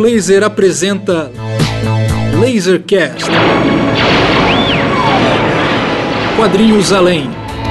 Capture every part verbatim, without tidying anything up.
Laser apresenta Lasercast. Quadrinhos Além.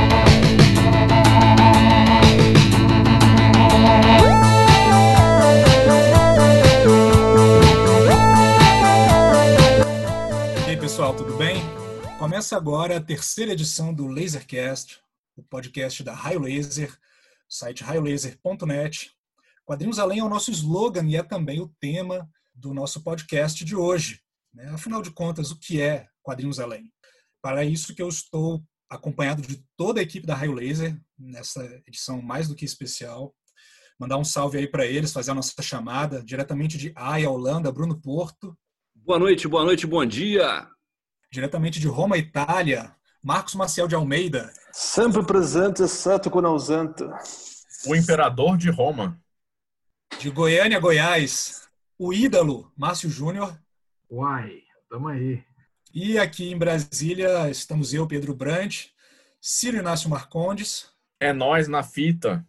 E aí, pessoal, tudo bem? Começa agora a terceira edição do Lasercast, o podcast da Raio Laser, site raio laser ponto net. Quadrinhos Além é o nosso slogan e é também o tema do nosso podcast de hoje. Né? Afinal de contas, o que é Quadrinhos Além? Para isso que eu estou acompanhado de toda a equipe da Raio Laser, nessa edição mais do que especial. Mandar um salve aí para eles, fazer a nossa chamada, diretamente de Haia, Holanda, Bruno Porto. Boa noite, boa noite, bom dia. Diretamente de Roma, Itália, Marcos Maciel de Almeida. Sempre presente, exceto quando ausente. O imperador de Roma. De Goiânia, Goiás, o ídolo, Márcio Júnior. Uai, tamo aí. E aqui em Brasília estamos eu, Pedro Brandt, Ciro Inácio Marcondes. É nós na fita.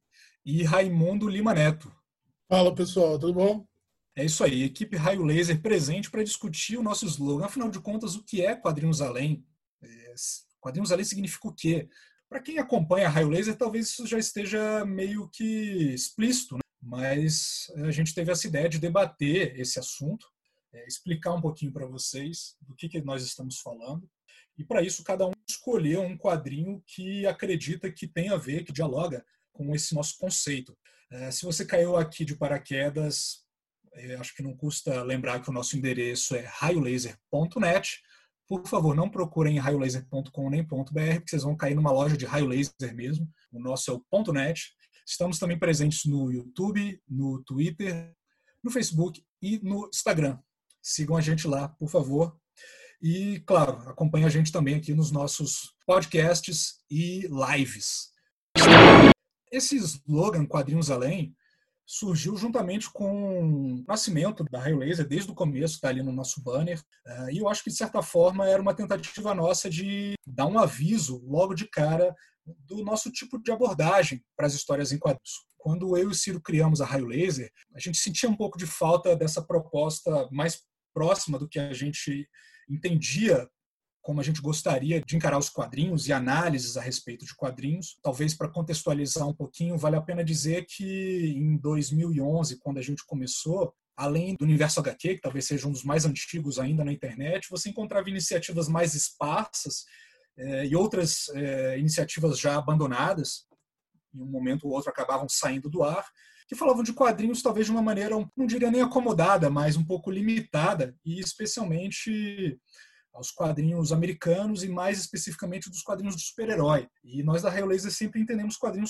E Raimundo Lima Neto. Fala, pessoal, tudo bom? É isso aí, equipe Raio Laser presente para discutir o nosso slogan. Afinal de contas, o que é Quadrinhos Além? É, Quadrinhos Além significa o quê? Para quem acompanha a Raio Laser, talvez isso já esteja meio que explícito, né? Mas a gente teve essa ideia de debater esse assunto, é, explicar um pouquinho para vocês do que, que nós estamos falando. E para isso, cada um escolheu um quadrinho que acredita que tem a ver, que dialoga com esse nosso conceito. É, se você caiu aqui de paraquedas, é, acho que não custa lembrar que o nosso endereço é raio laser ponto net. Por favor, não procurem raio laser ponto com nem .br, porque vocês vão cair numa loja de Raio Laser mesmo. O nosso é o .net. Estamos também presentes no YouTube, no Twitter, no Facebook e no Instagram. Sigam a gente lá, por favor. E, claro, acompanhem a gente também aqui nos nossos podcasts e lives. Esse slogan, Quadrinhos Além, surgiu juntamente com o nascimento da Raio Laser, desde o começo, está ali no nosso banner. E eu acho que, de certa forma, era uma tentativa nossa de dar um aviso logo de cara do nosso tipo de abordagem para as histórias em quadrinhos. Quando eu e o Ciro criamos a Raio Laser, a gente sentia um pouco de falta dessa proposta mais próxima do que a gente entendia como a gente gostaria de encarar os quadrinhos e análises a respeito de quadrinhos. Talvez para contextualizar um pouquinho, vale a pena dizer que em dois mil e onze, quando a gente começou, além do Universo agá quê, que talvez seja um dos mais antigos ainda na internet, você encontrava iniciativas mais esparsas eh, e outras eh, iniciativas já abandonadas, em um momento ou outro acabavam saindo do ar, que falavam de quadrinhos talvez de uma maneira, não diria nem acomodada, mas um pouco limitada, e especialmente aos quadrinhos americanos e mais especificamente dos quadrinhos de super-herói. E nós da Raio Laser sempre entendemos quadrinhos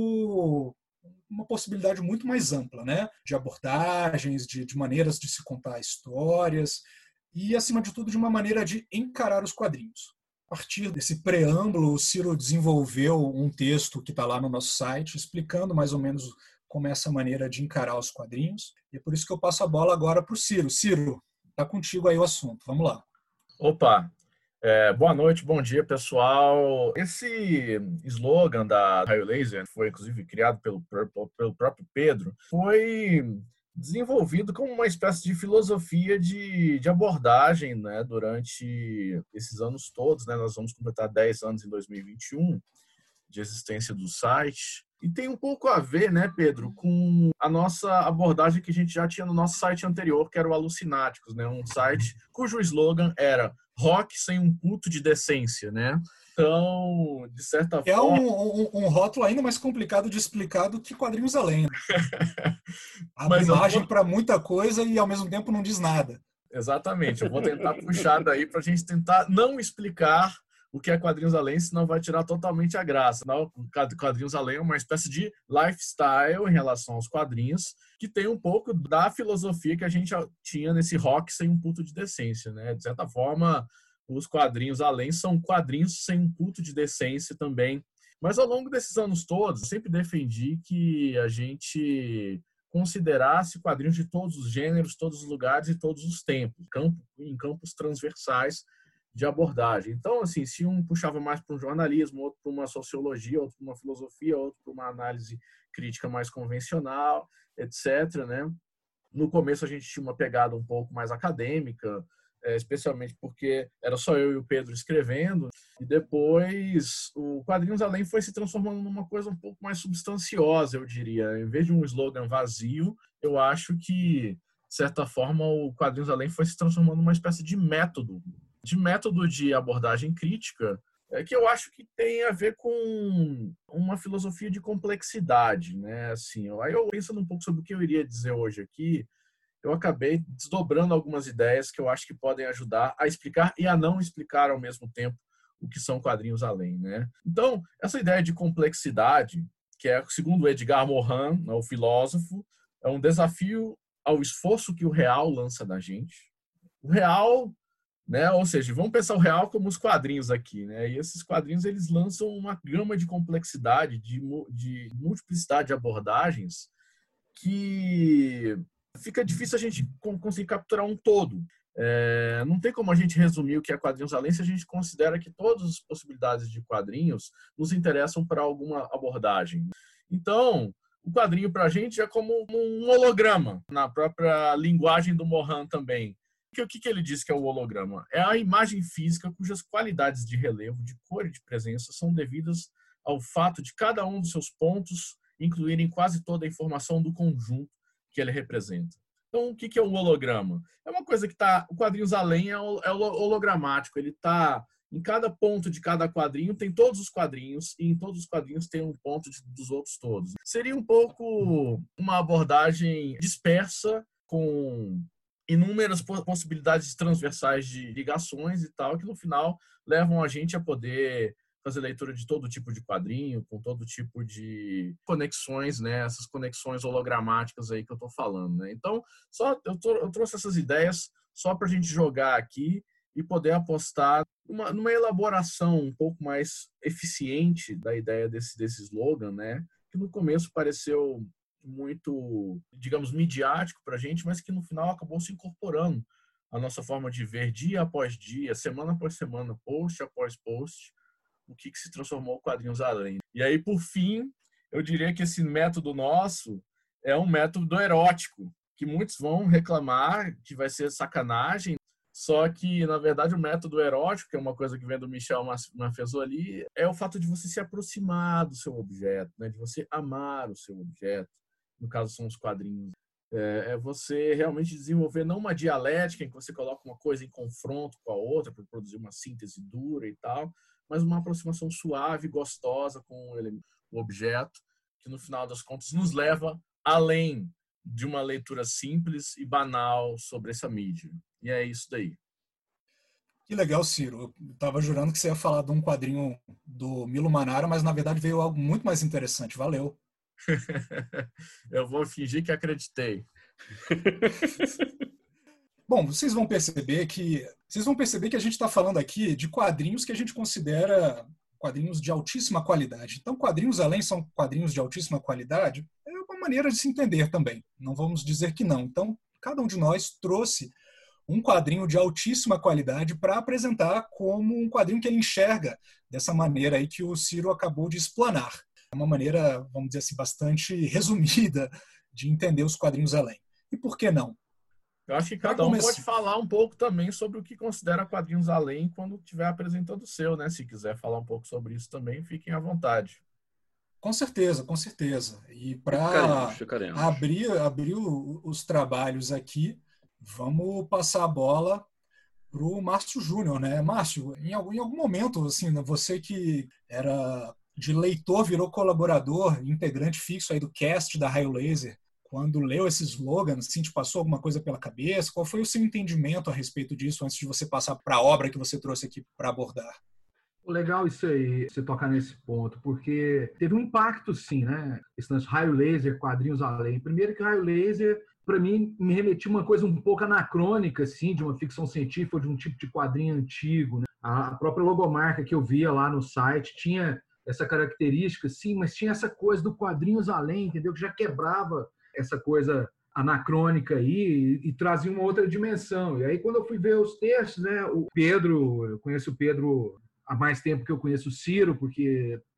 como uma possibilidade muito mais ampla, né? De abordagens, de, de maneiras de se contar histórias e, acima de tudo, de uma maneira de encarar os quadrinhos. A partir desse preâmbulo, o Ciro desenvolveu um texto que está lá no nosso site, explicando mais ou menos como é essa maneira de encarar os quadrinhos. E é por isso que eu passo a bola agora para o Ciro. Ciro, está contigo aí o assunto. Vamos lá. Opa, é, boa noite, bom dia, pessoal. Esse slogan da Raio Laser, foi inclusive criado pelo, pelo próprio Pedro, foi desenvolvido como uma espécie de filosofia de, de abordagem, né, durante esses anos todos. Né, nós vamos completar dez anos em dois mil e vinte e um de existência do site. E tem um pouco a ver, né, Pedro, com a nossa abordagem que a gente já tinha no nosso site anterior, que era o Alucináticos, né? Um site cujo slogan era rock sem um puto de decência, né? Então, de certa é forma... É um, um, um rótulo ainda mais complicado de explicar do que Quadrinhos Além. Abre imagem vou... para muita coisa e, ao mesmo tempo, não diz nada. Exatamente. Eu vou tentar puxar daí para a gente tentar não explicar o que é Quadrinhos Além, senão vai tirar totalmente a graça. Não, Quadrinhos Além é uma espécie de lifestyle em relação aos quadrinhos, que tem um pouco da filosofia que a gente tinha nesse rock sem um puto de decência, né? De certa forma, os Quadrinhos Além são quadrinhos sem um puto de decência também. Mas ao longo desses anos todos, eu sempre defendi que a gente considerasse quadrinhos de todos os gêneros, todos os lugares e todos os tempos, em campos transversais de abordagem. Então, assim, se um puxava mais para um jornalismo, outro para uma sociologia, outro para uma filosofia, outro para uma análise crítica mais convencional, etcétera, né? No começo a gente tinha uma pegada um pouco mais acadêmica, é, especialmente porque era só eu e o Pedro escrevendo. E depois o Quadrinhos Além foi se transformando numa coisa um pouco mais substanciosa, eu diria. Em vez de um slogan vazio, eu acho que, de certa forma, o Quadrinhos Além foi se transformando numa espécie de método, de método de abordagem crítica, é, que eu acho que tem a ver com uma filosofia de complexidade, né? Assim, aí eu pensando um pouco sobre o que eu iria dizer hoje aqui, eu acabei desdobrando algumas ideias que eu acho que podem ajudar a explicar e a não explicar ao mesmo tempo o que são quadrinhos além, né? Então, essa ideia de complexidade, que é, segundo Edgar Morin, o filósofo, é um desafio ao esforço que o real lança na gente. O real, né? Ou seja, vamos pensar o real como os quadrinhos aqui, né? E esses quadrinhos, eles lançam uma gama de complexidade, de, de multiplicidade de abordagens que fica difícil a gente conseguir capturar um todo. É, não tem como a gente resumir o que é Quadrinhos Além se a gente considera que todas as possibilidades de quadrinhos nos interessam para alguma abordagem. Então, o quadrinho para a gente é como um holograma, na própria linguagem do Morin também. O que, que ele diz que é o holograma? É a imagem física cujas qualidades de relevo, de cor e de presença são devidas ao fato de cada um dos seus pontos incluírem quase toda a informação do conjunto que ele representa. Então, o que é um holograma? É uma coisa que está... O Quadrinhos Além é hologramático. Ele está... Em cada ponto de cada quadrinho tem todos os quadrinhos e em todos os quadrinhos tem um ponto de, dos outros todos. Seria um pouco uma abordagem dispersa com inúmeras possibilidades transversais de ligações e tal, que no final levam a gente a poder fazer leitura de todo tipo de quadrinho, com todo tipo de conexões, né? Essas conexões hologramáticas aí que eu estou falando, né? Então, só eu, tô, eu trouxe essas ideias só para a gente jogar aqui e poder apostar numa, numa elaboração um pouco mais eficiente da ideia desse, desse slogan, né? Que no começo pareceu muito, digamos, midiático para a gente, mas que no final acabou se incorporando à nossa forma de ver dia após dia, semana após semana, post após post, o que, que se transformou Quadrinhos Além. E aí, por fim, eu diria que esse método nosso é um método erótico, que muitos vão reclamar que vai ser sacanagem, só que, na verdade, o método erótico, que é uma coisa que vem do Michel Maffezoli, é o fato de você se aproximar do seu objeto, né? De você amar o seu objeto. No caso, são os quadrinhos. É você realmente desenvolver não uma dialética em que você coloca uma coisa em confronto com a outra para produzir uma síntese dura e tal, mas uma aproximação suave, gostosa com o objeto, que no final das contas nos leva além de uma leitura simples e banal sobre essa mídia. E é isso daí. Que legal, Ciro. Eu estava jurando que você ia falar de um quadrinho do Milo Manara, mas na verdade veio algo muito mais interessante. Valeu. Eu vou fingir que acreditei. Bom, vocês vão perceber que vocês vão perceber que a gente está falando aqui de quadrinhos que a gente considera quadrinhos de altíssima qualidade. Então, Quadrinhos Além são quadrinhos de altíssima qualidade? É uma maneira de se entender também. Não vamos dizer que não. Então, cada um de nós trouxe um quadrinho de altíssima qualidade para apresentar como um quadrinho que ele enxerga dessa maneira aí que o Ciro acabou de explanar. É uma maneira, vamos dizer assim, bastante resumida de entender os Quadrinhos Além. E por que não? Eu acho que cada um pode falar um pouco também sobre o que considera Quadrinhos Além quando estiver apresentando o seu, né? Se quiser falar um pouco sobre isso também, fiquem à vontade. Com certeza, com certeza. E para abrir, abrir os trabalhos aqui, vamos passar a bola para o Márcio Júnior, né? Márcio, em algum, em algum momento, assim, você que era de leitor, virou colaborador, integrante fixo aí do cast da Raio Laser, quando leu esse slogan, assim, te passou alguma coisa pela cabeça? Qual foi o seu entendimento a respeito disso antes de você passar para a obra que você trouxe aqui para abordar? Legal isso aí, você tocar nesse ponto, porque teve um impacto, sim, né? Esse lance Raio Laser, Quadrinhos Além. Primeiro que Raio Laser, para mim, me remetia uma coisa um pouco anacrônica, assim, de uma ficção científica ou de um tipo de quadrinho antigo, né? A própria logomarca que eu via lá no site tinha essa característica, sim, mas tinha essa coisa do Quadrinhos Além, entendeu? Que já quebrava essa coisa anacrônica aí e, e trazia uma outra dimensão. E aí, quando eu fui ver os textos, né, o Pedro, eu conheço o Pedro há mais tempo que eu conheço o Ciro, porque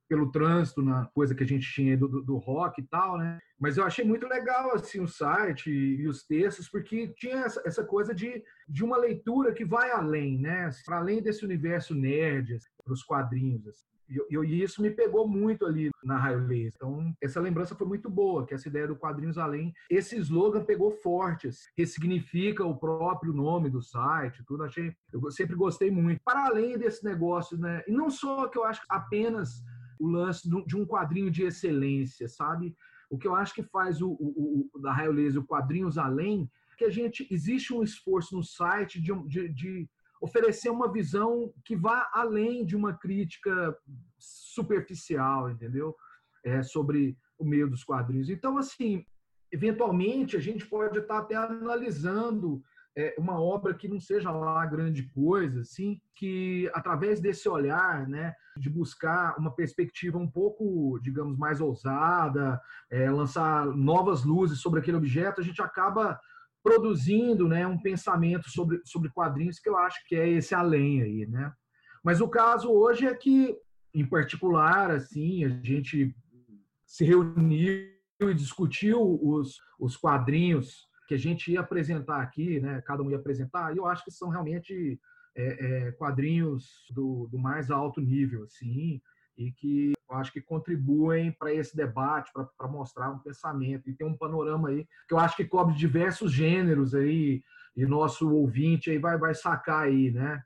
pelo trânsito, na coisa que a gente tinha do, do rock e tal, né? Mas eu achei muito legal assim o site e, e os textos, porque tinha essa, essa coisa de, de uma leitura que vai além, né? Para além desse universo nerd, assim, para os quadrinhos. Assim. E, eu, e isso me pegou muito ali na Raio Laser. Então, essa lembrança foi muito boa, que essa ideia do Quadrinhos Além, esse slogan pegou forte, assim, ressignifica o próprio nome do site, tudo. Achei, eu sempre gostei muito. Para além desse negócio, né? E não só que eu acho apenas o lance de um quadrinho de excelência, sabe? O que eu acho que faz o, o, o da Raio Laser, o Quadrinhos Além, que a gente existe um esforço no site de, de, de oferecer uma visão que vá além de uma crítica superficial, entendeu? É, sobre o meio dos quadrinhos. Então, assim, eventualmente a gente pode estar até analisando é, uma obra que não seja lá grande coisa, assim, que através desse olhar, né, de buscar uma perspectiva um pouco, digamos, mais ousada, é, lançar novas luzes sobre aquele objeto, a gente acaba produzindo, né, um pensamento sobre, sobre quadrinhos que eu acho que é esse além aí, né? Mas o caso hoje é que, em particular, assim, a gente se reuniu e discutiu os, os quadrinhos que a gente ia apresentar aqui, né? Cada um ia apresentar, e eu acho que são realmente é, é, quadrinhos do, do mais alto nível, assim, e que eu acho que contribuem para esse debate, para mostrar um pensamento. E tem um panorama aí que eu acho que cobre diversos gêneros aí, e nosso ouvinte aí vai, vai sacar aí, né?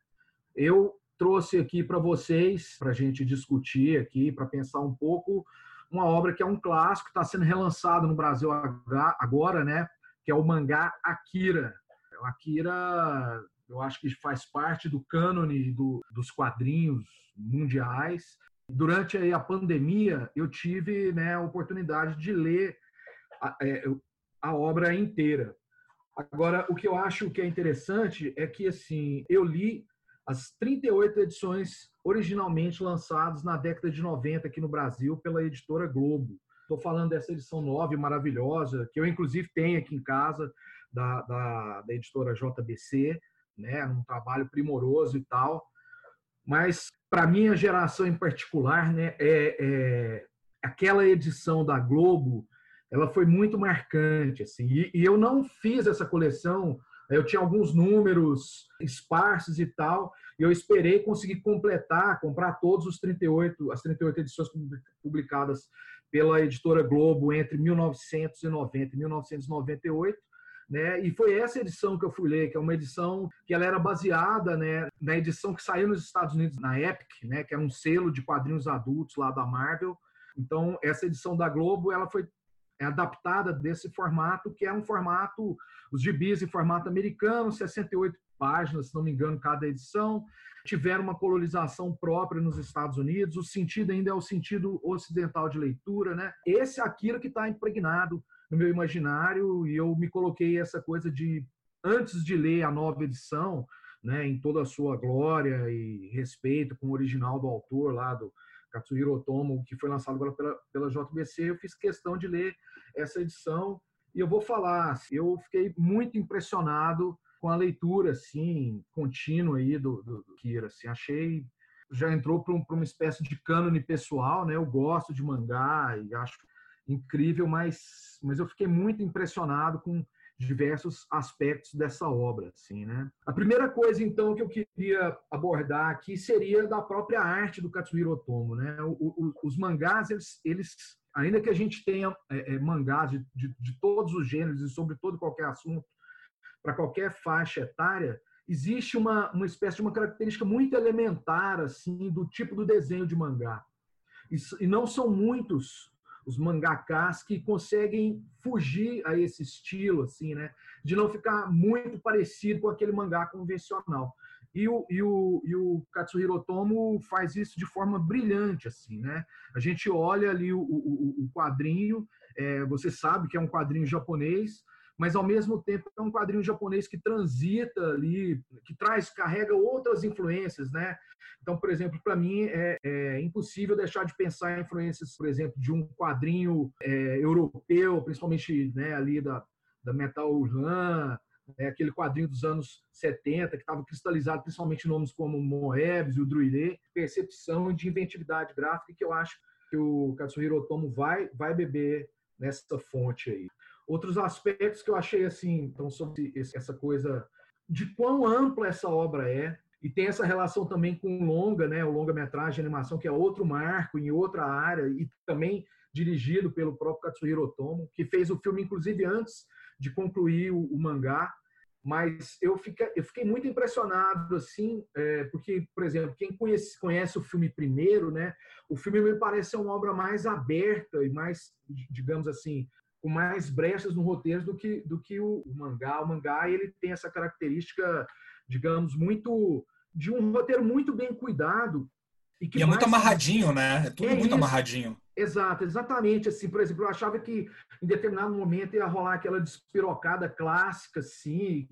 Eu trouxe aqui para vocês, para a gente discutir aqui, para pensar um pouco, uma obra que é um clássico, está sendo relançado no Brasil agora, né? Que é o mangá Akira. O Akira, eu acho que faz parte do cânone do, dos quadrinhos mundiais. Durante aí a pandemia, eu tive, né, a oportunidade de ler a, a obra inteira. Agora, o que eu acho que é interessante é que, assim, eu li as trinta e oito edições originalmente lançadas na década de noventa aqui no Brasil pela editora Globo. Estou falando dessa edição nova e maravilhosa, que eu, inclusive, tenho aqui em casa, da, da, da editora J B C, né, um trabalho primoroso e tal. Mas, para minha geração em particular, né, é, é, aquela edição da Globo, ela foi muito marcante. Assim, e, e eu não fiz essa coleção, eu tinha alguns números esparsos e tal, e eu esperei conseguir completar, comprar todos os trinta e oito, as trinta e oito edições publicadas pela editora Globo entre mil novecentos e noventa e mil novecentos e noventa e oito. Né? E foi essa edição que eu fui ler, que é uma edição que ela era baseada, né, na edição que saiu nos Estados Unidos, na Epic, né, que era um selo de quadrinhos adultos lá da Marvel. Então, essa edição da Globo ela foi adaptada desse formato, que é um formato, os gibis em formato americano, sessenta e oito páginas, se não me engano, cada edição. Tiveram uma colorização própria nos Estados Unidos, o sentido ainda é o sentido ocidental de leitura. Né? Esse é aquilo que está impregnado no meu imaginário, e eu me coloquei essa coisa de, antes de ler a nova edição, né, em toda a sua glória e respeito com o original do autor lá, do Katsuhiro Otomo, que foi lançado agora pela, pela J B C, eu fiz questão de ler essa edição, e eu vou falar, eu fiquei muito impressionado com a leitura, assim, contínua aí do, do, do Kira, assim, achei, já entrou para um, uma espécie de cânone pessoal, né, eu gosto de mangá e acho incrível, mas, mas eu fiquei muito impressionado com diversos aspectos dessa obra, assim, né? A primeira coisa, então, que eu queria abordar aqui seria da própria arte do Katsuhiro Otomo, né? O, o, os mangás, eles, eles, ainda que a gente tenha é, é, mangás de, de, de todos os gêneros e sobre todo qualquer assunto, para qualquer faixa etária, existe uma, uma espécie de uma característica muito elementar, assim, do tipo do desenho de mangá. E, e não são muitos os mangakás que conseguem fugir a esse estilo, assim, né? De não ficar muito parecido com aquele mangá convencional. E o, e o, e o Katsuhiro Otomo faz isso de forma brilhante, assim, né? A gente olha ali o, o, o quadrinho, é, você sabe que é um quadrinho japonês, mas ao mesmo tempo é um quadrinho japonês que transita ali, que traz, carrega outras influências, né? Então, por exemplo, para mim é, é impossível deixar de pensar em influências, por exemplo, de um quadrinho é, europeu, principalmente, né, ali da, da Metal Hurlan, é, aquele quadrinho dos anos setenta, que estava cristalizado principalmente em nomes como Moebius e o Druillet, percepção de inventividade gráfica que eu acho que o Katsuhiro Otomo vai, vai beber nessa fonte aí. Outros aspectos que eu achei assim, então, sobre essa coisa de quão ampla essa obra é, e tem essa relação também com o longa, né, o longa-metragem de animação, que é outro marco em outra área, e também dirigido pelo próprio Katsuhiro Otomo, que fez o filme, inclusive, antes de concluir o, o mangá. Mas eu fiquei, eu fiquei muito impressionado, assim, é, porque, por exemplo, quem conhece, conhece o filme primeiro, né, o filme me parece ser uma obra mais aberta e mais, digamos assim, com mais brechas no roteiro do que, do que o, o mangá. O mangá ele tem essa característica, digamos, muito de um roteiro muito bem cuidado. E, que e é muito mais... amarradinho, né? É tudo é muito isso. amarradinho. Exato, exatamente. Assim, por exemplo, eu achava que em determinado momento ia rolar aquela despirocada clássica, assim,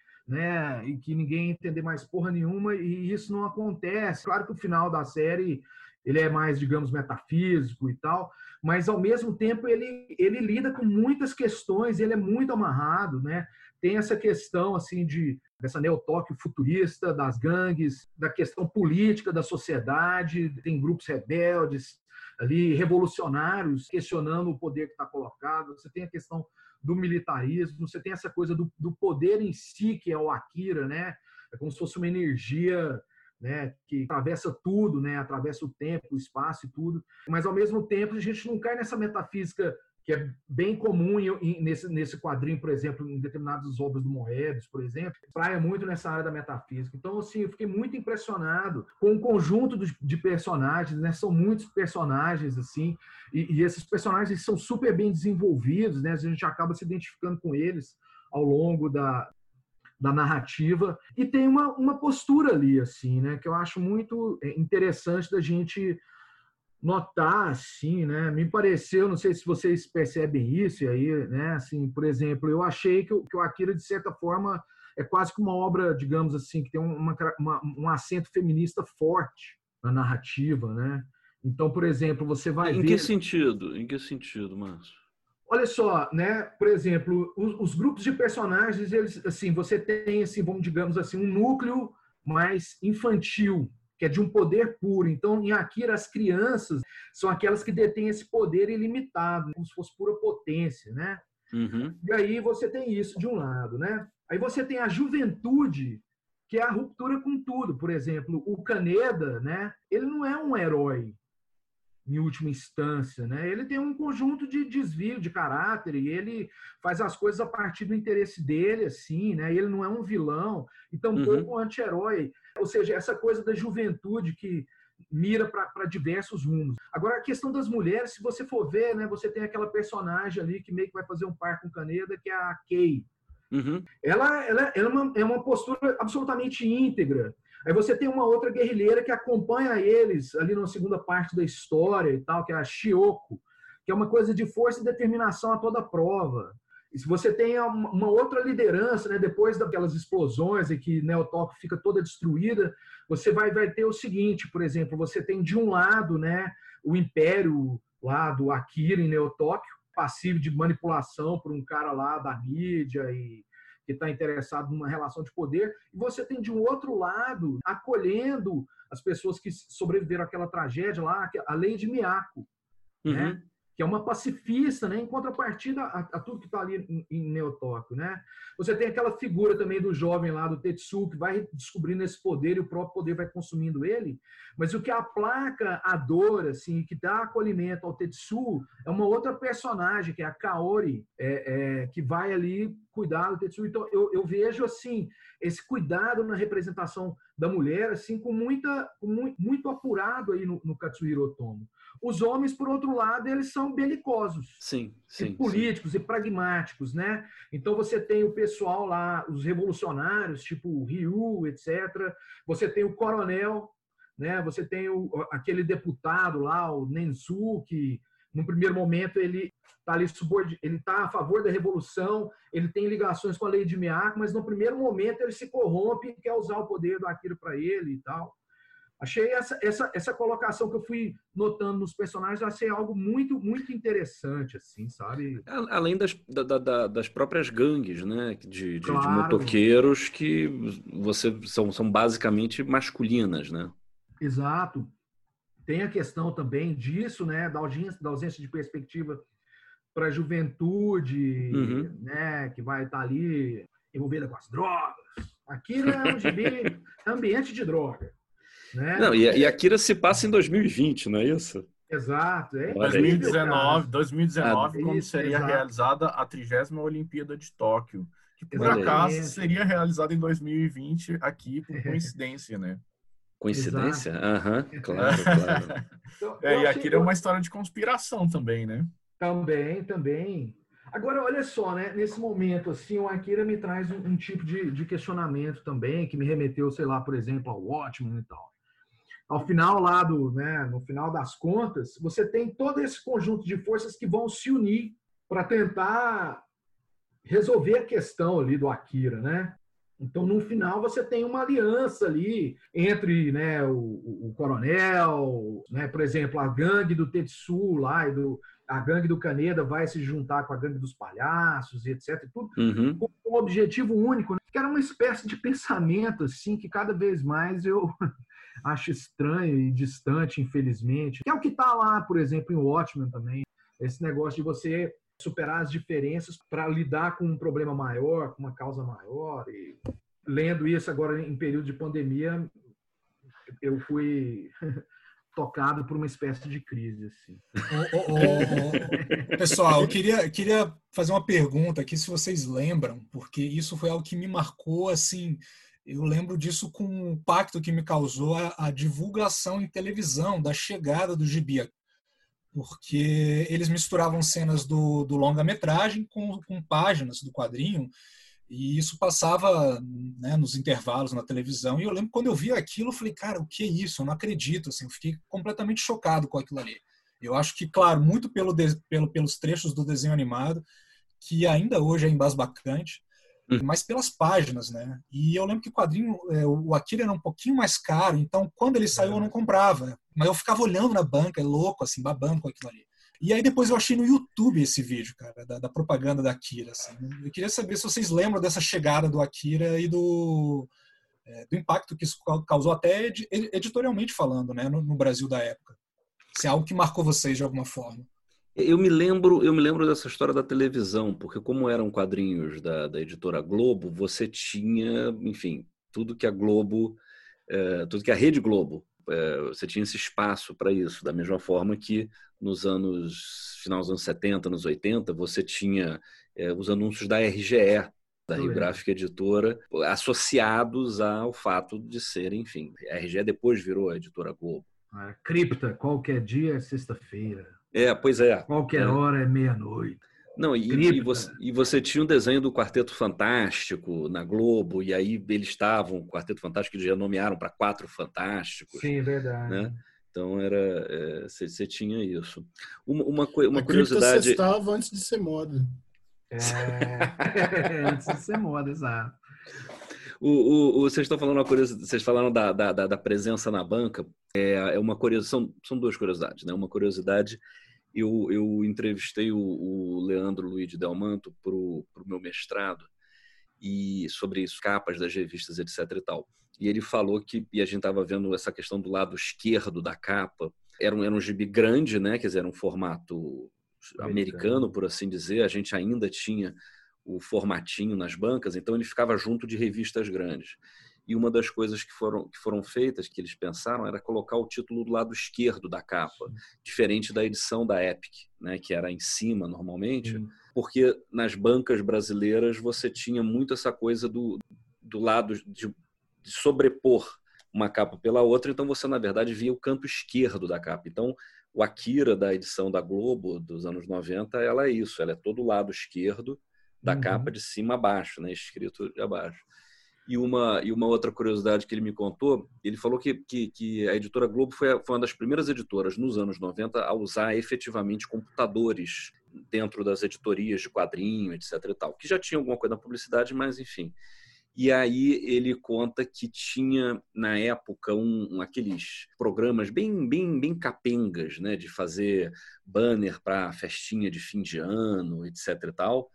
né? E que ninguém ia entender mais porra nenhuma, e isso não acontece. Claro que o final da série ele é mais, digamos, metafísico e tal, mas ao mesmo tempo ele, ele lida com muitas questões, ele é muito amarrado, né? Tem essa questão assim de dessa neo-Tóquio futurista, das gangues, da questão política da sociedade, tem grupos rebeldes ali, revolucionários, questionando o poder que está colocado, você tem a questão do militarismo, você tem essa coisa do, do poder em si, que é o Akira, né? É como se fosse uma energia, né, que atravessa tudo, né? Atravessa o tempo, o espaço e tudo, mas ao mesmo tempo a gente não cai nessa metafísica que é bem comum em, em, nesse, nesse quadrinho, por exemplo, em determinadas obras do Moebius, por exemplo, praia muito nessa área da metafísica. Então, assim, eu fiquei muito impressionado com o conjunto de, de personagens, né? São muitos personagens, assim, e, e esses personagens são super bem desenvolvidos, né? A gente acaba se identificando com eles ao longo da, da narrativa, e tem uma, uma postura ali, assim, né? Que eu acho muito interessante da gente notar, assim, né? Me pareceu, não sei se vocês percebem isso, e aí, né? Assim, por exemplo, eu achei que o, que o Akira, de certa forma, é quase que uma obra, digamos assim, que tem uma, uma, um acento feminista forte na narrativa, né? Então, por exemplo, você vai em ver... Em que sentido? Em que sentido, Márcio? Olha só, né? Por exemplo, os, os grupos de personagens, eles, assim, você tem, assim, vamos, digamos assim, um núcleo mais infantil, que é de um poder puro. Então, em Akira, as crianças são aquelas que detêm esse poder ilimitado, como se fosse pura potência, né? Uhum. E aí você tem isso de um lado, né? Aí você tem a juventude, que é a ruptura com tudo. Por exemplo, o Kaneda, né? Ele não é um herói, em última instância, né? Ele tem um conjunto de desvio de caráter e ele faz as coisas a partir do interesse dele, assim, né? Ele não é um vilão e tampouco um anti-herói. Ou seja, essa coisa da juventude que mira para diversos rumos. Agora, a questão das mulheres, se você for ver, né? Você tem aquela personagem ali que meio que vai fazer um par com o Kaneda, que é a Kei. Uhum. Ela, ela, ela é, uma, é uma postura absolutamente íntegra. Aí você tem uma outra guerrilheira que acompanha eles ali na segunda parte da história e tal, que é a Shioko, que é uma coisa de força e determinação a toda prova. E se você tem uma outra liderança, né, depois daquelas explosões e que Neo-Tóquio fica toda destruída, você vai, vai ter o seguinte, por exemplo, você tem de um lado, né, o império lá do Akira em Neo-Tóquio, passivo de manipulação por um cara lá da mídia e que está interessado numa relação de poder, e você tem de um outro lado acolhendo as pessoas que sobreviveram àquela tragédia lá, a Lady Miyako, Uhum. né? Que é uma pacifista, né? Em contrapartida a, a tudo que está ali em, em Neo-Tóquio, né? Você tem aquela figura também do jovem lá, do Tetsuo, que vai descobrindo esse poder e o próprio poder vai consumindo ele, mas o que aplaca a dor, assim, que dá acolhimento ao Tetsuo é uma outra personagem, que é a Kaori, é, é, que vai ali cuidar do Tetsuo. Então, eu, eu vejo, assim, esse cuidado na representação da mulher, assim, com muita, com muito, muito apurado aí no, no Katsuhiro Otomo. Os homens, por outro lado, eles são belicosos. Sim, sim. E políticos sim. e pragmáticos, né? Então você tem o pessoal lá, os revolucionários, tipo o Ryu, etcétera. Você tem o coronel, né? Você tem o, aquele deputado lá, o Nenzu, que no primeiro momento ele está ali subord... ele está a favor da revolução, ele tem ligações com a Lei de Miyako, mas no primeiro momento ele se corrompe e quer usar o poder do Akira para ele e tal. Achei essa, essa, essa colocação que eu fui notando nos personagens, achei algo muito, muito interessante, assim, sabe? Além das, da, da, das próprias gangues, né? De, de, Claro. de motoqueiros que você, são, são basicamente masculinas, né? Exato. tem a questão também disso, né, da ausência, da ausência de perspectiva para a juventude, Uhum. né, que vai estar ali envolvida com as drogas. Akira é um gibi ambiente de droga. Né? Não, e, e Akira se passa em dois mil e vinte, não é isso? Exato. É Olha aí. dois mil e dezenove, dois mil e dezenove Ah, quando isso, seria exato. realizada a trigésima Olimpíada de Tóquio, que por Olha aí. acaso seria realizada em dois mil e vinte aqui, por coincidência, né? Coincidência? Aham, claro, claro. Então, É, eu e achei- Akira é uma história de conspiração também, né? Também, também. Agora, olha só, né? Nesse momento, assim, o Akira me traz um, um tipo de, de questionamento também, que me remeteu, sei lá, por exemplo, ao Watchmen e tal. Ao final lá do, né, no final das contas, você tem todo esse conjunto de forças que vão se unir para tentar resolver a questão ali do Akira, né? Então, no final, você tem uma aliança ali entre, né, o, o, o coronel, né, por exemplo, a gangue do Tetsu lá, e do, a gangue do Kaneda vai se juntar com a gangue dos palhaços, e etc. Tudo Uhum. com um objetivo único, né? Que era uma espécie de pensamento assim, que cada vez mais eu acho estranho e distante, infelizmente. Que é o que está lá, por exemplo, em Watchmen também. Esse negócio de você superar as diferenças para lidar com um problema maior, com uma causa maior. E lendo isso agora em período de pandemia, eu fui tocado por uma espécie de crise. Assim. Ô, ô, ô, ô, pessoal, eu queria, queria fazer uma pergunta aqui, se vocês lembram, porque isso foi algo que me marcou, assim, eu lembro disso com o impacto que me causou a, a divulgação em televisão da chegada do gibi, porque eles misturavam cenas do, do longa-metragem com, com páginas do quadrinho, e isso passava, né, nos intervalos na televisão, e eu lembro quando eu vi aquilo, eu falei, cara, o que é isso? Eu não acredito, assim, eu fiquei completamente chocado com aquilo ali. Eu acho que, claro, muito pelo, pelo, pelos trechos do desenho animado, que ainda hoje é embasbacante, mas pelas páginas, né? E eu lembro que o quadrinho, o Akira era um pouquinho mais caro, então quando ele saiu eu não comprava, mas eu ficava olhando na banca, louco, assim, babando com aquilo ali. E aí depois eu achei no YouTube esse vídeo, cara, da, da propaganda da Akira. Assim. Eu queria saber se vocês lembram dessa chegada do Akira e do, é, do impacto que isso causou, até ed, editorialmente falando, né, no, no Brasil da época. Se é algo que marcou vocês de alguma forma. Eu me lembro, eu me lembro dessa história da televisão, porque como eram quadrinhos da, da editora Globo, você tinha, enfim, tudo que a Globo, é, tudo que a Rede Globo, é, você tinha esse espaço para isso, da mesma forma que nos anos, final dos anos setenta, anos oitenta, você tinha é, os anúncios da R G E, da Rio Gráfica Editora, associados ao fato de serem, enfim, a R G E depois virou a editora Globo. A cripta, qualquer dia é sexta-feira. É, pois é. Qualquer é. hora é meia-noite. Não, e, e, você, e você tinha um desenho do Quarteto Fantástico na Globo, e aí eles estavam, o Quarteto Fantástico, eles já nomearam para Quatro Fantásticos. Sim, verdade. Né? Então, era, você, você tinha isso. Uma, uma, uma a curiosidade... cripta cestava antes de ser moda. É, antes de ser moda, exato. O, o, o, vocês estão falando uma curiosidade, vocês falaram da, da, da presença na banca, é, é uma curiosidade, são, são duas curiosidades, né? Uma curiosidade, eu, eu entrevistei o, o Leandro Luiz Delmanto para o meu mestrado, e sobre isso, capas das revistas, etc e tal. E ele falou que, e a gente estava vendo essa questão do lado esquerdo da capa, era um, era um gibi grande, né? Quer dizer, era um formato americano, por assim dizer, a gente ainda tinha o formatinho nas bancas, então ele ficava junto de revistas grandes. E uma das coisas que foram, que foram feitas, que eles pensaram, era colocar o título do lado esquerdo da capa, Sim. diferente da edição da Epic, né, que era em cima normalmente, Sim. porque nas bancas brasileiras você tinha muito essa coisa do, do lado de, de sobrepor uma capa pela outra, então você, na verdade, via o canto esquerdo da capa. Então, o Akira da edição da Globo dos anos noventa, ela é isso, ela é todo o lado esquerdo da uhum. capa de cima a baixo, né, escrito de abaixo. E uma, e uma outra curiosidade que ele me contou, ele falou que, que, que a editora Globo foi, a, foi uma das primeiras editoras nos anos noventa a usar efetivamente computadores dentro das editorias de quadrinho, etc e tal, que já tinha alguma coisa na publicidade, mas enfim. E aí ele conta que tinha, na época, um, um, aqueles programas bem, bem, bem capengas, né, de fazer banner para festinha de fim de ano, etc e tal.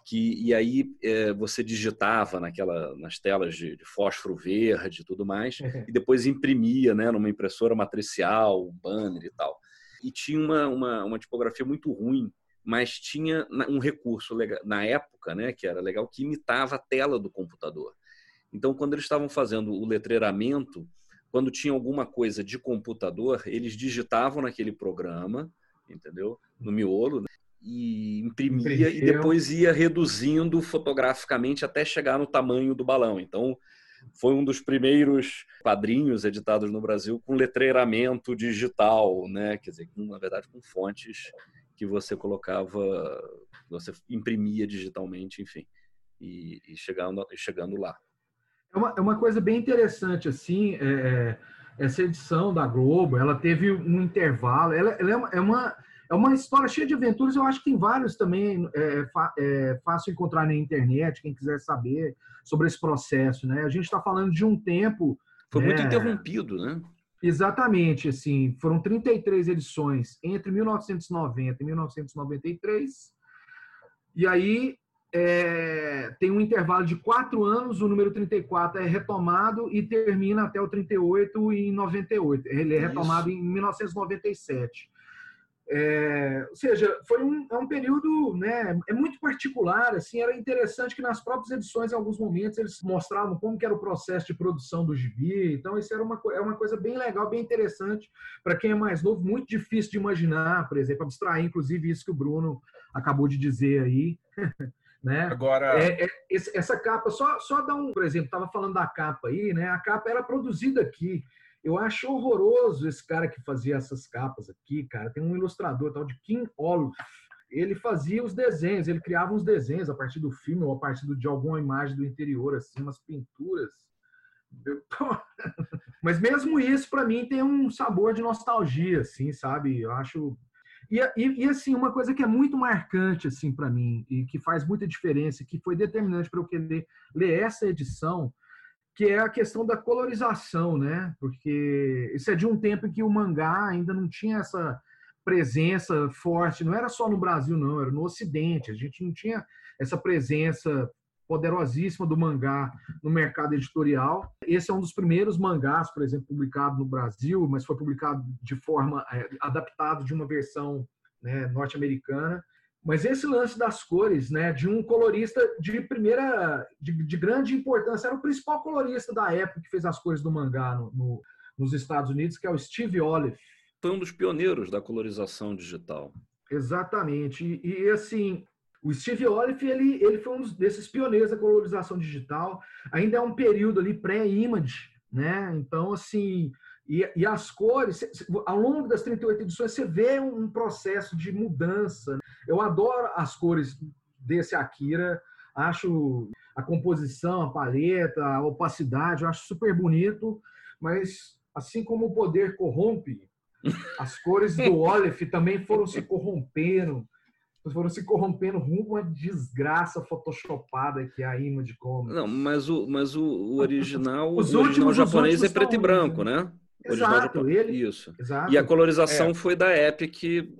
Que, e aí é, você digitava naquela, nas telas de, de fósforo verde e tudo mais, e depois imprimia, né, numa impressora matricial, um banner e tal. E tinha uma, uma, uma tipografia muito ruim, mas tinha um recurso legal, na época, né, que era legal, que imitava a tela do computador. Então, quando eles estavam fazendo o letreiramento, quando tinha alguma coisa de computador, eles digitavam naquele programa, entendeu? No miolo, né? E imprimia e depois ia reduzindo fotograficamente até chegar no tamanho do balão. Então, foi um dos primeiros quadrinhos editados no Brasil com letreiramento digital, né? Quer dizer, com, na verdade, com fontes que você colocava, você imprimia digitalmente, enfim, e, e chegando, chegando lá. É uma, é uma coisa bem interessante, assim, é, essa edição da Globo, ela teve um intervalo, ela, ela é, uma, é, uma, é uma história cheia de aventuras, eu acho que tem vários também, é, é fácil encontrar na internet, quem quiser saber sobre esse processo, né? A gente está falando de um tempo... Foi né, muito interrompido, né? Exatamente, assim, foram trinta e três edições entre mil novecentos e noventa e mil novecentos e noventa e três, e aí é, tem um intervalo de quatro anos, o número trinta e quatro é retomado e termina até o trinta e oito e noventa e oito. Ele é retomado Isso. em mil novecentos e noventa e sete. É, ou seja, foi um, é um período, né, é muito particular, assim, era interessante que nas próprias edições, em alguns momentos, eles mostravam como que era o processo de produção do gibi, então isso era uma, é uma coisa bem legal, bem interessante, para quem é mais novo, muito difícil de imaginar, por exemplo, abstrair, inclusive, isso que o Bruno acabou de dizer aí, né? Agora... É, é, essa capa, só, só dá um, por exemplo, estava falando da capa aí, né, a capa era produzida aqui. Eu acho horroroso esse cara que fazia essas capas aqui, cara. Tem um ilustrador tal de Kim Olive. Ele fazia os desenhos, ele criava uns desenhos a partir do filme ou a partir de alguma imagem do interior, assim, umas pinturas. Mas mesmo isso, para mim, tem um sabor de nostalgia, assim, sabe? Eu acho... E, e, e assim, uma coisa que é muito marcante, assim, para mim, e que faz muita diferença, que foi determinante para eu querer ler essa edição, que é a questão da colorização, né? Porque isso é de um tempo em que o mangá ainda não tinha essa presença forte, não era só no Brasil, não, era no Ocidente. A gente não tinha essa presença poderosíssima do mangá no mercado editorial. Esse é um dos primeiros mangás, por exemplo, publicado no Brasil, mas foi publicado de forma é, adaptado de uma versão, né, norte-americana. Mas esse lance das cores, né, de um colorista de primeira, de, de grande importância, era o principal colorista da época que fez as cores do mangá no, no, nos Estados Unidos, que é o Steve Olive. Foi um dos pioneiros da colorização digital. Exatamente. E, e assim, o Steve Olive, ele, ele foi um desses pioneiros da colorização digital. Ainda é um período ali pré-image, né? Então, assim... E, e as cores, ao longo das trinta e oito edições, você vê um processo de mudança. Eu adoro as cores desse Akira, acho a composição, a paleta, a opacidade, eu acho super bonito, mas assim como o poder corrompe, as cores do Olive também foram se corrompendo, foram se corrompendo rumo a uma desgraça photoshopada que é a Image Comics. Não, mas o, mas o, o original, Os o original últimos, japonês os é preto e branco, né? Exato, ele, Isso. exato. E a colorização é. foi da Epic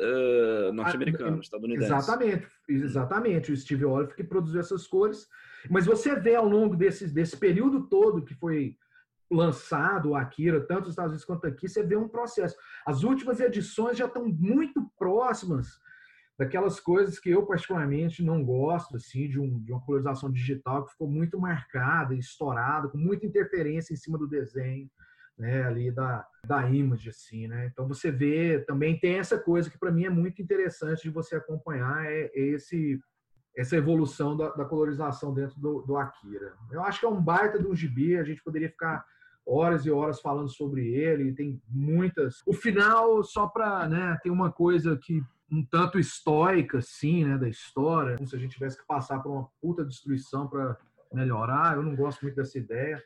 uh, norte-americana, estadunidense. Exatamente, exatamente. O Steve Olive que produziu essas cores. Mas você vê ao longo desse, desse período todo que foi lançado o Akira, tanto nos Estados Unidos quanto aqui, você vê um processo. As últimas edições já estão muito próximas daquelas coisas que eu particularmente não gosto, assim, de, um, de uma colorização digital que ficou muito marcada, estourada, com muita interferência em cima do desenho. Né, ali da, da image, assim, né? Então você vê, também tem essa coisa que para mim é muito interessante de você acompanhar, é, é esse, essa evolução da, da colorização dentro do, do Akira. Eu acho que é um baita de um gibi, a gente poderia ficar horas e horas falando sobre ele, tem muitas... O final, só para, né, tem uma coisa que um tanto estoica, assim, né, da história, como se a gente tivesse que passar por uma puta destruição para melhorar, eu não gosto muito dessa ideia.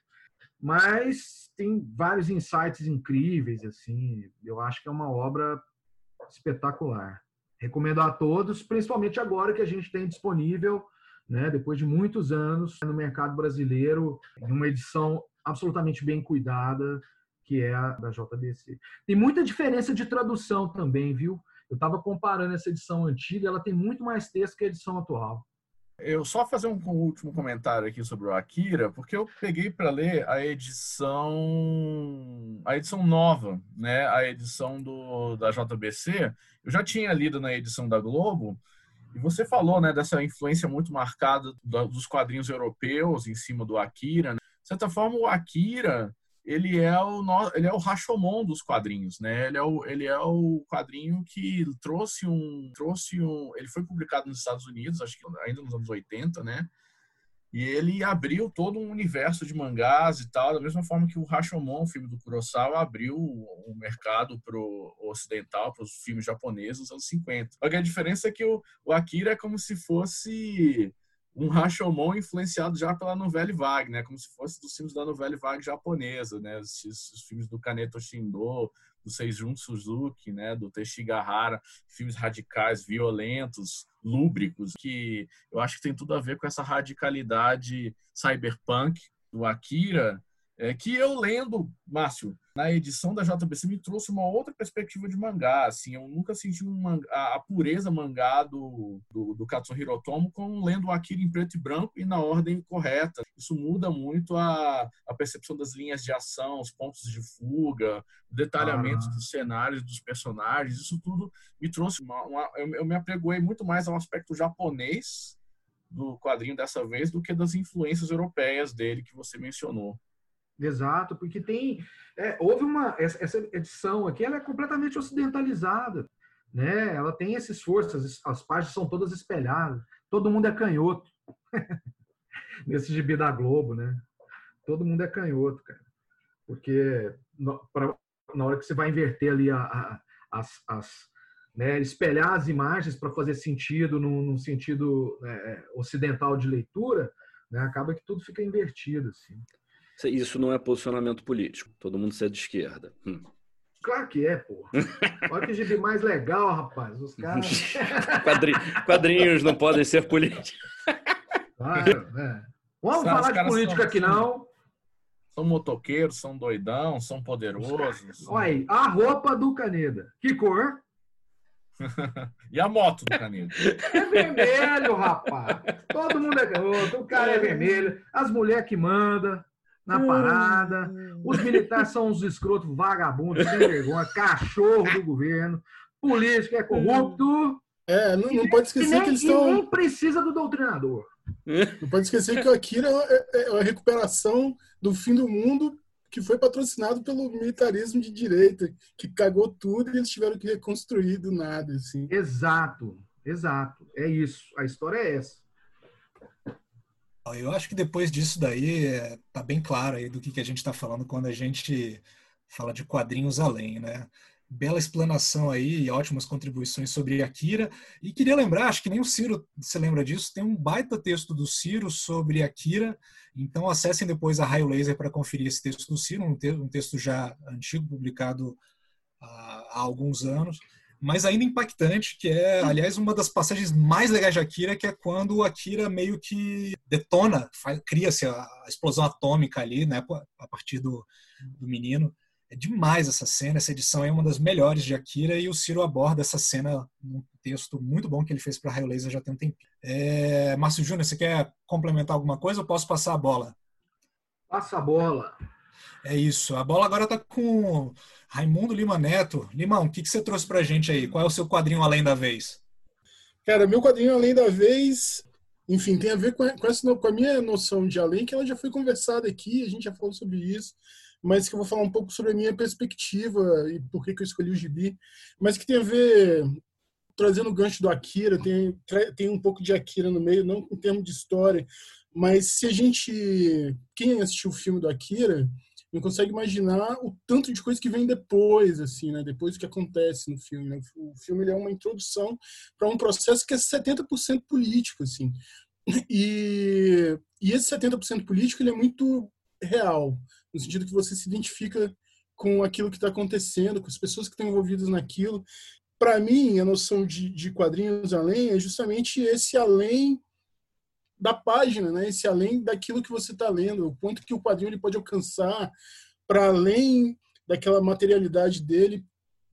Mas tem vários insights incríveis, assim. Eu acho que é uma obra espetacular. Recomendo a todos, principalmente agora que a gente tem disponível, né, depois de muitos anos, no mercado brasileiro, em uma edição absolutamente bem cuidada, que é a da J B C. Tem muita diferença de tradução também, viu? Eu estava comparando essa edição antiga, ela tem muito mais texto que a edição atual. Eu só fazer um último comentário aqui sobre o Akira, porque eu peguei para ler a edição, a edição nova, né? A edição do, da J B C. Eu já tinha lido na edição da Globo, e você falou, né, dessa influência muito marcada dos quadrinhos europeus em cima do Akira, né? De certa forma, o Akira, ele é o, ele é o Rashomon dos quadrinhos, né? Ele é o, ele é o quadrinho que trouxe um, trouxe um... Ele foi publicado nos Estados Unidos, acho que ainda nos anos oitenta, né? E ele abriu todo um universo de mangás e tal, da mesma forma que o Rashomon, o filme do Kurosawa, abriu o mercado pro ocidental, para os filmes japoneses nos anos cinquenta. Só que a diferença é que o, o Akira é como se fosse um Rashomon influenciado já pela Nouvelle Vague, né? Como se fosse dos filmes da Nouvelle Vague japonesa, né? Os, os filmes do Kaneto Shindo, do Seijun Suzuki, né? Do Teishi Gahara, filmes radicais, violentos, lúbricos, que eu acho que tem tudo a ver com essa radicalidade cyberpunk do Akira, é, que eu lendo, Márcio, na edição da J B C me trouxe uma outra perspectiva de mangá, assim, eu nunca senti um mangá, a pureza mangá do, do, do Katsuhiro Otomo com lendo o Akira em preto e branco e na ordem correta. Isso muda muito a, a percepção das linhas de ação, os pontos de fuga, o detalhamento ah. dos cenários, dos personagens, isso tudo me trouxe uma, uma eu, eu me apregoei muito mais ao aspecto japonês do quadrinho dessa vez do que das influências europeias dele que você mencionou. Exato, porque tem é, houve uma essa, essa edição aqui, ela é completamente ocidentalizada, né? Ela tem esse esforço, as, as páginas são todas espelhadas, todo mundo é canhoto nesse gibi da Globo, né? Todo mundo é canhoto, cara, porque no, pra, na hora que você vai inverter ali a, a, as, as né, espelhar as imagens para fazer sentido num, num sentido né, ocidental de leitura, né? Acaba que tudo fica invertido, assim. Isso não é posicionamento político. Todo mundo ser de esquerda. Hum. Claro que é, porra. Olha que gibi mais legal, rapaz. Os caras... Quadrinhos, quadrinhos não podem ser políticos. Claro, né? Vamos Sabe, falar de política são, aqui, não. São motoqueiros, são doidão, são poderosos. São... Olha aí, a roupa do Caneda. Que cor? E a moto do Caneda? É vermelho, rapaz. Todo mundo é outro. O cara é vermelho. As mulheres que mandam na parada. Os militares são uns escrotos vagabundos, sem vergonha, cachorro do governo. Político é corrupto. É, não, não pode esquecer nem, que eles estão... E nem precisa do doutrinador. Não pode esquecer que o Akira é a recuperação do fim do mundo que foi patrocinado pelo militarismo de direita, que cagou tudo e eles tiveram que reconstruir do nada, assim. Exato, exato. É isso. A história é essa. Eu acho que depois disso daí é, tá bem claro aí do que, que a gente está falando quando a gente fala de quadrinhos além, né? Bela explanação aí e ótimas contribuições sobre Akira. E queria lembrar, acho que nem o Ciro se lembra disso, tem um baita texto do Ciro sobre Akira, então acessem depois a Raio Laser para conferir esse texto do Ciro, um, te um texto já antigo, publicado há, há alguns anos, mas ainda impactante, que é, aliás, uma das passagens mais legais de Akira, que é quando o Akira meio que detona, cria-se a explosão atômica ali, né, a partir do, do menino. É demais essa cena, essa edição é uma das melhores de Akira e o Ciro aborda essa cena num texto muito bom que ele fez para a Raio Laser já tem um tempinho. É, Márcio Júnior, você quer complementar alguma coisa ou posso passar a bola? Passa a bola. É isso, a bola agora está com Raimundo Lima Neto. Limão, o que, que você trouxe para a gente aí? Qual é o seu quadrinho além da vez? Cara, meu quadrinho além da vez, enfim, tem a ver com, a, com, essa, com a minha noção de além, que ela já foi conversada aqui, a gente já falou sobre isso, mas que eu vou falar um pouco sobre a minha perspectiva e por que, que eu escolhi o gibi, mas que tem a ver, trazendo o gancho do Akira, tem, tem um pouco de Akira no meio, não em termos de história, mas se a gente, quem assistiu o filme do Akira, não consegue imaginar o tanto de coisa que vem depois, assim, né? Depois do que acontece no filme, né? O filme ele é uma introdução para um processo que é setenta por cento político, assim, e, e esse setenta por cento político ele é muito real, no sentido que você se identifica com aquilo que está acontecendo, com as pessoas que estão envolvidas naquilo. Para mim, a noção de, de quadrinhos além é justamente esse além da página, né? Esse além daquilo que você está lendo, o ponto que o quadrinho ele pode alcançar para além daquela materialidade dele,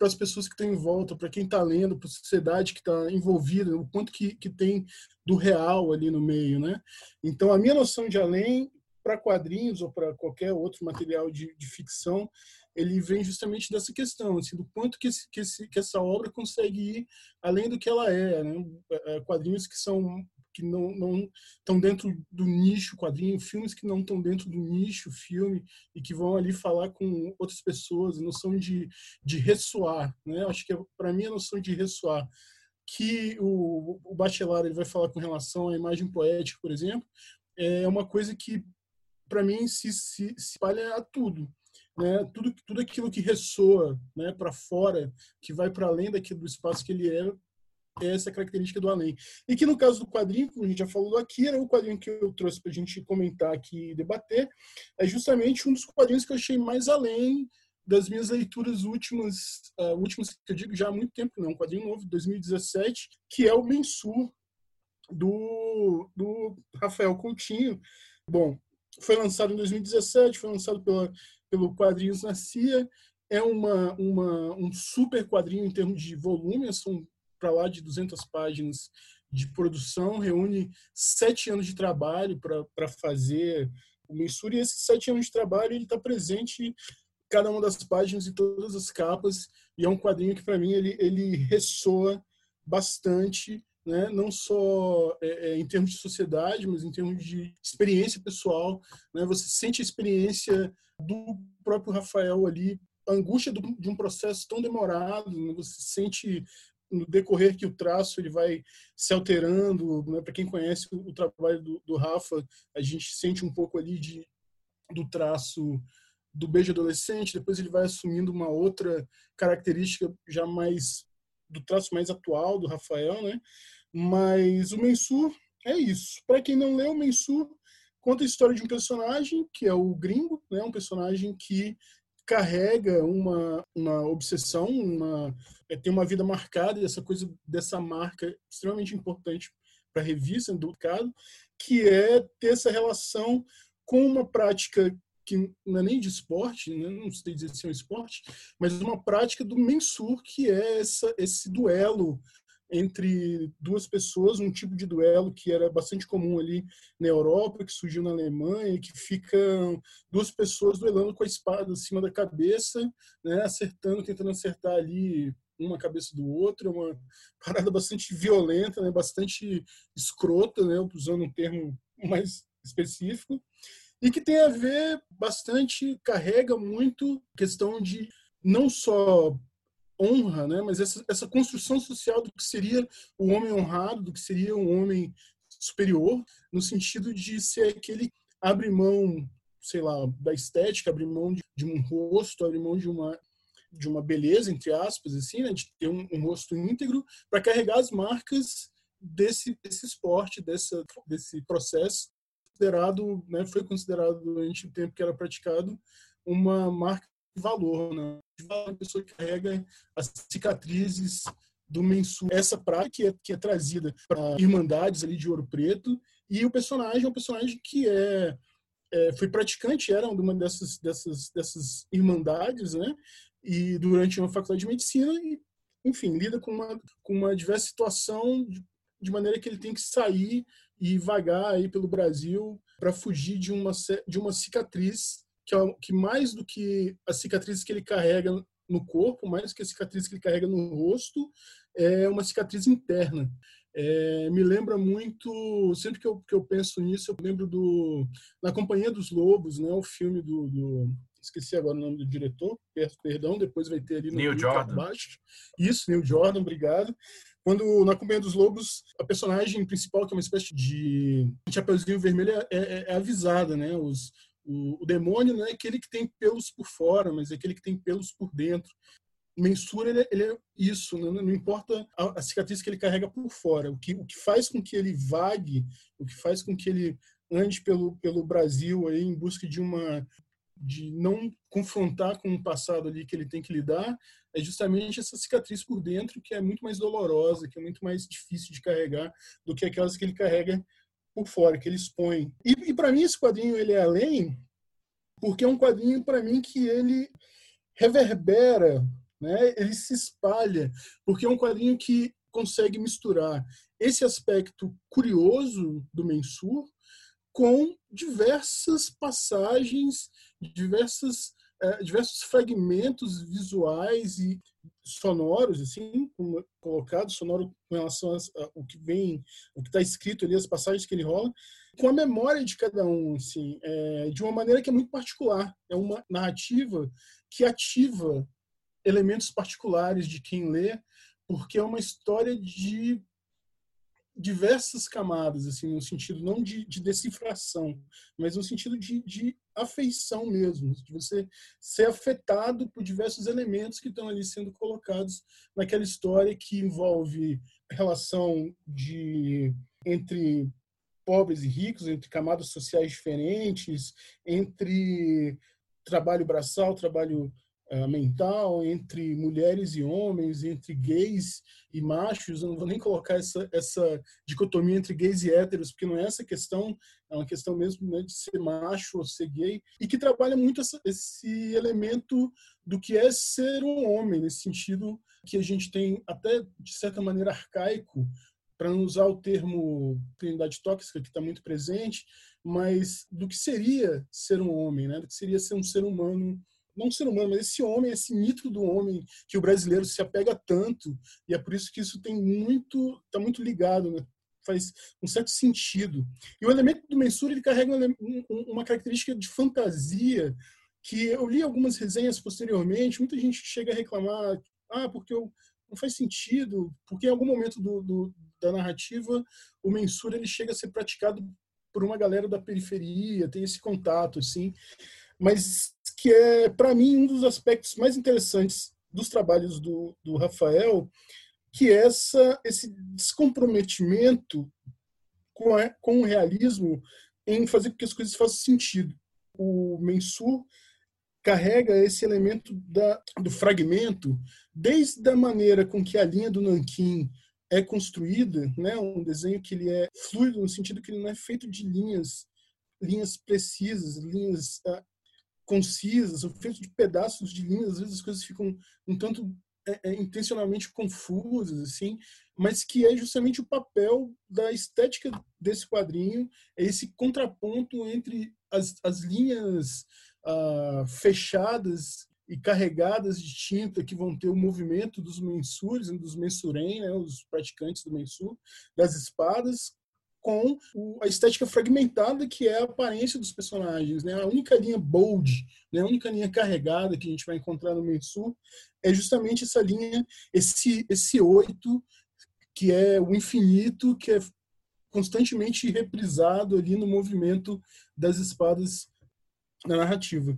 para as pessoas que estão em volta, para quem está lendo, para a sociedade que está envolvida, o quanto que, que tem do real ali no meio, né? Então, a minha noção de além, para quadrinhos ou para qualquer outro material de, de ficção, ele vem justamente dessa questão, assim, do quanto que, esse, que, esse, que essa obra consegue ir além do que ela é, né? Quadrinhos que são que não não estão dentro do nicho quadrinho, filmes que não estão dentro do nicho filme e que vão ali falar com outras pessoas, a noção de, de ressoar, né? Acho que para mim a noção de ressoar que o, o Bachelard ele vai falar com relação à imagem poética, por exemplo, é uma coisa que para mim se, se, se espalha a tudo. Né, tudo, tudo aquilo que ressoa, né, para fora, que vai para além daquilo do espaço que ele é, é essa característica do além. E que no caso do quadrinho, como a gente já falou do Akira, o quadrinho que eu trouxe para a gente comentar aqui e debater, é justamente um dos quadrinhos que eu achei mais além das minhas leituras últimas, uh, últimas que eu digo já há muito tempo, não, um quadrinho novo, de dois mil e dezessete, que é o Mensur, do, do Rafael Coutinho. Bom, foi lançado em dois mil e dezessete, foi lançado pela pelo Quadrinhos na C I A, é uma, uma, um super quadrinho em termos de volume, são para lá de duzentas páginas de produção, reúne sete anos de trabalho para fazer o Mensur, e esses sete anos de trabalho ele está presente em cada uma das páginas e todas as capas, e é um quadrinho que, para mim, ele, ele ressoa bastante, né? Não só é, é, em termos de sociedade, mas em termos de experiência pessoal, né? Você sente a experiência do próprio Rafael ali, a angústia do, de um processo tão demorado, né? Você sente no decorrer que o traço ele vai se alterando, né? Para quem conhece o, o trabalho do, do Rafa, a gente sente um pouco ali de, do traço do beijo adolescente, depois ele vai assumindo uma outra característica já mais do traço mais atual do Rafael, né? Mas o Mensur é isso. Para quem não leu, o Mensur conta a história de um personagem que é o Gringo, né? Um personagem que carrega uma, uma obsessão, uma, é, tem uma vida marcada, e essa coisa dessa marca extremamente importante para a revista, do mercado, que é ter essa relação com uma prática que não é nem de esporte, né? Não sei dizer se é um esporte, mas uma prática do Mensur, que é essa, esse duelo entre duas pessoas, um tipo de duelo que era bastante comum ali na Europa, que surgiu na Alemanha, que ficam duas pessoas duelando com a espada acima da cabeça, né, acertando, tentando acertar ali uma cabeça do outro, é uma parada bastante violenta, né, bastante escrota, né, usando um termo mais específico, e que tem a ver bastante, carrega muito questão de não só honra, né? Mas essa, essa construção social do que seria o homem honrado, do que seria um homem superior, no sentido de ser aquele que abre mão, sei lá, da estética, abre mão de, de um rosto, abre mão de uma de uma beleza, entre aspas, assim, né? De ter um, um rosto íntegro para carregar as marcas desse, desse esporte, dessa, desse processo considerado, né? Foi considerado durante o tempo que era praticado uma marca de valor, né? Uma pessoa que carrega as cicatrizes do Mensur. Essa prática que é, que é trazida para irmandades ali de Ouro Preto, e o personagem é um personagem que é, é foi praticante, era uma dessas, dessas, dessas irmandades, né? E durante uma faculdade de medicina, e, enfim, lida com uma, com uma diversa situação de, de maneira que ele tem que sair e vagar aí pelo Brasil para fugir de uma, de uma cicatriz que, é, que mais do que as cicatrizes que ele carrega no corpo, mais do que a cicatriz que ele carrega no rosto, é uma cicatriz interna. É, me lembra muito, sempre que eu, que eu penso nisso, eu lembro do Na Companhia dos Lobos, né, o filme do, do esqueci agora o nome do diretor, perdão, depois vai ter ali no Neil Jordan. Abaixo. Isso, Neil Jordan, obrigado. Quando Na Companhia dos Lobos, a personagem principal, que é uma espécie de chapeuzinho vermelho, é, é, é avisada, né? Os, o, o demônio não é aquele que tem pelos por fora, mas é aquele que tem pelos por dentro. O Mensur, ele, ele é isso, né? Não importa a, a cicatriz que ele carrega por fora. O que, o que faz com que ele vague, o que faz com que ele ande pelo, pelo Brasil aí, em busca de uma de não confrontar com o passado ali que ele tem que lidar, é justamente essa cicatriz por dentro, que é muito mais dolorosa, que é muito mais difícil de carregar do que aquelas que ele carrega por fora, que ele expõe. E, e para mim esse quadrinho ele é além, porque é um quadrinho para mim que ele reverbera, né? Ele se espalha, porque é um quadrinho que consegue misturar esse aspecto curioso do Mensur com diversas passagens, diversas, eh, diversos fragmentos visuais e sonoros, assim, como colocado, sonoro com relação ao que vem, o que está escrito ali, as passagens que ele rola, com a memória de cada um, assim, é, de uma maneira que é muito particular. É uma narrativa que ativa elementos particulares de quem lê, porque é uma história de diversas camadas, assim, no sentido não de, de decifração, mas no sentido de, de afeição mesmo, de você ser afetado por diversos elementos que estão ali sendo colocados naquela história que envolve relação de entre pobres e ricos, entre camadas sociais diferentes, entre trabalho braçal, trabalho uh, mental, entre mulheres e homens, entre gays e machos. Eu não vou nem colocar essa, essa dicotomia entre gays e héteros, porque não é essa questão, é uma questão mesmo, né, de ser macho ou ser gay, e que trabalha muito essa, esse elemento do que é ser um homem, nesse sentido que a gente tem até, de certa maneira, arcaico, para não usar o termo masculinidade tóxica, que está muito presente, mas do que seria ser um homem, né? Do que seria ser um ser humano, não um ser humano, mas esse homem, esse mito do homem que o brasileiro se apega tanto, e é por isso que isso tem muito, está muito ligado, né? Faz um certo sentido. E o elemento do Mensur, ele carrega um, uma característica de fantasia, que eu li algumas resenhas posteriormente, muita gente chega a reclamar, ah, porque eu não faz sentido, porque em algum momento do, do, da narrativa o Mensur ele chega a ser praticado por uma galera da periferia, tem esse contato, assim, mas que é, para mim, um dos aspectos mais interessantes dos trabalhos do, do Rafael, que é essa, esse descomprometimento com, a, com o realismo em fazer com que as coisas façam sentido. O Mensur carrega esse elemento da, do fragmento, desde a maneira com que a linha do nanquim é construída, né, um desenho que ele é fluido no sentido que ele não é feito de linhas, linhas precisas, linhas uh, concisas, são feitos de pedaços de linhas, às vezes as coisas ficam um tanto é, é, intencionalmente confusas, assim, mas que é justamente o papel da estética desse quadrinho, é esse contraponto entre as, as linhas Uh, fechadas e carregadas de tinta que vão ter o movimento dos mensures, dos mensurem, né, os praticantes do mensur, das espadas, com o, a estética fragmentada que é a aparência dos personagens, né? A única linha bold, né, a única linha carregada que a gente vai encontrar no mensur é justamente essa linha, esse, esse oito, que é o infinito, que é constantemente reprisado ali no movimento das espadas na narrativa.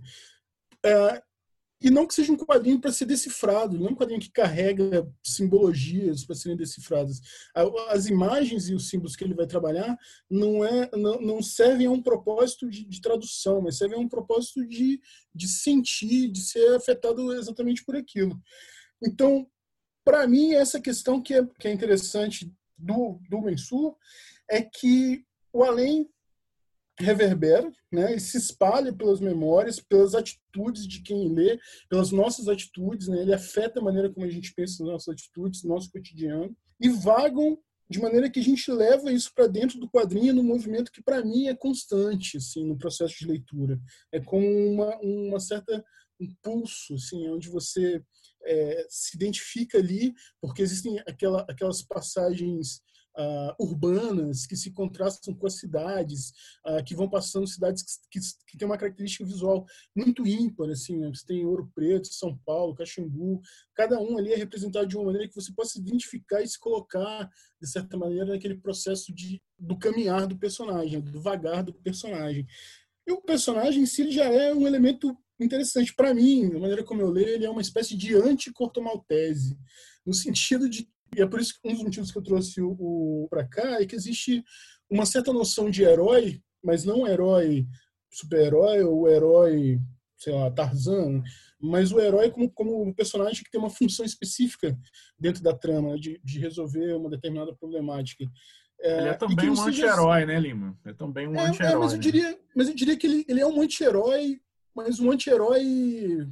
É, e não que seja um quadrinho para ser decifrado, não é um quadrinho que carrega simbologias para serem decifradas. As imagens e os símbolos que ele vai trabalhar não, é, não, não servem a um propósito de, de tradução, mas servem a um propósito de, de sentir, de ser afetado exatamente por aquilo. Então, para mim, essa questão que é, que é interessante do, do Mensur é que o além reverbera, né, e se espalha pelas memórias, pelas atitudes de quem lê, pelas nossas atitudes, né, ele afeta a maneira como a gente pensa nas nossas atitudes, no nosso cotidiano, e vagam de maneira que a gente leva isso para dentro do quadrinho num movimento que, para mim, é constante, assim, no processo de leitura. É como uma, uma certa um pulso, assim, onde você é, se identifica ali, porque existem aquela, aquelas passagens Uh, urbanas que se contrastam com as cidades, uh, que vão passando cidades que, que, que têm uma característica visual muito ímpar, assim, né? Você tem Ouro Preto, São Paulo, Caxambu, cada um ali é representado de uma maneira que você possa se identificar e se colocar, de certa maneira, naquele processo de, do caminhar do personagem, do vagar do personagem. E o personagem em si ele já é um elemento interessante para mim, da maneira como eu leio, ele é uma espécie de anti-cortomaltese, no sentido de e é por isso que um dos motivos que eu trouxe o, o para cá é que existe uma certa noção de herói, mas não um herói super-herói ou herói, sei lá, Tarzan, mas o herói como, como um personagem que tem uma função específica dentro da trama, de, de resolver uma determinada problemática. É, ele é também um anti-herói, né, Lima? É também um é, anti-herói. É, mas, eu diria, mas eu diria que ele, ele é um anti-herói, mas um anti-herói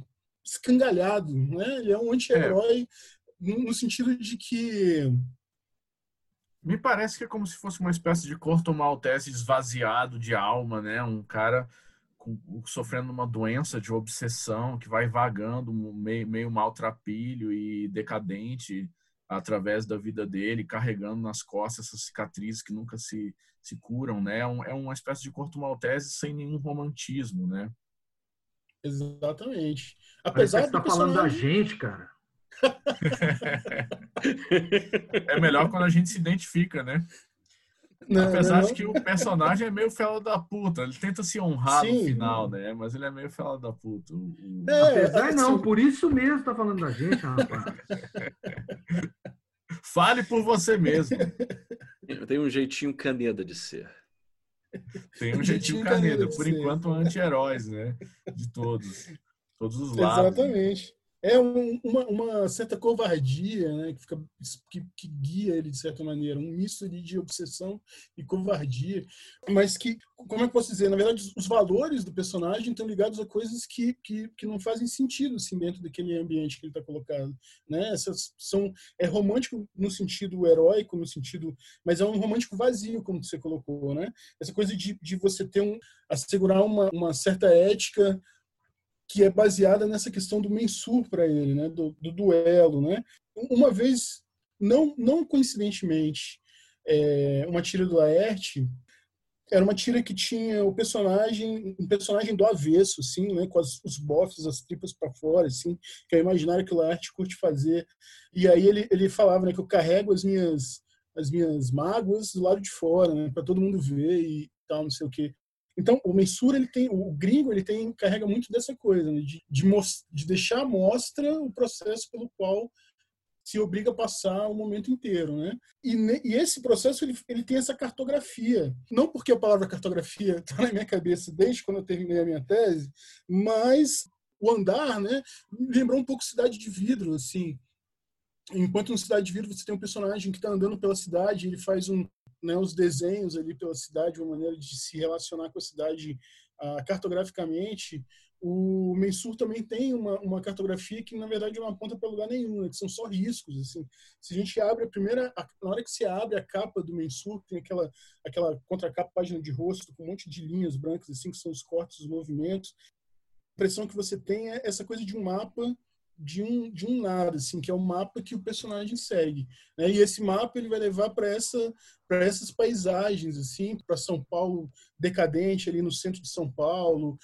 escangalhado, né? Ele é um anti-herói é. no sentido de que... Me parece que é como se fosse uma espécie de Corto Maltese esvaziado de alma, né? Um cara com, sofrendo uma doença de obsessão que vai vagando meio, meio maltrapilho e decadente através da vida dele, carregando nas costas essas cicatrizes que nunca se, se curam, né? É, um, é uma espécie de Corto Maltese sem nenhum romantismo, né? Exatamente. Apesar Apesar de você tá personagem... falando da gente, cara. É melhor quando a gente se identifica, né? Não, Apesar não. de que o personagem é meio fela da puta. Ele tenta se honrar Sim. no final, né? Mas ele é meio fela da puta. O... É, Apesar assim... não, por isso mesmo tá falando da gente, rapaz. Fale por você mesmo. Tem um jeitinho Caneda de ser. Tem um jeitinho Caneda. Por enquanto, anti-heróis, né? De todos. Todos os lados. Exatamente. Né? É um, uma, uma certa covardia, né, que, fica, que, que guia ele, de certa maneira, um misto de, de obsessão e covardia, mas que, como é que eu posso dizer, na verdade, os valores do personagem estão ligados a coisas que, que, que não fazem sentido assim, dentro daquele ambiente que ele está colocado. Né? Essas são, é romântico no sentido heróico, no sentido, mas é um romântico vazio, como você colocou. Né? Essa coisa de, de você ter um, assegurar uma, uma certa ética que é baseada nessa questão do mensur para ele, né? do, do duelo. Né? Uma vez, não, não coincidentemente, é, uma tira do Laerte era uma tira que tinha o personagem, um personagem do avesso, assim, né? Com as, os bofs, as tripas para fora, assim, que é o imaginário que o Laerte curte fazer. E aí ele, ele falava, né, que eu carrego as minhas, as minhas mágoas do lado de fora, né? Para todo mundo ver e tal, não sei o quê. Então, o mensur, ele tem, o gringo, ele tem, carrega muito dessa coisa, né? de, de, de deixar à mostra o processo pelo qual se obriga a passar o momento inteiro. Né? E, e esse processo, ele, ele tem essa cartografia. Não porque a palavra cartografia está na minha cabeça desde quando eu terminei a minha tese, mas o andar, né, me lembrou um pouco Cidade de Vidro, assim. Enquanto no Cidade de Vidro você tem um personagem que está andando pela cidade, ele faz um Né, os desenhos ali pela cidade, uma maneira de se relacionar com a cidade uh, cartograficamente. O Mensur também tem uma, uma cartografia que, na verdade, não aponta para lugar nenhum, né, que são só riscos. Assim. Se a gente abre a primeira... A, na hora que você abre a capa do Mensur, tem aquela, aquela contracapa, página de rosto, com um monte de linhas brancas, assim, que são os cortes, os movimentos. A impressão que você tem é essa coisa de um mapa de um, de um nada, assim, que é o mapa que o personagem segue. Né? E esse mapa ele vai levar para essa, para essas paisagens, assim, para São Paulo decadente, ali no centro de São Paulo,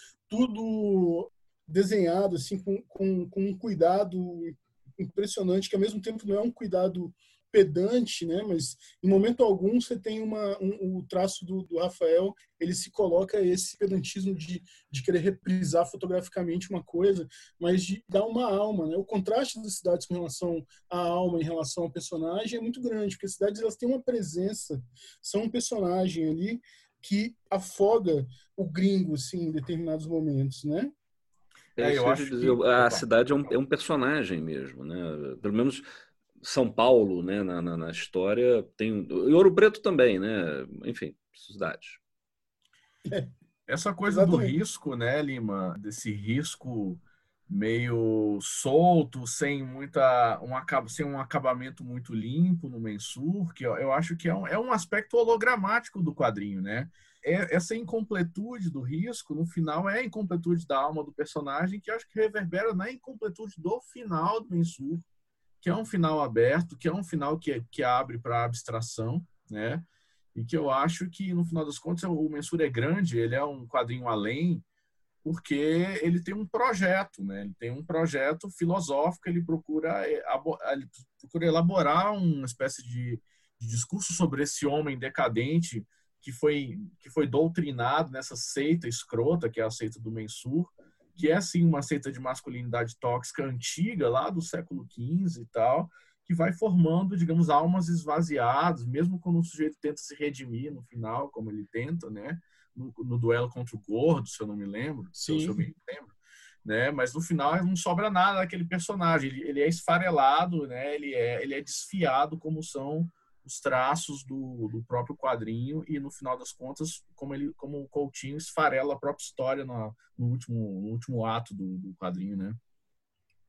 tudo desenhado assim, com, com, com um cuidado impressionante, que ao mesmo tempo não é um cuidado pedante, né? Mas em momento algum você tem uma, um, o traço do, do Rafael, ele se coloca esse pedantismo de, de querer reprisar fotograficamente uma coisa, mas de dar uma alma, né? O contraste das cidades com relação à alma, em relação ao personagem, é muito grande, porque as cidades elas têm uma presença, são um personagem ali que afoga o gringo, assim, em determinados momentos, né? É, eu acho dizer, que a cidade é um, é um personagem mesmo, né? Pelo menos São Paulo, né, na, na, na história, tem... E Ouro Preto também, né? Enfim, cidades. É. Essa coisa Exatamente. do risco, né, Lima? Desse risco meio solto, sem, muita, um, sem um acabamento muito limpo no Mensur, que eu, eu acho que é um, é um aspecto hologramático do quadrinho, né? É, essa incompletude do risco, no final, é a incompletude da alma do personagem, que eu acho que reverbera na incompletude do final do Mensur, que é um final aberto, que é um final que, que abre para a abstração, né? E que eu acho que, no final das contas, o Mensur é grande, ele é um quadrinho além, porque ele tem um projeto, né? Ele tem um projeto filosófico, ele procura, ele procura elaborar uma espécie de, de discurso sobre esse homem decadente que foi, que foi doutrinado nessa seita escrota, que é a seita do Mensur, que é, assim, uma seita de masculinidade tóxica antiga, lá do século quinze e tal, que vai formando, digamos, almas esvaziadas, mesmo quando o sujeito tenta se redimir no final, como ele tenta, né? No, no duelo contra o Gordo, se eu não me lembro, se eu, se eu me lembro, né? Mas no final não sobra nada daquele personagem, ele, ele é esfarelado, né? Ele é, ele é desfiado como são os traços do, do próprio quadrinho e, no final das contas, como, ele, como o Coutinho esfarela a própria história no, no, último, no último ato do, do quadrinho, né?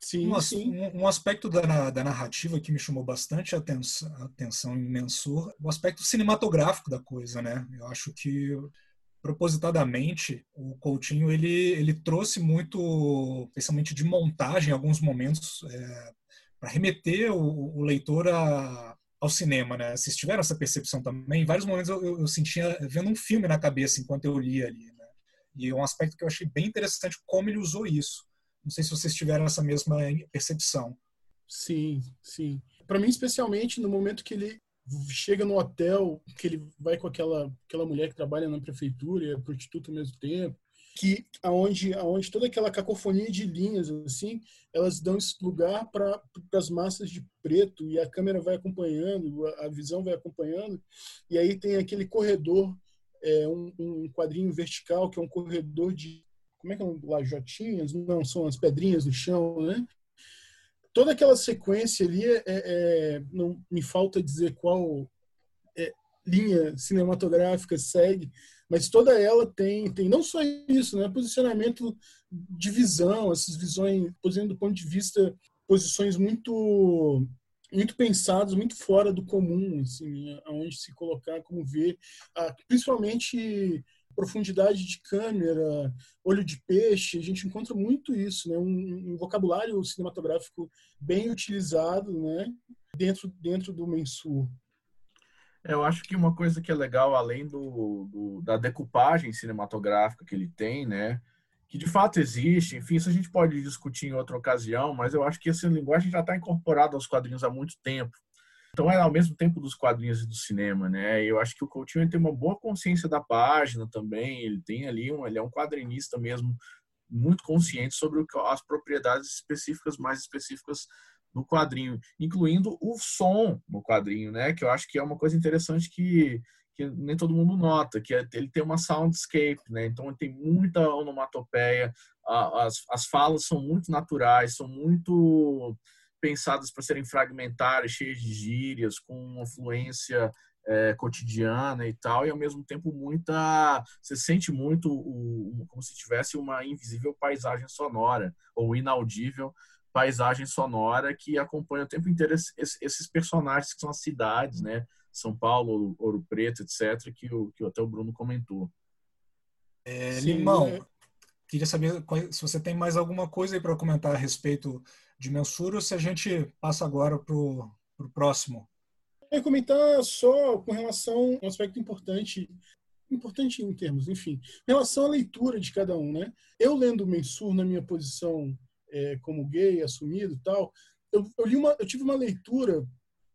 Sim, Um, sim. um, um aspecto da, da narrativa que me chamou bastante a atenção, a atenção em Mensur, o aspecto cinematográfico da coisa, né? Eu acho que propositadamente o Coutinho ele, ele trouxe muito, especialmente de montagem, em alguns momentos, é, para remeter o, o leitor a, ao cinema, né? Vocês tiveram essa percepção também? Em vários momentos eu, eu, eu sentia vendo um filme na cabeça enquanto eu lia ali, né? E é um aspecto que eu achei bem interessante como ele usou isso. Não sei se vocês tiveram essa mesma percepção. Sim, sim. Para mim, especialmente no momento que ele chega no hotel, que ele vai com aquela aquela mulher que trabalha na prefeitura e é prostituta ao mesmo tempo, que aonde aonde toda aquela cacofonia de linhas assim, elas dão esse lugar para as massas de preto e a câmera vai acompanhando, a, a visão vai acompanhando, e aí tem aquele corredor, é, um, um quadrinho vertical que é um corredor de, como é que é, lajotinhas? Não, são as pedrinhas no chão, né? Toda aquela sequência ali, é, é, não me falta dizer qual é, linha cinematográfica segue, mas toda ela tem, tem não só isso, né? Posicionamento de visão, essas visões, posicionando do ponto de vista, posições muito muito pensadas, muito fora do comum, assim, aonde se colocar, como ver, ah, principalmente profundidade de câmera, olho de peixe, a gente encontra muito isso, né? Um, um vocabulário cinematográfico bem utilizado, né? Dentro dentro do Mensur. Eu acho que uma coisa que é legal, além do, do, da decupagem cinematográfica que ele tem, né, que de fato existe, enfim, isso a gente pode discutir em outra ocasião, mas eu acho que essa linguagem já está incorporada aos quadrinhos há muito tempo. Então é ao mesmo tempo dos quadrinhos e do cinema, né? Eu acho que o Coutinho ele tem uma boa consciência da página também, ele tem ali um, ele é um quadrinista mesmo muito consciente sobre o, as propriedades específicas, mais específicas do quadrinho, incluindo o som no quadrinho, né? Que eu acho que é uma coisa interessante que, que nem todo mundo nota, que é, ele tem uma soundscape, né? Então ele tem muita onomatopeia, as, as falas são muito naturais, são muito pensadas para serem fragmentárias, cheias de gírias, com uma fluência é, cotidiana e tal, e ao mesmo tempo muita, você sente muito o, como se tivesse uma invisível paisagem sonora ou inaudível paisagem sonora que acompanha o tempo inteiro esses personagens que são as cidades, né? São Paulo, Ouro Preto, etcétera, que o, que até o Bruno comentou. É, Sim, Limão, é... queria saber se você tem mais alguma coisa aí para comentar a respeito de Mensur ou se a gente passa agora para o próximo. Eu ia comentar só com relação a um aspecto importante, importante em termos, enfim, em relação à leitura de cada um, né? Eu lendo o Mensur na minha posição é, como gay, assumido e tal, eu, eu, li uma, eu tive uma leitura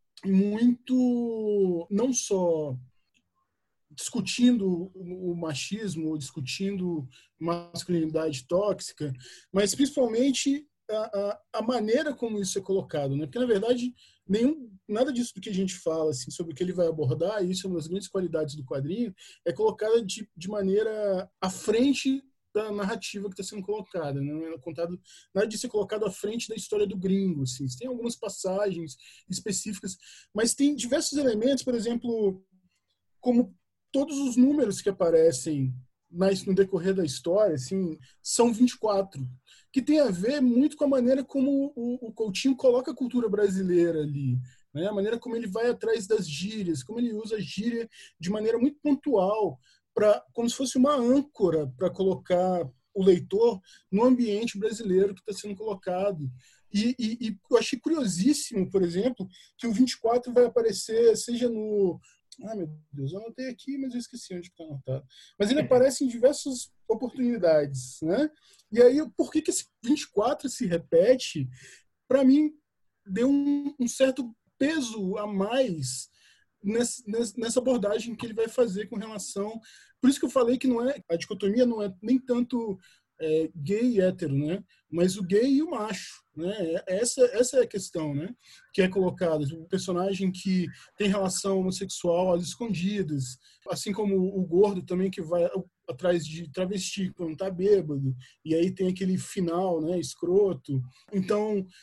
muito, não só discutindo o machismo, discutindo masculinidade tóxica, mas principalmente a, a, a maneira como isso é colocado, né? Porque na verdade nenhum nada disso do que a gente fala assim sobre o que ele vai abordar, e isso é uma das grandes qualidades do quadrinho, é colocada de, de maneira à frente da narrativa que está sendo colocada, não é contado nada disso é colocado à frente da história do gringo, assim. Tem algumas passagens específicas, mas tem diversos elementos, por exemplo, como todos os números que aparecem no decorrer da história, assim, são vinte e quatro, que tem a ver muito com a maneira como o, o Coutinho coloca a cultura brasileira ali, né? A maneira como ele vai atrás das gírias, como ele usa a gíria de maneira muito pontual, pra, como se fosse uma âncora para colocar o leitor no ambiente brasileiro que está sendo colocado. E, e, e eu achei curiosíssimo, por exemplo, que o vinte e quatro vai aparecer, seja no... Ah, meu Deus, eu anotei aqui, mas eu esqueci onde está anotado. Mas ele aparece em diversas oportunidades, né? E aí, por que, que esse vinte e quatro se repete? Para mim, deu um, um certo peso a mais nessa, nessa abordagem que ele vai fazer com relação... Por isso que eu falei que não é, a dicotomia não é nem tanto é, gay e hétero, né? Mas o gay e o macho, né? Essa, essa é a questão, né? Que é colocada. Um personagem que tem relação homossexual às escondidas, assim como o gordo também que vai atrás de travesti quando tá bêbado, e aí tem aquele final, né? Escroto. Então,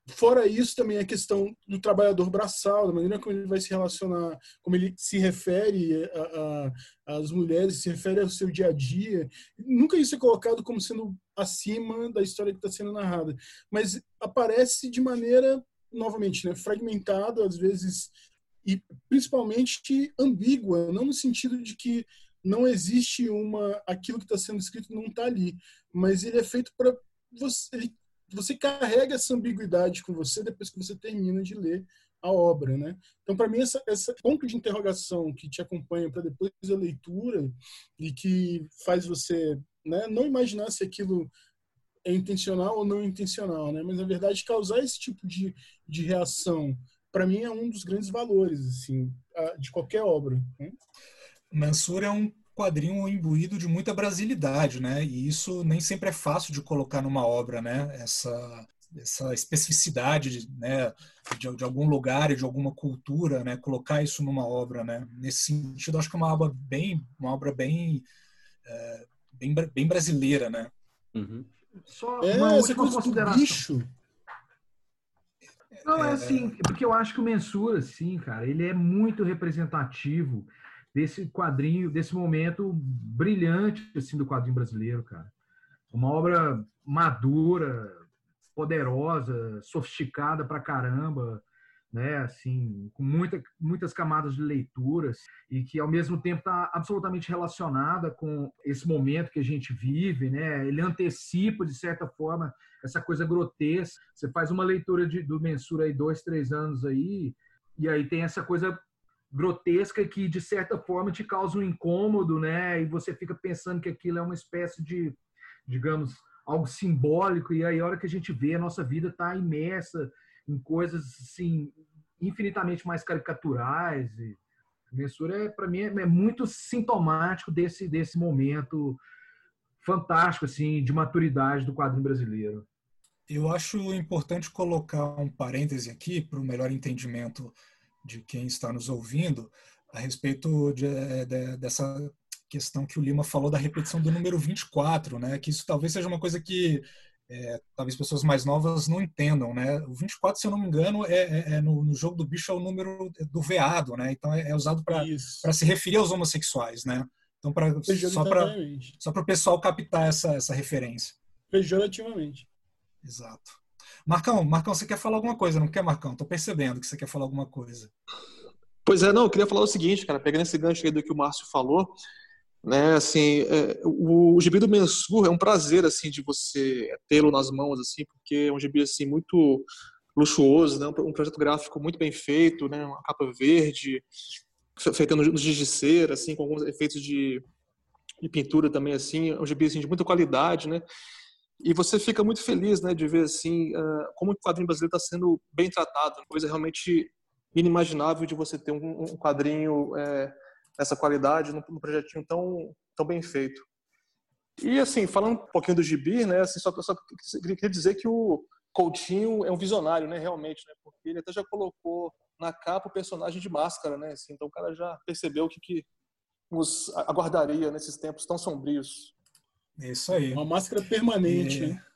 Fora isso, também a questão do trabalhador braçal, da maneira como ele vai se relacionar, como ele se refere às mulheres, se refere ao seu dia a dia. Nunca isso é colocado como sendo acima da história que está sendo narrada, mas aparece de maneira, novamente, né, fragmentada, às vezes, e principalmente ambígua, não no sentido de que não existe uma... aquilo que está sendo escrito não está ali, mas ele é feito para você... Ele, você carrega essa ambiguidade com você depois que você termina de ler a obra, né? Então, para mim, essa, essa ponto de interrogação que te acompanha para depois da leitura e que faz você, né, não imaginar se aquilo é intencional ou não intencional, né? Mas, na verdade, causar esse tipo de, de reação, para mim, é um dos grandes valores, assim, de qualquer obra, né? Mansur é um quadrinho imbuído de muita brasilidade, né? E isso nem sempre é fácil de colocar numa obra, né? Essa, essa especificidade, de, né? de, de algum lugar e de alguma cultura, né? Colocar isso numa obra, né? Nesse sentido, acho que é uma obra bem, uma obra bem, é, bem, bem brasileira, né? Uhum. Só é, uma essa última coisa consideração. do bicho. Não, é assim, porque eu acho que o Mansur, assim, cara, ele é muito representativo desse quadrinho, desse momento brilhante, assim, do quadrinho brasileiro, cara. Uma obra madura, poderosa, sofisticada pra caramba, né, assim, com muita, muitas camadas de leituras e que, ao mesmo tempo, está absolutamente relacionada com esse momento que a gente vive, né? Ele antecipa, de certa forma, essa coisa grotesca. Você faz uma leitura de, do Mansur aí, dois, três anos aí, e aí tem essa coisa grotesca que, de certa forma, te causa um incômodo, né? E você fica pensando que aquilo é uma espécie de, digamos, algo simbólico, e aí a hora que a gente vê, a nossa vida está imersa em coisas, assim, infinitamente mais caricaturais. E o Mansur, é, para mim, é muito sintomático desse, desse momento fantástico, assim, de maturidade do quadrinho brasileiro. Eu acho importante colocar um parêntese aqui para o melhor entendimento de quem está nos ouvindo a respeito de, de, dessa questão que o Lima falou da repetição do número vinte e quatro, né? Que isso talvez seja uma coisa que é, talvez pessoas mais novas não entendam, né? O vinte e quatro, se eu não me engano, é, é, é no, no jogo do bicho é o número do veado, né? Então é, é usado para se referir aos homossexuais, né? Então pra, só para só para o pessoal captar essa, essa referência. Pejorativamente. Exato. Marcão, Marcão, você quer falar alguma coisa, não quer, Marcão? Tô percebendo que você quer falar alguma coisa. Pois é, não, eu queria falar o seguinte, cara, pegando esse gancho aí do que o Márcio falou, né, assim, é, o, o gibi do Mansur é um prazer, assim, de você tê-lo nas mãos, assim, porque é um gibi, assim, muito luxuoso, né, um projeto gráfico muito bem feito, né, uma capa verde, feita no giz de cera, assim, com alguns efeitos de, de pintura também, assim, é um gibi, assim, de muita qualidade, né, e você fica muito feliz, né, de ver, assim, uh, como o quadrinho brasileiro está sendo bem tratado, uma coisa realmente inimaginável de você ter um, um quadrinho é, nessa qualidade, num, num projetinho tão, tão bem feito. E, assim, falando um pouquinho do gibi, né, assim, só, só queria dizer que o Coutinho é um visionário, né, realmente, né, porque ele até já colocou na capa o personagem de Máscara, né, assim, então o cara já percebeu o que, que nos aguardaria nesses tempos tão sombrios. Isso aí. Uma máscara permanente. E,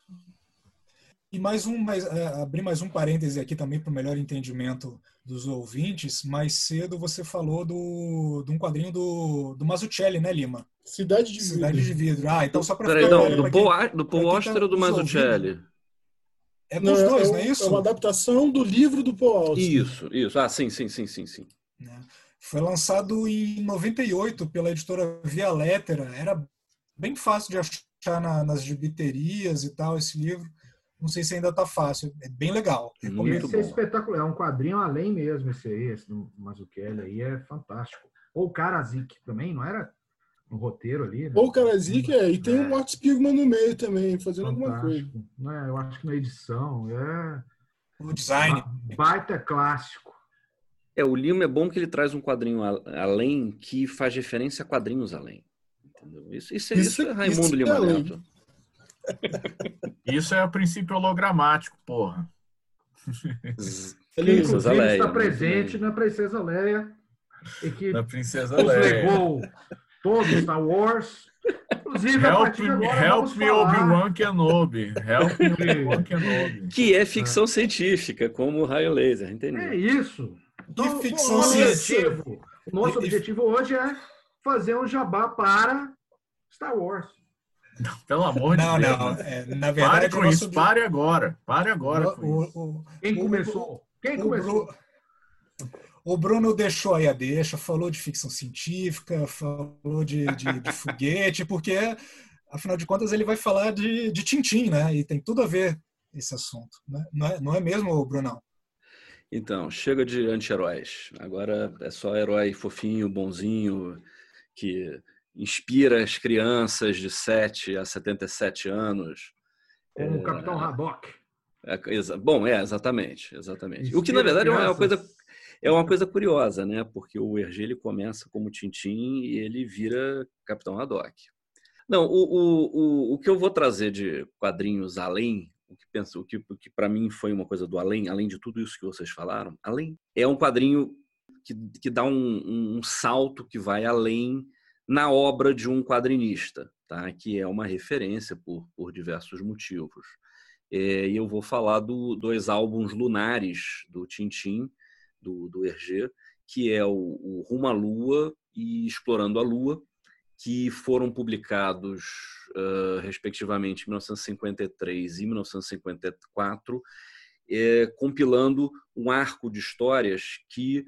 e mais um, mais, é, abrir mais um parêntese aqui também para o melhor entendimento dos ouvintes. Mais cedo você falou do, de um quadrinho do, do Mazzucchelli, né, Lima? Cidade de Cidade Vidro. de Vidro. Ah, então só para Peraí, ficar... não, É, do Paul, quem, do Paul Auster tá ou do Mazzucchelli? É dos não, dois, é, não é isso? É uma adaptação do livro do Paul Auster. Isso, isso. Ah, sim, sim, sim, sim, sim. Foi lançado em noventa e oito pela editora Via Lettera. Era bem fácil de achar na, nas gibiterias e tal, esse livro. Não sei se ainda está fácil. É bem legal. Muito esse bom. É espetacular. É um quadrinho além mesmo, esse aí, esse do Mazzucchelli aí é fantástico. Ou o Karazik também, não era? No roteiro ali. Né? Ou o Karazik, é. E tem é. o Mort Spiegelman no meio também, fazendo fantástico. alguma coisa. Não é, eu acho que na edição é... O design. Baita clássico. É, o Lima é bom que ele traz um quadrinho além que faz referência a quadrinhos além. Entendeu? Isso, isso, isso, isso é Raimundo isso Lima é Neto. Isso é o princípio hologramático, porra. Que, inclusive, Leia, está presente na Princesa Leia. E que na Princesa nos Leia. legou todo Star Wars. Inclusive, a Help, partir de agora help vamos me, falar... Obi-Wan Kenobi. Help me, Obi-Wan Kenobi. Que é ficção científica, como o raio laser, entendeu? É isso. Então, Que o ficção nosso científica. objetivo, o nosso E- e- objetivo hoje é fazer um jabá para Star Wars. Pelo amor Não, de Deus. não. Né? É, na Pare verdade, com o nosso isso, obje- pare agora. Pare agora com o, isso. o, Quem o- começou? Quem o começou? Bru- O Bruno deixou aí a deixa, falou de ficção científica, falou de, de, de foguete, porque, afinal de contas, ele vai falar de, de Tintim, né? E tem tudo a ver esse assunto. Né? Não, é, não é mesmo, Brunão? Então, chega de anti-heróis. Agora é só herói fofinho, bonzinho, que inspira as crianças de sete a setenta e sete anos. Como o Capitão Haddock. É, exa- bom, é, exatamente. exatamente. O que, na Inspira verdade, é uma, é uma coisa, crianças. é uma coisa curiosa, né? Porque o Hergé ele começa como Tintim e ele vira Capitão Haddock. Não, o, o, o, o que eu vou trazer de quadrinhos além, o que, penso, o que, o que para mim foi uma coisa do além, além de tudo isso que vocês falaram, além, é um quadrinho que, que dá um, um salto que vai além na obra de um quadrinista, tá? Que é uma referência por, por diversos motivos. É, e eu vou falar dos dois álbuns lunares do Tintim, do, do Hergé, que é o, o Rumo à Lua e Explorando a Lua, que foram publicados, uh, respectivamente, em mil novecentos e cinquenta e três e mil novecentos e cinquenta e quatro, é, compilando um arco de histórias que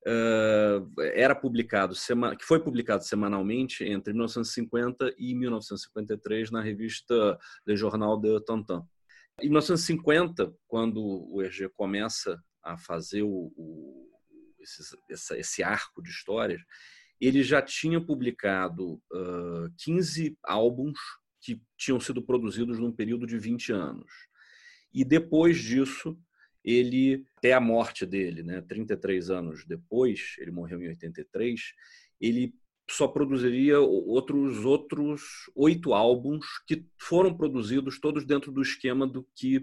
uh, era publicado, que foi publicado semanalmente entre mil novecentos e cinquenta e mil novecentos e cinquenta e três na revista Le Journal de Tintin. Em mil novecentos e cinquenta, quando o Hergé começa a fazer o, o, esse, essa, esse arco de histórias, ele já tinha publicado uh, quinze álbuns que tinham sido produzidos num período de vinte anos. E depois disso, ele, até a morte dele, né, trinta e três anos depois, ele morreu em oitenta e três, ele só produziria outros outros oito álbuns que foram produzidos todos dentro do esquema do que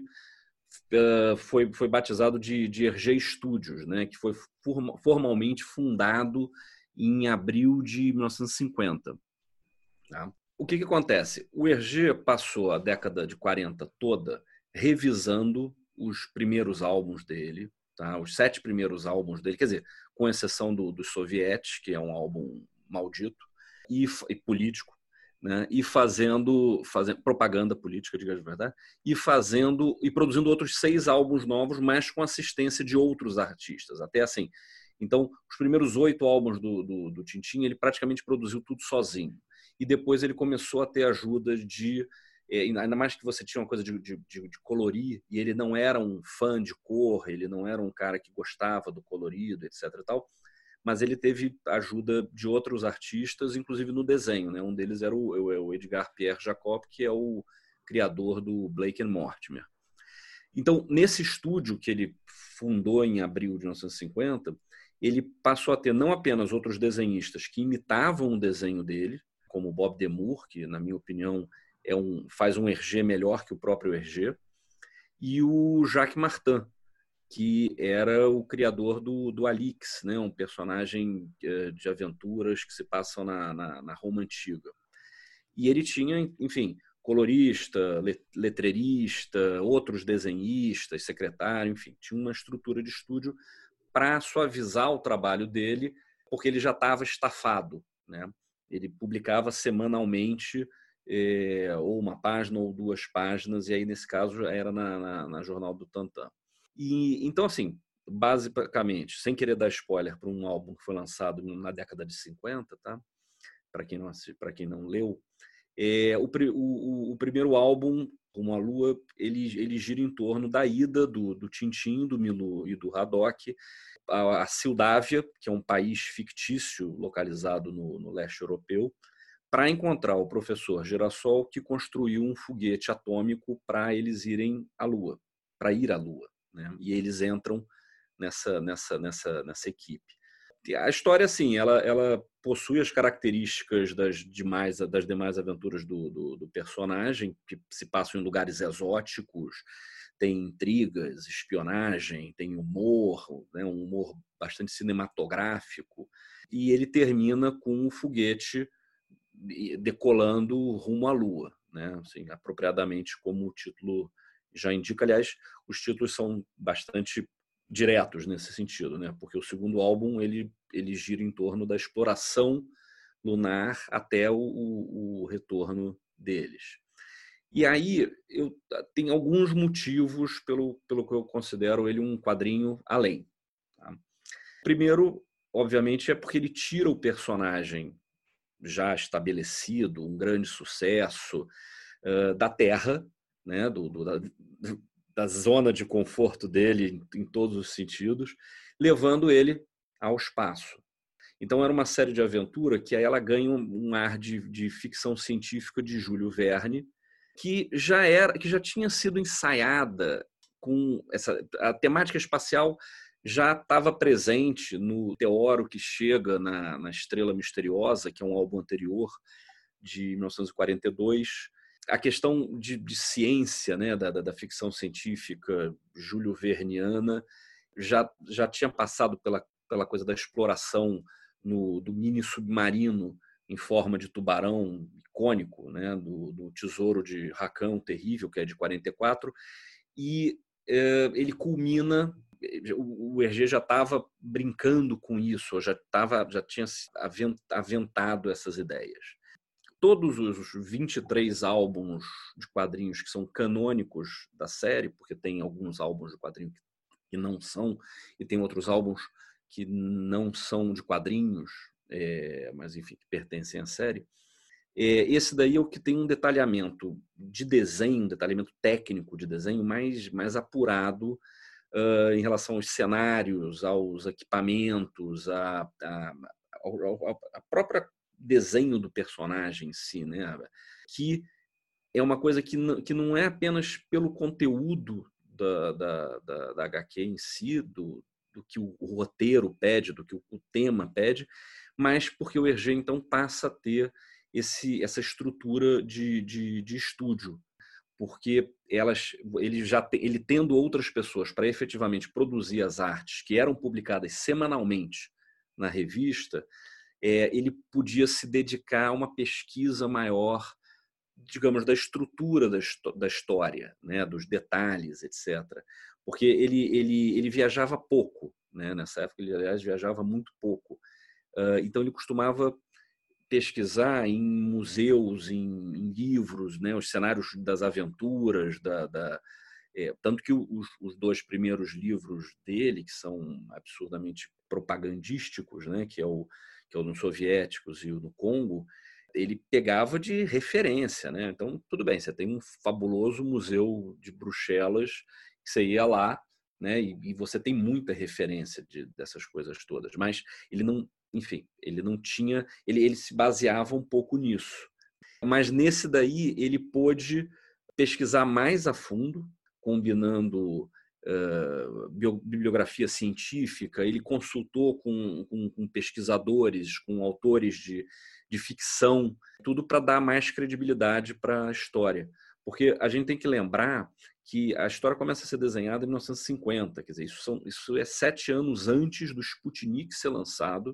uh, foi, foi batizado de, de Hergé Studios, né, que foi forma, formalmente fundado em abril de mil novecentos e cinquenta. Tá? O que, que acontece? O Hergé passou a década de quarenta toda revisando os primeiros álbuns dele, tá? Os sete primeiros álbuns dele, quer dizer, com exceção do, do Sovietes, que é um álbum maldito e, e político, né? E fazendo, fazendo propaganda política, diga de verdade, e fazendo e produzindo outros seis álbuns novos, mas com assistência de outros artistas, até assim. Então, os primeiros oito álbuns do, do, do Tintim, ele praticamente produziu tudo sozinho. E depois ele começou a ter ajuda de... Ainda mais que você tinha uma coisa de, de, de colorir, e ele não era um fã de cor, ele não era um cara que gostava do colorido, etc e tal, mas ele teve ajuda de outros artistas, inclusive no desenho, né? Um deles era o, o Edgar Pierre Jacob, que é o criador do Blake and Mortimer. Então, nesse estúdio que ele fundou em abril de mil novecentos e cinquenta, ele passou a ter não apenas outros desenhistas que imitavam o desenho dele, como o Bob Demure, que, na minha opinião, é um, faz um Hergé melhor que o próprio Hergé, e o Jacques Martin, que era o criador do, do Alix, né? Um personagem de aventuras que se passam na, na, na Roma Antiga. E ele tinha, enfim, colorista, letreirista, outros desenhistas, secretário, enfim, tinha uma estrutura de estúdio para suavizar o trabalho dele, porque ele já estava estafado, né? Ele publicava semanalmente é, ou uma página ou duas páginas, e aí, nesse caso, era na, na, na Jornal do Tintin. E, então, assim, basicamente, sem querer dar spoiler para um álbum que foi lançado na década de cinquenta, tá? Para quem não, para quem não leu, é, o, o, o primeiro álbum, Rumo à Lua, ele, ele gira em torno da ida do, do Tintim, do Milou e do Haddock a, a Sildávia, que é um país fictício localizado no, no leste europeu, para encontrar o professor Girassol, que construiu um foguete atômico para eles irem à Lua, para ir à Lua, né? E eles entram nessa, nessa, nessa, nessa equipe. A história, assim, ela, ela possui as características das demais, das demais aventuras do, do, do personagem, que se passam em lugares exóticos, tem intrigas, espionagem, tem humor, né, um humor bastante cinematográfico, e ele termina com um foguete decolando rumo à Lua, né? Assim, apropriadamente como o título já indica. Aliás, os títulos são bastante diretos nesse sentido, né? Porque o segundo álbum ele, ele gira em torno da exploração lunar até o, o, o retorno deles. E aí eu tem alguns motivos pelo, pelo que eu considero ele um quadrinho além. Tá? Primeiro, obviamente, é porque ele tira o personagem já estabelecido, um grande sucesso, uh, da Terra, né? do, do, da, da zona de conforto dele em, em todos os sentidos, levando ele ao espaço. Então era uma série de aventura que aí ela ganha um, um ar de, de ficção científica de Júlio Verne, que já era, que já tinha sido ensaiada com essa a temática espacial já estava presente no Meteoro que Chega na, na Estrela Misteriosa, que é um álbum anterior de mil novecentos e quarenta e dois. A questão de, de ciência, né, da, da, da ficção científica júlio verniana já já tinha passado pela pela coisa da exploração no, do mini submarino em forma de tubarão icônico, né, do, do Tesouro de Racão Terrível, que é de quarenta e quatro, e eh, ele culmina, o, o Hergé já estava brincando com isso, já, tava, já tinha aventado essas ideias. Todos os vinte e três álbuns de quadrinhos que são canônicos da série, porque tem alguns álbuns de quadrinhos que não são, e tem outros álbuns que não são de quadrinhos, é, mas enfim, que pertencem à série. É, esse daí é o que tem um detalhamento de desenho, um detalhamento técnico de desenho mais, mais apurado uh, em relação aos cenários, aos equipamentos, a, a, ao, a própria desenho do personagem em si, né? Que é uma coisa que não, que não é apenas pelo conteúdo da, da, da, da agá quê em si, do, do que o, o roteiro pede, do que o, o tema pede, mas porque o Hergé então passa a ter esse, essa estrutura de, de, de estúdio, porque elas, ele, já, ele tendo outras pessoas para efetivamente produzir as artes que eram publicadas semanalmente na revista, é, ele podia se dedicar a uma pesquisa maior, digamos, da estrutura da, da história, né, dos detalhes, etcétera. Porque ele, ele, ele viajava pouco, né? Nessa época ele, aliás, viajava muito pouco. Uh, então ele costumava pesquisar em museus, em, em livros, né, os cenários das aventuras, da, da, é, tanto que os, os dois primeiros livros dele, que são absurdamente propagandísticos, né, que é o que é o nos soviéticos e o no Congo, ele pegava de referência, né? Então, tudo bem, você tem um fabuloso museu de Bruxelas, que você ia lá, né? E, e você tem muita referência de, dessas coisas todas, mas ele não, enfim, ele não tinha, ele, ele se baseava um pouco nisso. Mas nesse daí ele pôde pesquisar mais a fundo, combinando Uh, bibliografia científica, ele consultou com, com, com pesquisadores, com autores de, de ficção, tudo para dar mais credibilidade para a história. Porque a gente tem que lembrar que a história começa a ser desenhada em mil novecentos e cinquenta, quer dizer, isso, são, isso é sete anos antes do Sputnik ser lançado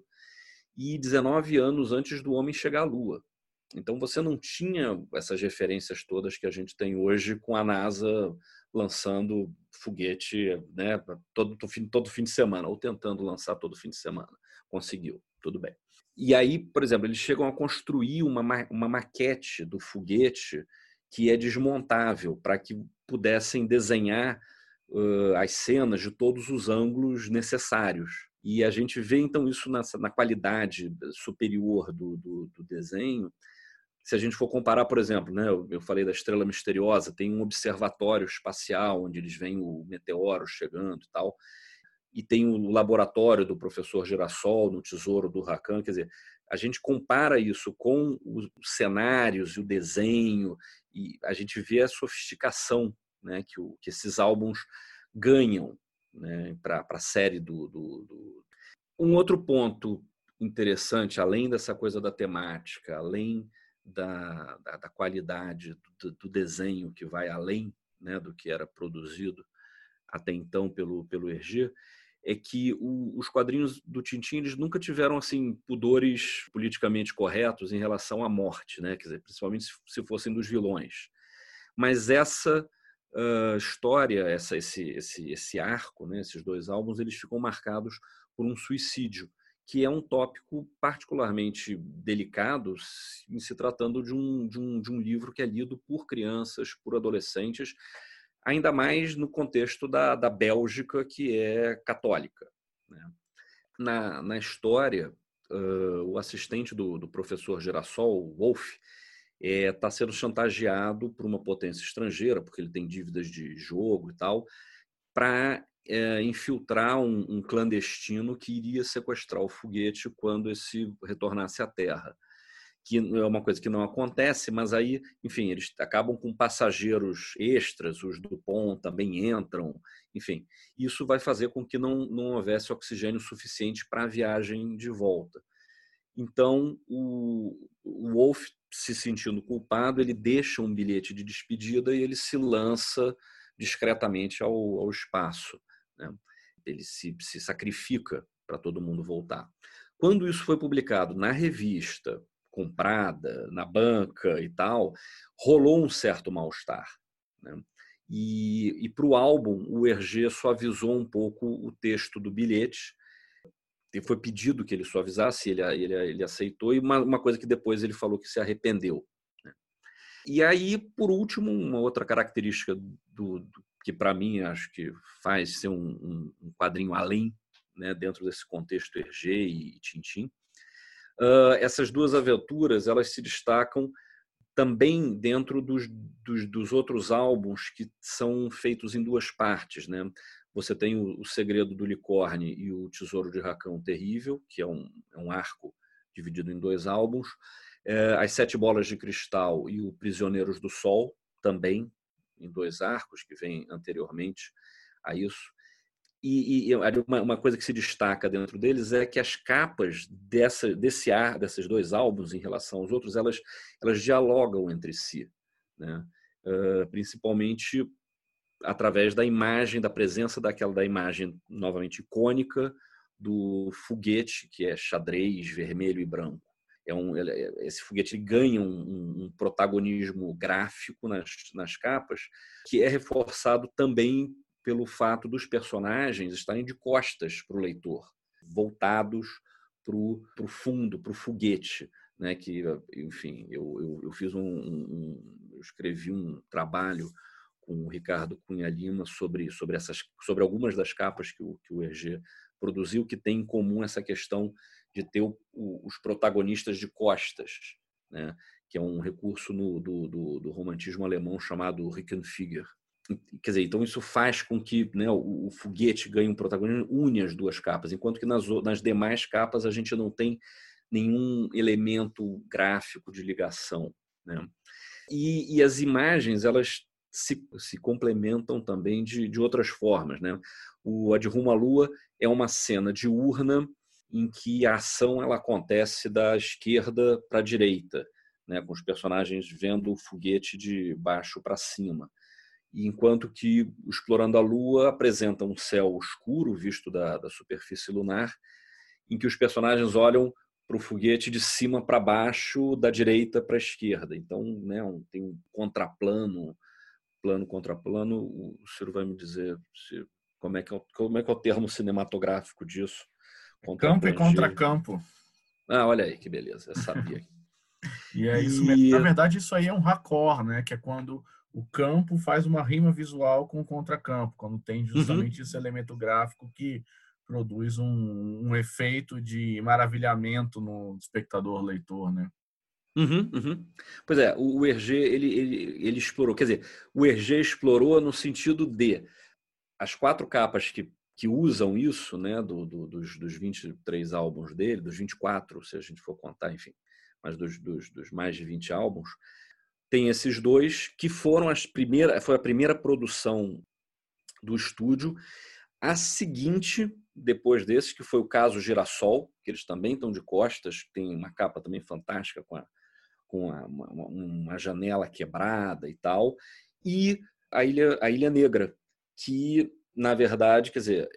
e dezenove anos antes do homem chegar à Lua. Então você não tinha essas referências todas que a gente tem hoje com a NASA lançando foguete, né, todo, todo fim de semana, ou tentando lançar todo fim de semana. Conseguiu, tudo bem. E aí, por exemplo, eles chegam a construir uma, uma maquete do foguete que é desmontável para que pudessem desenhar uh, as cenas de todos os ângulos necessários. E a gente vê, então, isso na, na qualidade superior do, do, do desenho. Se a gente for comparar, por exemplo, né, eu falei da Estrela Misteriosa, tem um observatório espacial onde eles veem o meteoro chegando e tal, e tem o laboratório do professor Girassol no Tesouro do Racão. Quer dizer, a gente compara isso com os cenários e o desenho, e a gente vê a sofisticação, né, que, o, que esses álbuns ganham, né, para a série do, do, do... Um outro ponto interessante, além dessa coisa da temática, além Da, da, da qualidade do, do desenho que vai além, né, do que era produzido até então pelo, pelo Hergé, é que o, os quadrinhos do Tintin eles nunca tiveram assim pudores politicamente corretos em relação à morte, né? Quer dizer, principalmente se, se fossem dos vilões. Mas essa uh, história, essa, esse, esse, esse arco, né? Esses dois álbuns, eles ficam marcados por um suicídio, que é um tópico particularmente delicado em se tratando de um, de um, de um livro que é lido por crianças, por adolescentes, ainda mais no contexto da, da Bélgica, que é católica, né? Na, na história, uh, o assistente do, do professor Girassol, Wolf, está é, sendo chantageado por uma potência estrangeira, porque ele tem dívidas de jogo e tal, para é, infiltrar um, um clandestino que iria sequestrar o foguete quando esse retornasse à Terra. Que é uma coisa que não acontece, mas aí, enfim, eles acabam com passageiros extras, os Dupont também entram, enfim. Isso vai fazer com que não, não houvesse oxigênio suficiente para a viagem de volta. Então, o, o Wolf, se sentindo culpado, ele deixa um bilhete de despedida e ele se lança discretamente ao, ao espaço, né? Ele se, se sacrifica para todo mundo voltar. Quando isso foi publicado na revista, comprada, na banca e tal, rolou um certo mal-estar, né? E, e para o álbum, o Hergé suavizou um pouco o texto do bilhete. E foi pedido que ele suavizasse, ele, ele, ele aceitou, e uma, uma coisa que depois ele falou que se arrependeu, né? E aí, por último, uma outra característica do, do que, para mim, acho que faz ser um, um, um quadrinho além, né, dentro desse contexto Hergé e Tintin. Uh, essas duas aventuras elas se destacam também dentro dos, dos, dos outros álbuns que são feitos em duas partes, né? Você tem o, o Segredo do Licorne e o Tesouro de Racão Terrível, que é um, é um arco dividido em dois álbuns. É, As Sete Bolas de Cristal e o Prisioneiros do Sol, também em dois arcos, que vem anteriormente a isso. E, e uma, uma coisa que se destaca dentro deles é que as capas dessa, desse ar, desses dois álbuns em relação aos outros, elas, elas dialogam entre si, né? Uh, principalmente através da imagem, da presença daquela da imagem novamente icônica do foguete, que é xadrez vermelho e branco. É um, esse foguete ganha um, um protagonismo gráfico nas, nas capas, que é reforçado também pelo fato dos personagens estarem de costas para o leitor, voltados para o fundo, para o foguete, né? Que, enfim, eu, eu, eu fiz um, um, eu escrevi um trabalho com o Ricardo Cunha Lima sobre sobre essas sobre algumas das capas que o que o Hergé produziu, que tem em comum essa questão de ter o, o, os protagonistas de costas, né? Que é um recurso no, do, do, do romantismo alemão chamado Rickenfigur. Quer dizer, então isso faz com que, né, o, o foguete ganhe um protagonismo, une as duas capas, enquanto que nas, nas demais capas a gente não tem nenhum elemento gráfico de ligação, né? E, e as imagens, elas se, se complementam também de, de outras formas, né? O A de Rumo à Lua é uma cena diurna em que a ação ela acontece da esquerda para a direita, né, com os personagens vendo o foguete de baixo para cima. Enquanto que o Explorando a Lua apresenta um céu escuro visto da, da superfície lunar, em que os personagens olham para o foguete de cima para baixo, da direita para a esquerda. Então, né, um, tem um contraplano, plano contra plano. O Ciro vai me dizer se, como, é que é, como é que é o termo cinematográfico disso. Campo e contracampo. Ah, olha aí, que beleza, eu sabia. E é isso mesmo. Na verdade, isso aí é um raccord, né? Que é quando o campo faz uma rima visual com o contracampo, quando tem justamente uhum. esse elemento gráfico que produz um, um efeito de maravilhamento no espectador leitor, né? Uhum, uhum. Pois é, o, o Hergé, ele, ele, ele explorou, quer dizer, o Hergé explorou no sentido de as quatro capas que, que usam isso, né, do, do, dos, dos vinte e três álbuns dele, dos vinte e quatro, se a gente for contar, enfim, mas dos, dos, dos mais de vinte álbuns, tem esses dois que foram as primeiras, foi a primeira produção do estúdio. A seguinte, depois desses, que foi o caso Girassol, que eles também estão de costas, tem uma capa também fantástica com, a, com a, uma, uma janela quebrada e tal, e a Ilha, a Ilha Negra, que, na verdade, quer dizer,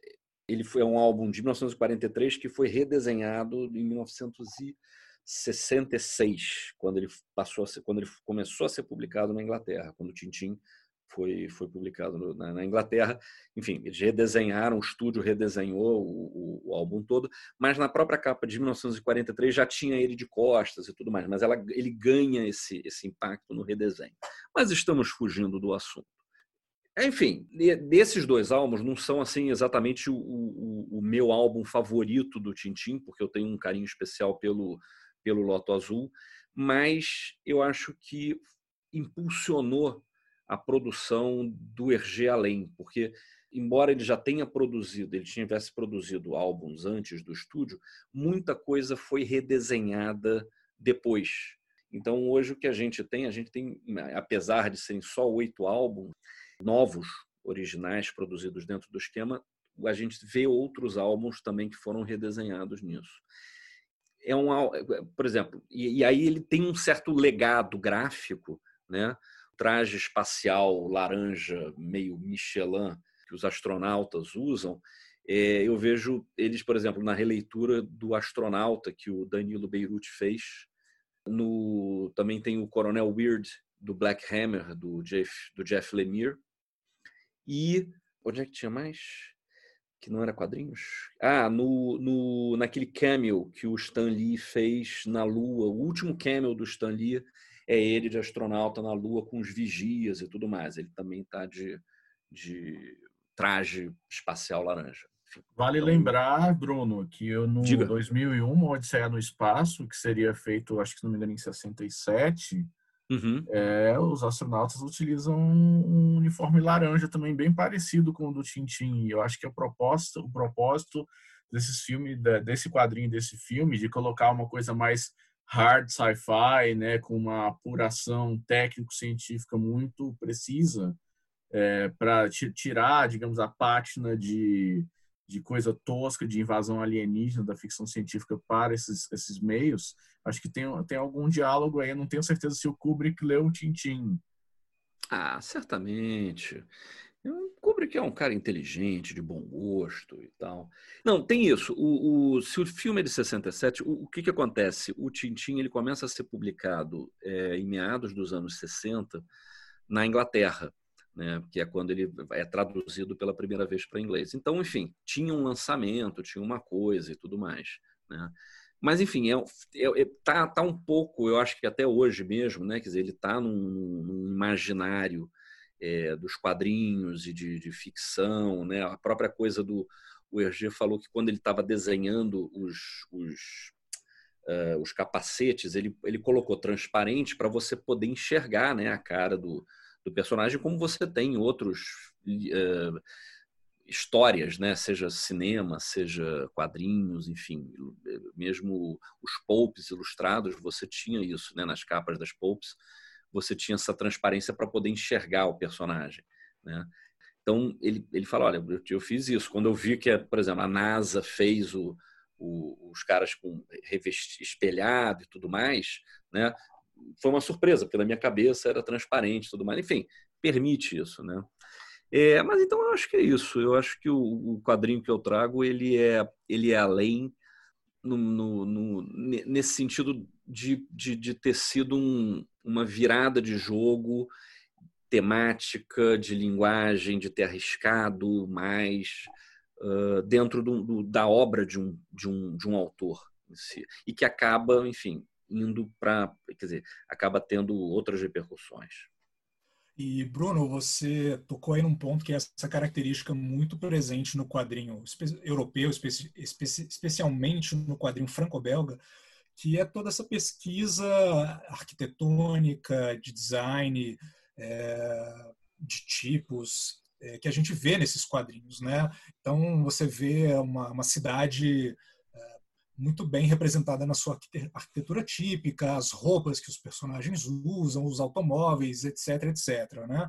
ele foi um álbum de mil novecentos e quarenta e três que foi redesenhado em mil novecentos e sessenta e seis, quando ele passou a ser, quando ele começou a ser publicado na Inglaterra, quando o Tintin foi foi publicado no, na, na Inglaterra. Enfim, eles redesenharam, o estúdio redesenhou o, o, o álbum todo, mas na própria capa de mil novecentos e quarenta e três já tinha ele de costas e tudo mais, mas ela, ele ganha esse esse impacto no redesenho. Mas estamos fugindo do assunto. Enfim, desses dois álbuns não são assim exatamente o, o, o meu álbum favorito do Tintin, porque eu tenho um carinho especial pelo, pelo Loto Azul, mas eu acho que impulsionou a produção do Hergé Allen, porque embora ele já tenha produzido, ele tivesse produzido álbuns antes do estúdio, muita coisa foi redesenhada depois. Então hoje o que a gente tem, a gente tem, apesar de serem só oito álbuns novos, originais, produzidos dentro do esquema, a gente vê outros álbuns também que foram redesenhados nisso. É um, por exemplo, e, e aí ele tem um certo legado gráfico, né? O traje espacial laranja, meio Michelin, que os astronautas usam, é, eu vejo eles, por exemplo, na releitura do Astronauta, que o Danilo Beirut fez. No, também tem o Coronel Weird, do Black Hammer, do Jeff, do Jeff Lemire. E onde é que tinha mais? Que não era quadrinhos? Ah, no, no, naquele cameo que o Stan Lee fez na Lua. O último cameo do Stan Lee é ele de astronauta na Lua com os vigias e tudo mais. Ele também está de, de traje espacial laranja. Enfim, vale então, lembrar, Bruno, que eu no diga. dois mil e um, uma Odisseia no Espaço, que seria feito, acho que se não me engano, em sessenta e sete, Uhum. é, os astronautas utilizam um uniforme laranja também bem parecido com o do Tintin. Eu acho que a proposta, o propósito desses filmes, desse quadrinho, desse filme, de colocar uma coisa mais hard sci-fi, né, com uma apuração técnico-científica muito precisa, é, para tirar, digamos, a pátina de, de coisa tosca, de invasão alienígena da ficção científica para esses, esses meios. Acho que tem, tem algum diálogo aí. Eu não tenho certeza se o Kubrick leu o Tintin. Ah, certamente. O Kubrick é um cara inteligente, de bom gosto e tal. Não, tem isso. O, o, se o filme é de sessenta e sete, o, o que, que acontece? O Tintin ele começa a ser publicado é, em meados dos anos sessenta na Inglaterra, né, que é quando ele é traduzido pela primeira vez para inglês. Então, enfim, tinha um lançamento, tinha uma coisa e tudo mais, né? Mas, enfim, é, é, tá, tá um pouco, eu acho que até hoje mesmo, né? Quer dizer, ele está num, num imaginário é, dos quadrinhos e de, de ficção, né? A própria coisa do... O Hergé falou que quando ele estava desenhando os, os, uh, os capacetes, ele, ele colocou transparente para você poder enxergar, né, a cara do, do personagem, como você tem em outros... Uh, histórias, né? Seja cinema, seja quadrinhos, enfim, mesmo os pulps ilustrados, você tinha isso, né? Nas capas das pulps, você tinha essa transparência para poder enxergar o personagem, né? Então, ele, ele fala, olha, eu, eu fiz isso. Quando eu vi que, por exemplo, a NASA fez o, o, os caras com revesti, espelhado e tudo mais, né? Foi uma surpresa, porque na minha cabeça era transparente e tudo mais. Enfim, permite isso, né? É, mas então eu acho que é isso. Eu acho que o, o quadrinho que eu trago ele é, ele é além no, no, no, nesse sentido de, de, de ter sido um, uma virada de jogo temática, de linguagem, de ter arriscado mais uh, dentro do, do, da obra de um, de um, de um autor em si, e que acaba, enfim, indo para, quer dizer, acaba tendo outras repercussões. E, Bruno, você tocou aí num ponto que é essa característica muito presente no quadrinho europeu, espe espe especialmente no quadrinho franco-belga, que é toda essa pesquisa arquitetônica, de design, é, de tipos, é, que a gente vê nesses quadrinhos, né? Então, você vê uma, uma cidade muito bem representada na sua arquitetura típica, as roupas que os personagens usam, os automóveis, etc, etcétera, né?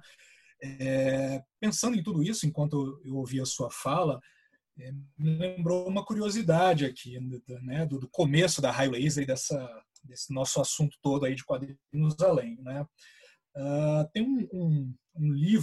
É, pensando em tudo isso, enquanto eu ouvia a sua fala, é, me lembrou uma curiosidade aqui, né, do, do começo da Raio Laser e dessa, desse nosso assunto todo aí de quadrinhos além, né? Uh, tem um, um, um livro,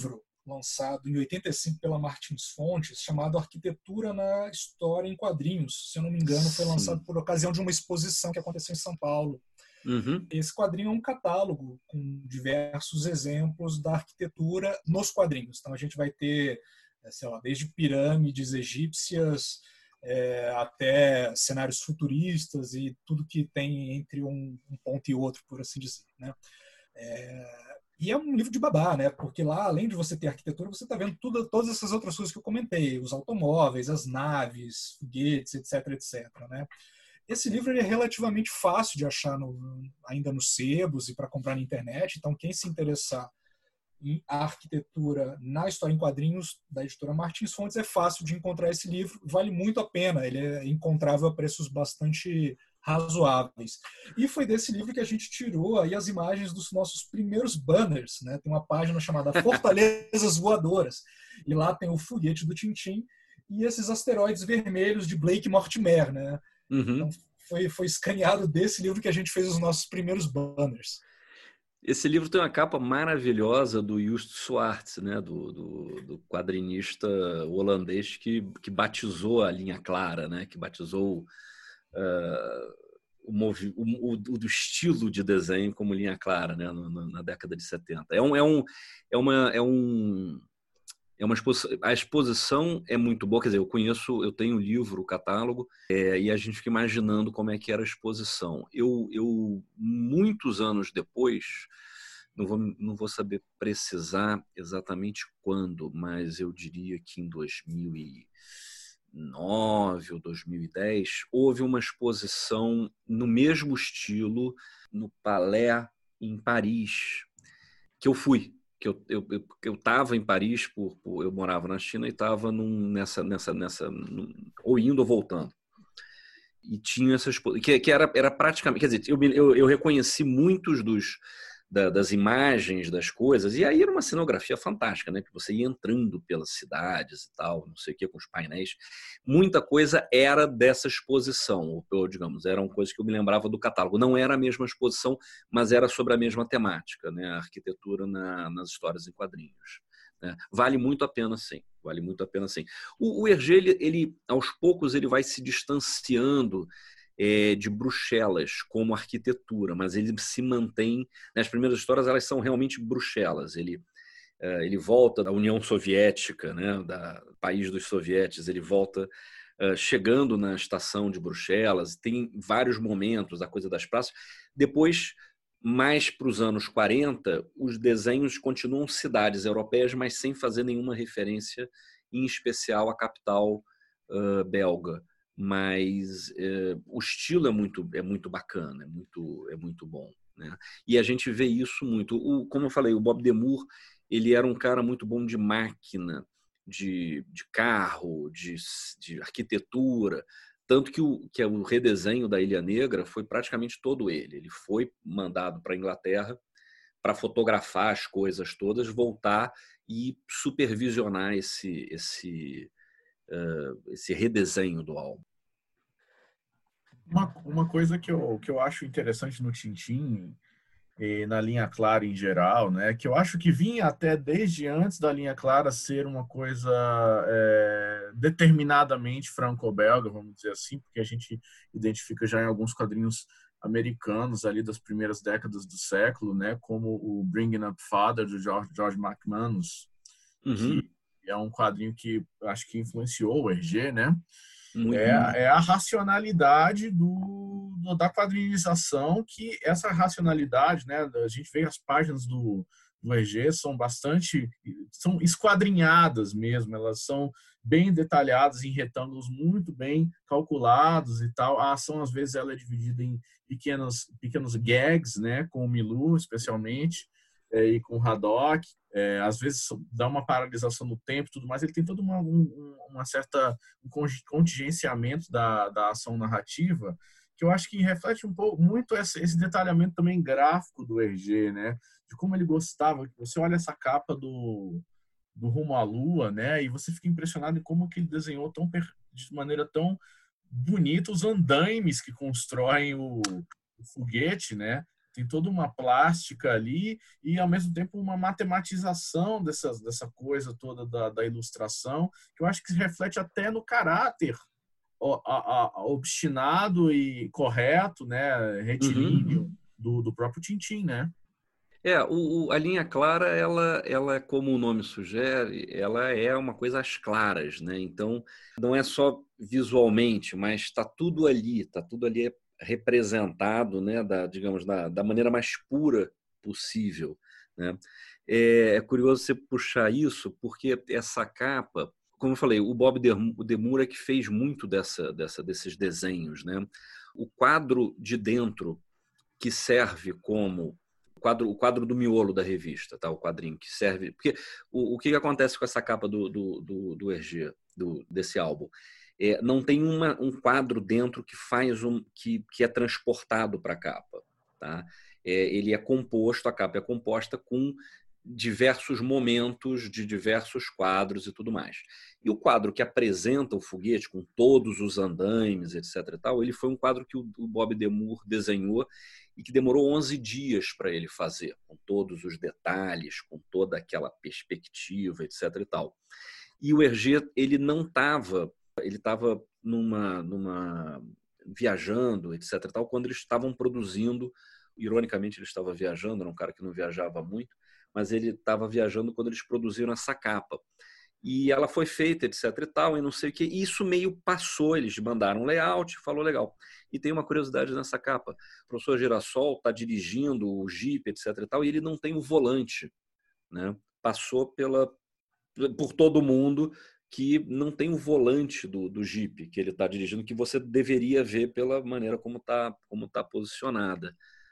lançado em oitenta e cinco pela Martins Fontes, chamado Arquitetura na História em Quadrinhos. Se eu não me engano, foi lançado por ocasião de uma exposição que aconteceu em São Paulo. Uhum. Esse quadrinho é um catálogo com diversos exemplos da arquitetura nos quadrinhos. Então a gente vai ter, sei lá, desde pirâmides egípcias é, até cenários futuristas e tudo que tem entre um, um ponto e outro, por assim dizer, né? É, e é um livro de babá, né? Porque lá, além de você ter arquitetura, você está vendo tudo, todas essas outras coisas que eu comentei, os automóveis, as naves, foguetes, etc, etc, né? Esse livro ele é relativamente fácil de achar no, ainda nos sebos e para comprar na internet. Então, quem se interessar em arquitetura na história em quadrinhos da editora Martins Fontes, é fácil de encontrar esse livro. Vale muito a pena. Ele é encontrável a preços bastante razoáveis. E foi desse livro que a gente tirou aí as imagens dos nossos primeiros banners, né? Tem uma página chamada Fortalezas Voadoras. E lá tem o foguete do Tintim e esses asteroides vermelhos de Blake Mortimer, né? Uhum. Então, foi, foi escaneado desse livro que a gente fez os nossos primeiros banners. Esse livro tem uma capa maravilhosa do Just Swartz, né? do, do, do quadrinista holandês que, que batizou a linha clara, né? Que batizou uh, o, movi, o, o, o estilo de desenho como linha clara, né? No, no, na década de setenta. É um, é um, é uma, é um É uma exposição, a exposição é muito boa, quer dizer, eu conheço, eu tenho o livro, o catálogo, é, e a gente fica imaginando como é que era a exposição. Eu, eu muitos anos depois, não vou, não vou saber precisar exatamente quando, mas eu diria que em dois mil e nove ou dois mil e dez, houve uma exposição no mesmo estilo, no Palais, em Paris, que eu fui. que eu eu eu estava em Paris, por, por eu morava na China e estava nessa nessa nessa num, ou indo ou voltando, e tinha essas que, que era era praticamente, quer dizer, eu eu, eu reconheci muitos dos da, das imagens das coisas, e aí era uma cenografia fantástica, né? Que você ia entrando pelas cidades e tal, não sei o que, com os painéis, muita coisa era dessa exposição, ou, ou digamos, eram coisas que eu me lembrava do catálogo. Não era a mesma exposição, mas era sobre a mesma temática, né? A arquitetura na, nas histórias em quadrinhos. Né? Vale muito a pena, sim. Vale muito a pena, sim. O, o Hergé, ele, ele, aos poucos, ele vai se distanciando É, de Bruxelas como arquitetura, mas ele se mantém, né, as primeiras histórias elas são realmente Bruxelas, ele, é, ele volta da União Soviética, né, da país dos sovietes, ele volta é, chegando na estação de Bruxelas, tem vários momentos, a coisa das praças, depois, mais para os anos quarenta, os desenhos continuam cidades europeias, mas sem fazer nenhuma referência, em especial à capital uh, belga. Mas é, o estilo é muito, é muito bacana, é muito, é muito bom, né? E a gente vê isso muito. O, como eu falei, o Bob Demure, ele era um cara muito bom de máquina, de, de carro, de, de arquitetura, tanto que o, que o redesenho da Ilha Negra foi praticamente todo ele. Ele foi mandado para a Inglaterra para fotografar as coisas todas, voltar e supervisionar esse, esse, uh, esse redesenho do álbum. Uma, uma coisa que eu, que eu acho interessante no Tintim, e na linha clara em geral, né, que eu acho que vinha até desde antes da linha clara ser uma coisa é, determinadamente franco-belga, vamos dizer assim, porque a gente identifica já em alguns quadrinhos americanos ali das primeiras décadas do século, né, como o Bringing Up Father, do George, George McManus, uhum. que é um quadrinho que acho que influenciou o Hergé, né? É, é a racionalidade do, do, da quadrinização, que essa racionalidade, né, a gente vê as páginas do, do Hergé são bastante, são esquadrinhadas mesmo, elas são bem detalhadas em retângulos muito bem calculados e tal. A ação, às vezes, ela é dividida em pequenos, pequenos gags, né, com o Milou, especialmente, é, e com o Haddock. É, às vezes dá uma paralisação no tempo e tudo mais. Ele tem todo uma, um, uma certa um contingenciamento da, da ação narrativa, que eu acho que reflete um pouco muito esse, esse detalhamento também gráfico do Hergé, né? De como ele gostava. Você olha essa capa do, do Rumo à Lua, né? E você fica impressionado em como que ele desenhou tão, de maneira tão bonita os andaimes que constroem o, o foguete, né? tem toda uma plástica ali e, ao mesmo tempo, uma matematização dessas, dessa coisa toda da, da ilustração, que eu acho que se reflete até no caráter a, a, a obstinado e correto, né, retilíneo Uhum. do, do próprio Tintin, né? É, o, o- a linha clara, ela, ela, como o nome sugere, ela é uma coisa às claras, né? Então, não é só visualmente, mas está tudo ali, está tudo ali representado, né? Da, digamos, da, da maneira mais pura possível, né? É, é curioso você puxar isso, porque essa capa, como eu falei, o Bob Demura é que fez muito dessa, dessa, desses desenhos, né? O quadro de dentro que serve como o quadro, o quadro do miolo da revista, tá? O quadrinho que serve. Porque o, o que acontece com essa capa do, do, do, do Hergé, do, desse álbum? É, não tem uma, um quadro dentro que faz um que, que é transportado para a capa. Tá? É, ele é composto, a capa é composta com diversos momentos de diversos quadros e tudo mais. E o quadro que apresenta o foguete com todos os andaimes, etc e tal, ele foi um quadro que o Bob Demure desenhou e que demorou onze dias para ele fazer, com todos os detalhes, com toda aquela perspectiva, etc e tal. E o Hergé, ele não estava, ele estava numa, numa viajando, etc e tal, quando eles estavam produzindo, ironicamente ele estava viajando, era um cara que não viajava muito, mas ele estava viajando quando eles produziram essa capa. E ela foi feita, etc e tal, e não sei o que. E isso meio passou, eles mandaram um layout, falou legal. E tem uma curiosidade nessa capa. O professor Girassol está dirigindo o Jeep, etc e tal, e ele não tem o volante, né? Passou pela, por todo mundo que não tem o volante do, do Jeep que ele está dirigindo, que você deveria ver pela maneira como está como tá posicionada.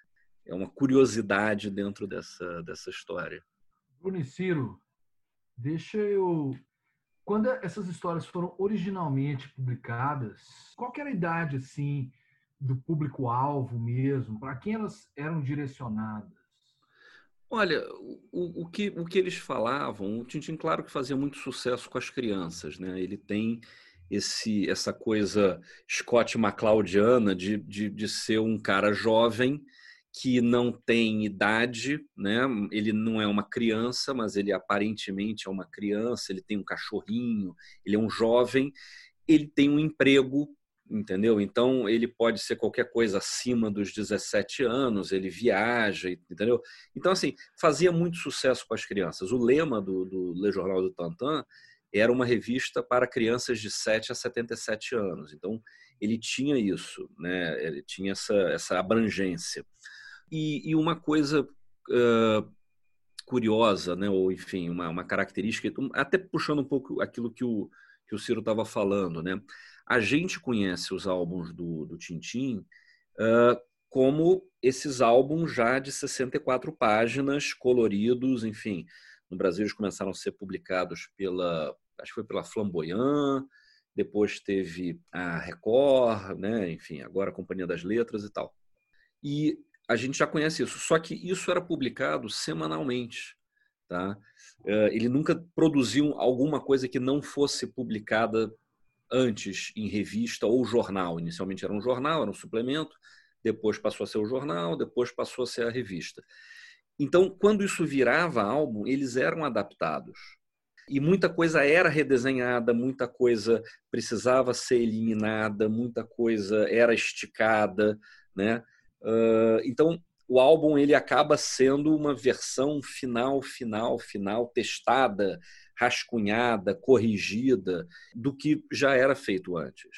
É uma curiosidade dentro dessa, dessa história. Bruno e Ciro, deixa eu... Quando essas histórias foram originalmente publicadas, qual que era a idade, assim, do público-alvo mesmo? Para quem elas eram direcionadas? Olha, o, o, que, o que eles falavam, o Tintin, claro que fazia muito sucesso com as crianças, né? Ele tem esse, essa coisa Scott McCloudiana de, de, de ser um cara jovem que não tem idade, né? Ele não é uma criança, mas ele aparentemente é uma criança, ele tem um cachorrinho, ele é um jovem, ele tem um emprego, entendeu? Então ele pode ser qualquer coisa acima dos dezessete anos, ele viaja, entendeu? Então, assim, fazia muito sucesso com as crianças. O lema do, do Le Journal du Tintin era uma revista para crianças de sete a setenta e sete anos. Então, ele tinha isso, né? Ele tinha essa, essa abrangência. E, e uma coisa uh, curiosa, né? Ou enfim, uma, uma característica, até puxando um pouco aquilo que o, que o Ciro estava falando, né? A gente conhece os álbuns do, do Tintin uh, como esses álbuns já de sessenta e quatro páginas, coloridos, enfim. No Brasil eles começaram a ser publicados pela, acho que foi pela Flamboyant, depois teve a Record, né? Enfim, agora a Companhia das Letras e tal. E a gente já conhece isso, só que isso era publicado semanalmente. Tá? Ele nunca produziu alguma coisa que não fosse publicada antes em revista ou jornal. Inicialmente era um jornal, era um suplemento, depois passou a ser o jornal, depois passou a ser a revista. Então, quando isso virava álbum, eles eram adaptados. E muita coisa era redesenhada, muita coisa precisava ser eliminada, muita coisa era esticada, né? Uh, então, o álbum ele acaba sendo uma versão final, final, final, testada, rascunhada, corrigida do que já era feito antes.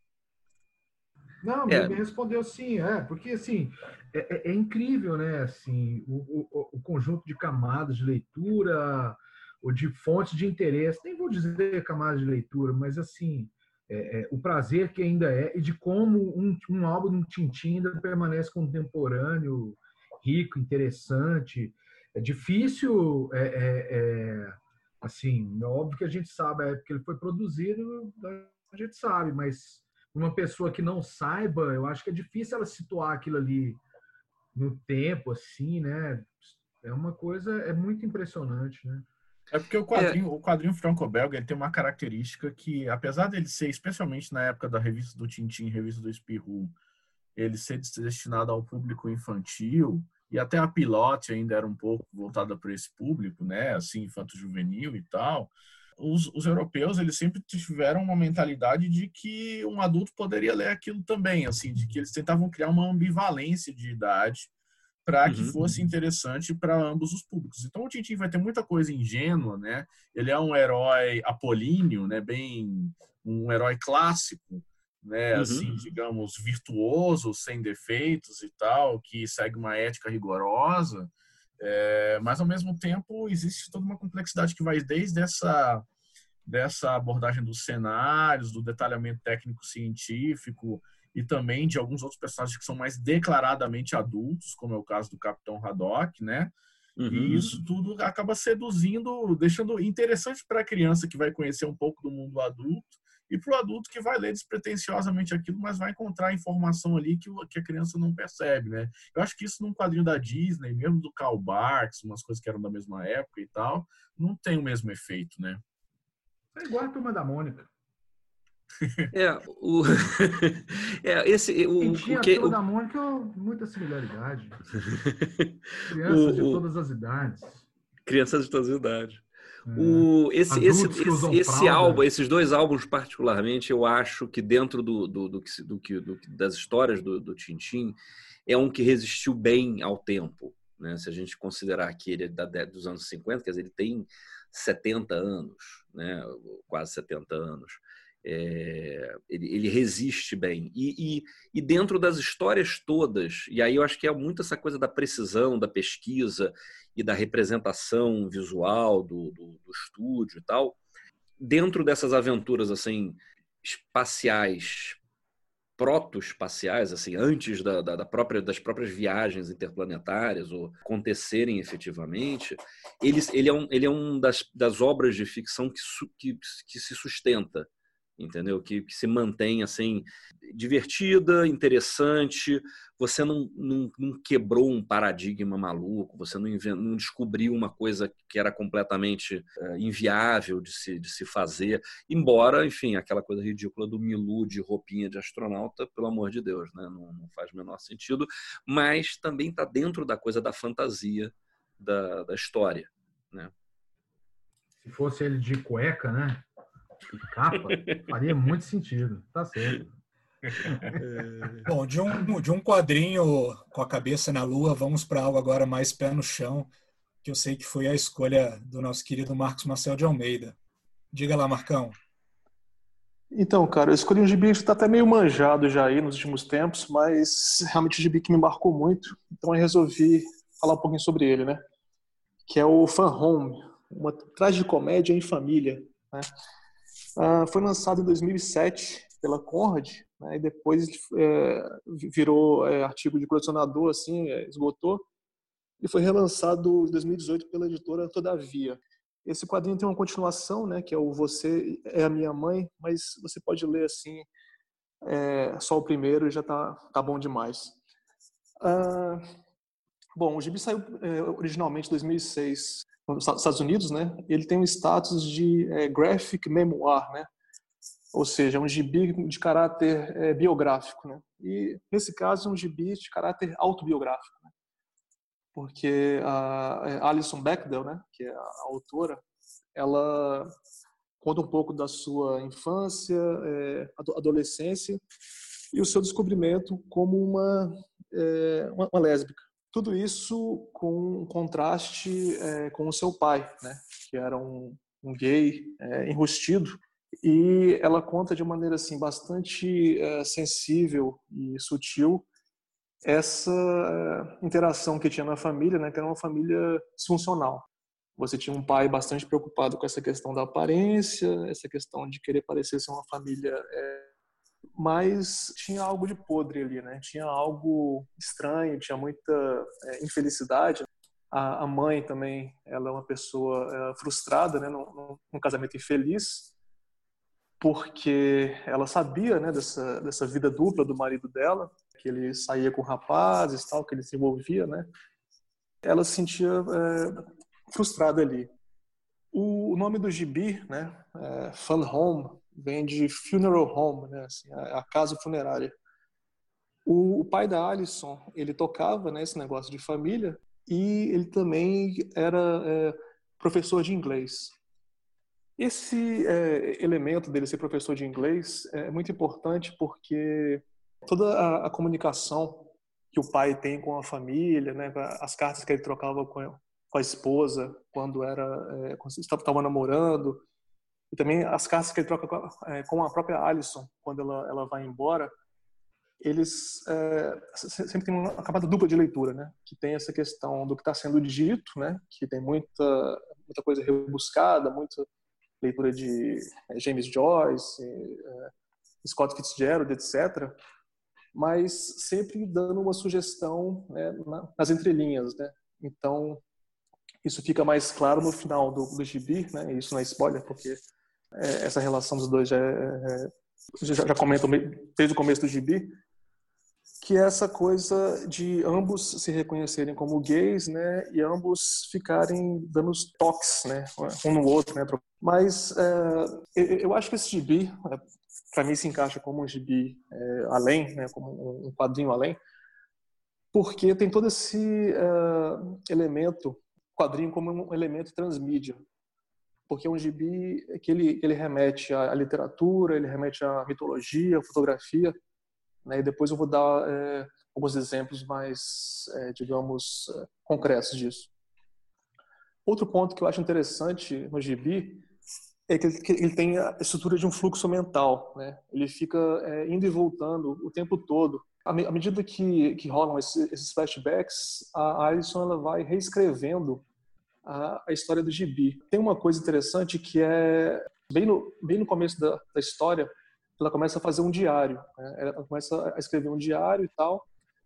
Não, é. me respondeu sim, é, porque assim, é, é incrível, né, assim, o, o, o conjunto de camadas de leitura, ou de fontes de interesse, nem vou dizer camadas de leitura, mas assim, é, é, o prazer que ainda é, e de como um, um álbum de Tintin ainda permanece contemporâneo, rico, interessante. É difícil, é, é, é, assim, é óbvio que a gente sabe, a época que ele foi produzido, a gente sabe, mas uma pessoa que não saiba, eu acho que é difícil ela situar aquilo ali no tempo, assim, né? É uma coisa, é muito impressionante, né? É porque o quadrinho, é. o quadrinho franco-belga ele tem uma característica que, apesar dele ser, especialmente na época da revista do Tintin, revista do Spirou, ele ser destinado ao público infantil, e até a Pilote ainda era um pouco voltada para esse público, né, assim, infanto-juvenil e tal. Os, os europeus, eles sempre tiveram uma mentalidade de que um adulto poderia ler aquilo também, assim, de que eles tentavam criar uma ambivalência de idade para que Uhum. fosse interessante para ambos os públicos. Então o Tintin vai ter muita coisa ingênua, né? Ele é um herói apolíneo, né? Bem um herói clássico, né? Uhum. Assim, digamos, virtuoso, sem defeitos e tal, que segue uma ética rigorosa. É, mas ao mesmo tempo existe toda uma complexidade que vai desde essa dessa abordagem dos cenários, do detalhamento técnico científico e também de alguns outros personagens que são mais declaradamente adultos, como é o caso do Capitão Haddock, né? Uhum. E isso tudo acaba seduzindo, deixando interessante para a criança que vai conhecer um pouco do mundo adulto e para o adulto que vai ler despretensiosamente aquilo, mas vai encontrar informação ali que, que a criança não percebe, né? Eu acho que isso num quadrinho da Disney, mesmo do Karl Barks, umas coisas que eram da mesma época e tal, não tem o mesmo efeito, né? É igual a Turma da Mônica. É, o, é esse o, Quem tinha o que a Turma o, da Mônica, muita similaridade. Crianças de o, todas as idades. Crianças de todas as idades. É. O, esse, esse, Adultos que esse, usam esse fralda. álbum, esses dois álbuns particularmente, eu acho que dentro do, do, do, que- do, que- do, que- das histórias do, do Tintin, é um que resistiu bem ao tempo, né? Se a gente considerar que ele é da, dé- dos anos cinquenta, quer dizer, ele tem setenta anos, né? Quase setenta anos. É, ele, ele resiste bem. E, e, e dentro das histórias todas, e aí eu acho que é muito essa coisa da precisão, da pesquisa e da representação visual do, do, do estúdio e tal, dentro dessas aventuras assim espaciais, proto-espaciais, assim, antes da, da, da própria, das próprias viagens interplanetárias ou acontecerem efetivamente, ele, ele é um, ele é um das, das obras de ficção que, su, que, que se sustenta, entendeu? Que, que se mantém assim divertida, interessante. Você não, não, não quebrou um paradigma maluco, você não, invent, não descobriu uma coisa que era completamente uh, inviável de se, de se fazer, embora, enfim, aquela coisa ridícula do Milu de roupinha de astronauta, pelo amor de Deus, né? não, não faz o menor sentido, mas também está dentro da coisa da fantasia da, da história, né? Se fosse ele de cueca, né? E capa, faria muito sentido. Tá certo. Bom, de um, de um quadrinho com a cabeça na lua, vamos para algo agora mais pé no chão, que eu sei que foi a escolha do nosso querido Marcos Marcel de Almeida. Diga lá, Marcão. Então, cara, eu escolhi um gibi que está até meio manjado já aí nos últimos tempos, mas realmente um gibi que me marcou muito, então eu resolvi falar um pouquinho sobre ele, né? Que é o Fun Home, uma tragicomédia em família, né? Uh, foi lançado em dois mil e sete pela Conrad, né, e depois é, virou é, artigo de colecionador, assim, é, esgotou, e foi relançado em dois mil e dezoito pela editora Todavia. Esse quadrinho tem uma continuação, né, que é o Você é a Minha Mãe, mas você pode ler assim, é, só o primeiro e já tá, tá bom demais. Uh, bom, o gibi saiu é, originalmente em dois mil e seis nos Estados Unidos, né? Ele tem um status de é, graphic memoir, né? Ou seja, um gibi de caráter é, biográfico, né? E nesse caso é um gibi de caráter autobiográfico, né? Porque a Alison Bechdel, né, que é a autora, ela conta um pouco da sua infância, é, adolescência e o seu descobrimento como uma é, uma, uma lésbica. Tudo isso com contraste é, com o seu pai, né, que era um, um gay é, enrustido, e ela conta de maneira assim bastante é, sensível e sutil essa é, interação que tinha na família, né, que era uma família disfuncional. Você tinha um pai bastante preocupado com essa questão da aparência, essa questão de querer parecer ser uma família é, mas tinha algo de podre ali, né? Tinha algo estranho, tinha muita é, infelicidade. A, a mãe também, ela é uma pessoa é, frustrada, né? Num, num casamento infeliz, porque ela sabia, né, dessa, dessa vida dupla do marido dela, que ele saía com rapazes, tal, que ele se envolvia, né? Ela se sentia é, frustrada ali. O, o nome do gibi, né, é Fun Home, vem de funeral home, né, assim, a, a casa funerária. O, o pai da Alison, ele tocava, né, esse negócio de família e ele também era é, professor de inglês. Esse é, elemento dele ser professor de inglês é muito importante porque toda a, a comunicação que o pai tem com a família, né, as cartas que ele trocava com a, com a esposa quando era é, quando estava namorando, e também as cartas que ele troca com a, é, com a própria Alison quando ela, ela vai embora, eles é, sempre tem uma camada dupla de leitura, né, que tem essa questão do que está sendo dito, né, que tem muita muita coisa rebuscada, muita leitura de James Joyce, Scott Fitzgerald, etcétera, mas sempre dando uma sugestão, né, nas entrelinhas, né? Então, isso fica mais claro no final do, do gibi, né? Isso não é spoiler, porque é, essa relação dos dois já, é, já, já comentam desde o começo do gibi, que é essa coisa de ambos se reconhecerem como gays, né, e ambos ficarem dando toques, né, um no outro, né. Mas é, eu acho que esse gibi, para mim, se encaixa como um gibi é, além, né, como um quadrinho além, porque tem todo esse uh, elemento, quadrinho como um elemento transmídia, porque é um gibi que ele, ele remete à literatura, ele remete à mitologia, à fotografia, né, e depois eu vou dar é, alguns exemplos mais, é, digamos, é, concretos disso. Outro ponto que eu acho interessante no gibi é que ele, que ele tem a estrutura de um fluxo mental, né? Ele fica é, indo e voltando o tempo todo. À, me, à medida que, que rolam esses, esses flashbacks, a Alison ela vai reescrevendo a, a história do gibi. Tem uma coisa interessante que é, bem no, bem no começo da, da história, ela começa a fazer um diário, né? Ela começa a escrever um diário e tal.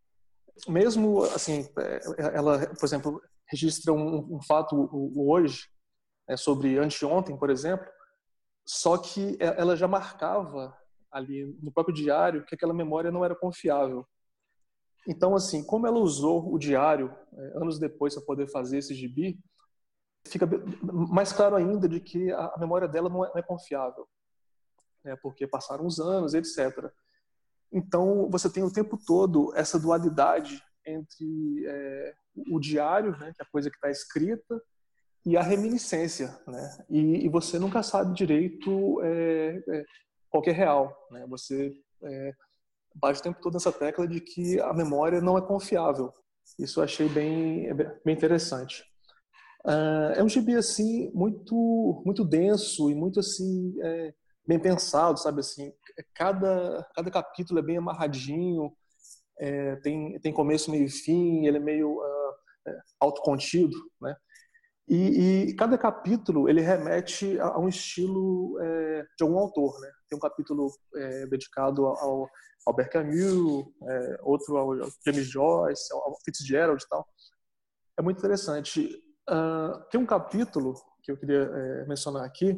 Mesmo, assim, ela, por exemplo, registra um, um fato hoje, né, sobre anteontem, por exemplo, só que ela já marcava ali no próprio diário que aquela memória não era confiável. Então, assim, como ela usou o diário é, anos depois para poder fazer esse gibi, fica mais claro ainda de que a memória dela não é, não é confiável. Né, porque passaram os anos, etcétera. Então, você tem o tempo todo essa dualidade entre é, o diário, né, que é a coisa que está escrita, e a reminiscência. Né, e, e você nunca sabe direito é, é, qual que é real. Né, você é, bate o tempo todo nessa tecla de que a memória não é confiável. Isso eu achei bem, bem interessante. Uh, é um gibi assim, muito, muito denso e muito assim... É, bem pensado, sabe, assim, cada, cada capítulo é bem amarradinho, é, tem, tem começo, meio e fim, ele é meio uh, é, autocontido, né, e, e cada capítulo ele remete a, a um estilo é, de algum autor, né, tem um capítulo é, dedicado ao Albert Camus, é, outro ao James Joyce, ao Fitzgerald e tal, é muito interessante. Uh, tem um capítulo que eu queria é, mencionar aqui,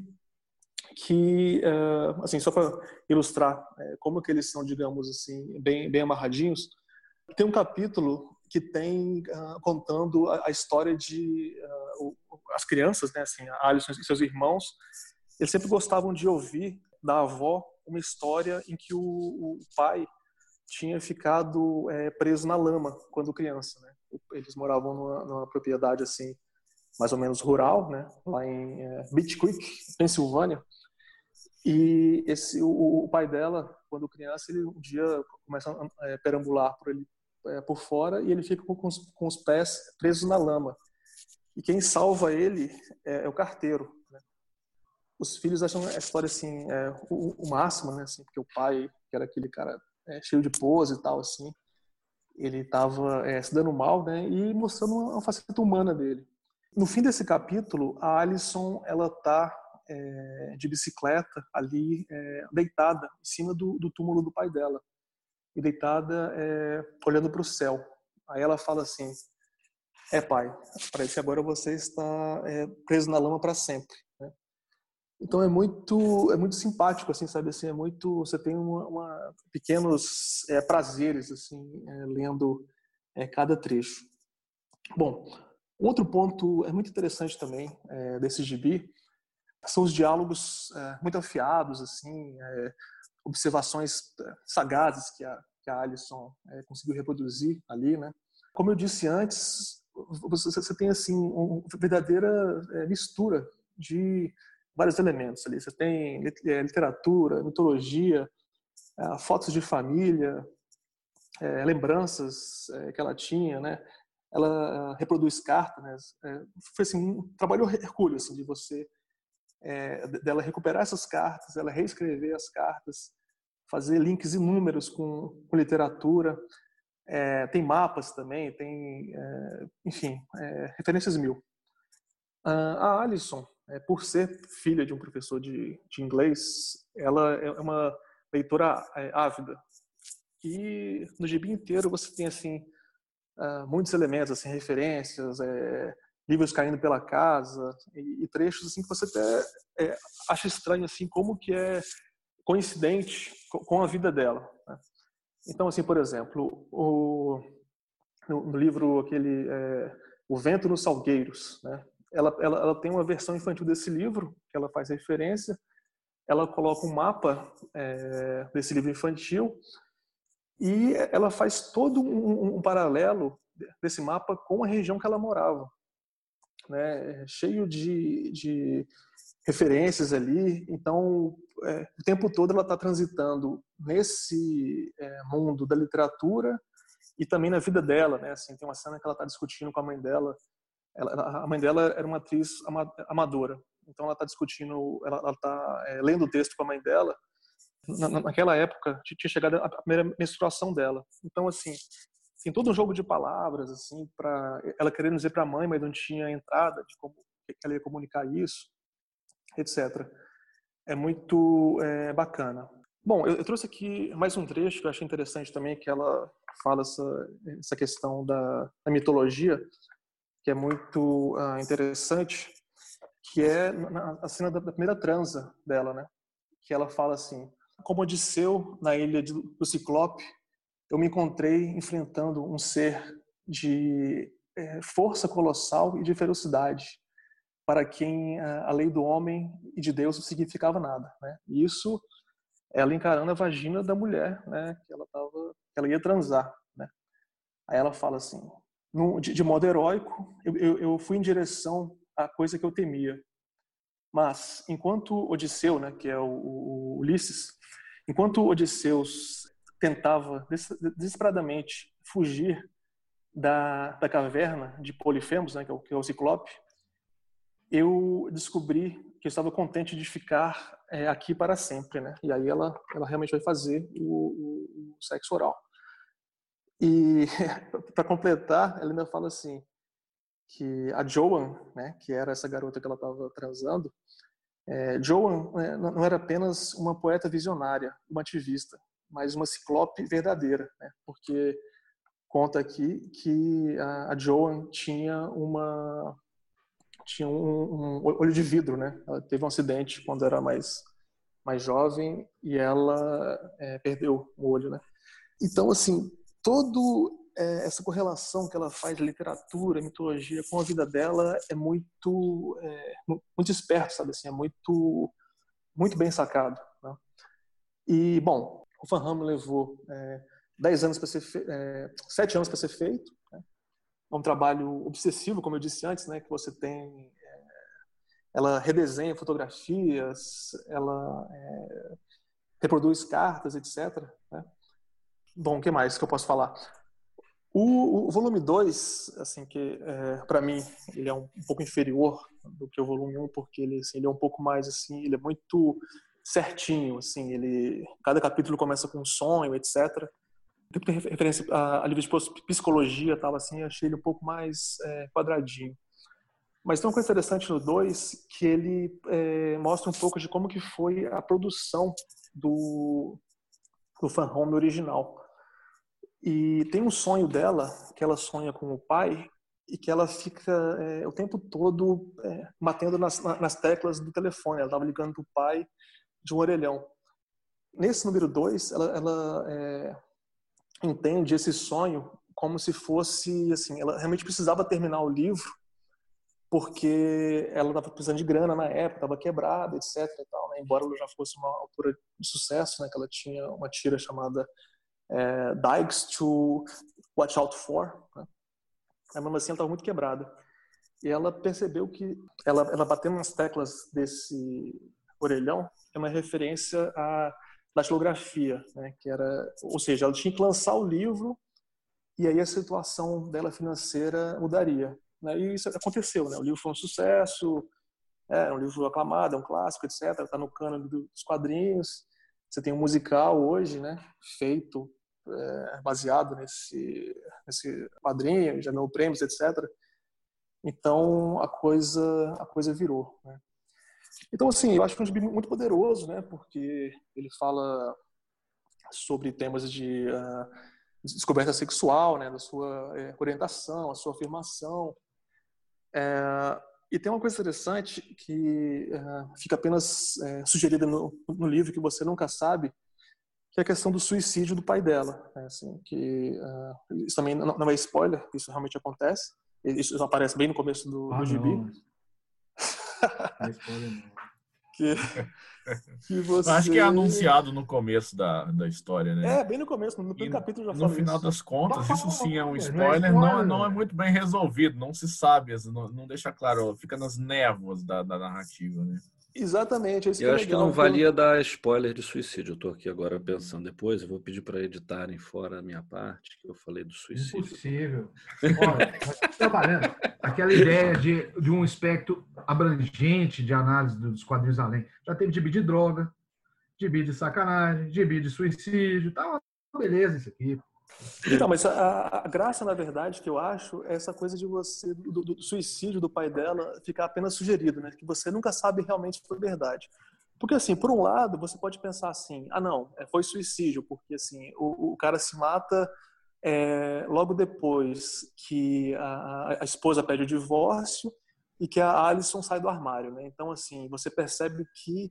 que, assim, só para ilustrar como que eles são, digamos assim, bem, bem amarradinhos, tem um capítulo que tem uh, contando a, a história de uh, as crianças, né, assim, a Alison e seus irmãos, eles sempre gostavam de ouvir da avó uma história em que o, o pai tinha ficado é, preso na lama quando criança, né? Eles moravam numa, numa propriedade assim, mais ou menos rural, né, lá em é, Beach Creek, Pensilvânia. E esse, o, o pai dela, quando criança, ele um dia começa a é, perambular por, ele, é, por fora e ele fica com os, com os pés presos na lama. E quem salva ele é, é o carteiro. Né? Os filhos acham a história assim, é, o, o máximo, né? Assim, porque o pai, que era aquele cara é, cheio de pose e tal, assim, ele estava é, se dando mal, né? E mostrando uma, uma faceta humana dele. No fim desse capítulo, a Alison ela tá é, de bicicleta ali é, deitada em cima do, do túmulo do pai dela e deitada é, olhando para o céu. Aí ela fala assim: é, pai, parece que agora você está é, preso na lama para sempre. Né? Então é muito é muito simpático, assim, sabe, assim, é muito, você tem uma, uma pequenos é, prazeres assim é, lendo é, cada trecho. Bom, outro ponto é muito interessante também é, desse gibi são os diálogos é, muito afiados, assim, é, observações sagazes que a, que a Alison é, conseguiu reproduzir ali, né? Como eu disse antes, você, você tem assim uma verdadeira é, mistura de vários elementos ali. Você tem literatura, mitologia, é, fotos de família, é, lembranças é, que ela tinha, né? Ela reproduz cartas, né? É, foi assim um trabalho hercúleo assim, de você é, dela recuperar essas cartas, ela reescrever as cartas, fazer links inúmeros com, com literatura. É, tem mapas também, tem, é, enfim, é, referências mil. A Alison, é, por ser filha de um professor de, de inglês, ela é uma leitora é, ávida. E no gibi inteiro você tem assim uh, muitos elementos, assim, referências, é, livros caindo pela casa e, e trechos assim que você até é, acha estranho assim como que é coincidente com, com a vida dela, né? Então assim, por exemplo, o, no, no livro aquele é, O Vento nos Salgueiros, né? Ela, ela, ela tem uma versão infantil desse livro que ela faz referência. Ela coloca um mapa é, desse livro infantil e ela faz todo um, um paralelo desse mapa com a região que ela morava, né? Cheio de, de referências ali. Então, é, o tempo todo ela está transitando nesse é, mundo da literatura e também na vida dela, né? Assim, tem uma cena que ela está discutindo com a mãe dela. Ela, a mãe dela era uma atriz amadora, então ela está discutindo, ela está é, lendo o texto com a mãe dela. Na, naquela época tinha chegado a primeira menstruação dela, então assim tem todo um jogo de palavras assim para ela querendo dizer para a mãe, mas não tinha entrada de como que ela ia comunicar isso, etcétera. É muito é, bacana. Bom, eu, eu trouxe aqui mais um trecho que eu achei interessante também, que ela fala essa, essa questão da, da mitologia, que é muito uh, interessante, que é na, a cena da, da primeira transa dela, né? Que ela fala assim: como Odisseu na ilha de, do Ciclope, eu me encontrei enfrentando um ser de é, força colossal e de ferocidade, para quem a, a lei do homem e de Deus não significava nada, né? E isso, ela encarando a vagina da mulher, né? Que ela tava, que ela ia transar, né? Aí ela fala assim: no, de, de modo heróico, eu, eu, eu fui em direção à coisa que eu temia. Mas, enquanto Odisseu, né, que é o, o Ulisses, enquanto Odisseus tentava des, desesperadamente fugir da, da caverna de Polifemos, né, que, é o, que é o Ciclope, eu descobri que eu estava contente de ficar é, aqui para sempre, né? E aí ela, ela realmente vai fazer o, o, o sexo oral. E para completar, ela ainda fala assim que a Joan, né, que era essa garota que ela estava transando, é, Joan é, não era apenas uma poeta visionária, uma ativista, mas uma ciclope verdadeira, né? Porque conta aqui que a, a Joan tinha uma tinha um, um olho de vidro, né? Ela teve um acidente quando era mais mais jovem e ela é, perdeu o olho, né? Então assim, todo é, essa correlação que ela faz de literatura, mitologia com a vida dela é muito é, muito esperto, sabe assim, é muito muito bem sacado, né? E bom, o Van Hamme levou é, dez anos para ser fe... é, sete anos para ser feito, né? É um trabalho obsessivo, como eu disse antes, né? Que você tem é, ela redesenha fotografias, ela é, reproduz cartas, etcétera, né? Bom, o que mais que eu posso falar? O, o volume dois, assim, que é, para mim ele é um, um pouco inferior do que o volume um, porque ele, assim, ele é um pouco mais assim, ele é muito certinho, assim, ele cada capítulo começa com um sonho, etcétera. Tem referência a, a livro de psicologia, tal, assim, achei ele um pouco mais é, quadradinho. Mas tem uma coisa interessante no dois, que ele é, mostra um pouco de como que foi a produção do, do Van Hamme original. E tem um sonho dela, que ela sonha com o pai, e que ela fica é, o tempo todo é, batendo nas, nas teclas do telefone. Ela estava ligando para o pai de um orelhão. Nesse número dois, ela, ela é, entende esse sonho como se fosse, assim, ela realmente precisava terminar o livro, porque ela estava precisando de grana na época, estava quebrada, etcétera. E tal, né? Embora ela já fosse uma autora de sucesso, né? Que ela tinha uma tira chamada é, dikes to watch out for. Né? A mesmo assim, ela estava muito quebrada. E ela percebeu que ela, ela batendo nas teclas desse orelhão é uma referência à datilografia, né? Que era, ou seja, ela tinha que lançar o livro e aí a situação dela financeira mudaria. Né? E isso aconteceu. Né? O livro foi um sucesso, é um livro aclamado, é um clássico, etcétera. Está no cânone dos quadrinhos. Você tem um musical hoje, né? Feito é, baseado nesse, nesse quadrinho, já ganhou prêmios, etcétera. Então a coisa a coisa virou. Né? Então assim, eu acho que é um gibi muito poderoso, né? Porque ele fala sobre temas de uh, descoberta sexual, né? Da sua é, orientação, a sua afirmação. É, e tem uma coisa interessante que uh, fica apenas é, sugerida no, no livro que você nunca sabe, que é a questão do suicídio do pai dela. Né? Assim, que uh, isso também não, não é spoiler, isso realmente acontece. Isso aparece bem no começo do, ah, do gibi. Não. Não é spoiler, não. que, que você... Acho que é anunciado no começo da, da história, né? É, bem no começo, no primeiro capítulo já no fala final isso. das contas, isso sim é um Não é spoiler, não, spoiler. não é muito bem resolvido, não se sabe, não, não deixa claro, fica nas névoas da, da narrativa, né? Exatamente, é isso que Eu é acho que legal. não Então, valia dar spoiler de suicídio. Eu estou aqui agora pensando depois, eu vou pedir para editarem fora a minha parte, que eu falei do suicídio. Impossível. Olha, nós estamos trabalhando aquela ideia de, de um espectro abrangente de análise dos quadrinhos além. Já teve gibi de droga, gibi de sacanagem, gibi de suicídio, tá uma beleza isso aqui. Então, mas a, a graça, na verdade, que eu acho, é essa coisa de você, do, do suicídio do pai dela, ficar apenas sugerido, né? Que você nunca sabe realmente se foi verdade. Porque, assim, por um lado, você pode pensar assim, ah, não, foi suicídio, porque, assim, o, o cara se mata é, logo depois que a, a esposa pede o divórcio e que a Alison sai do armário, né? Então, assim, você percebe que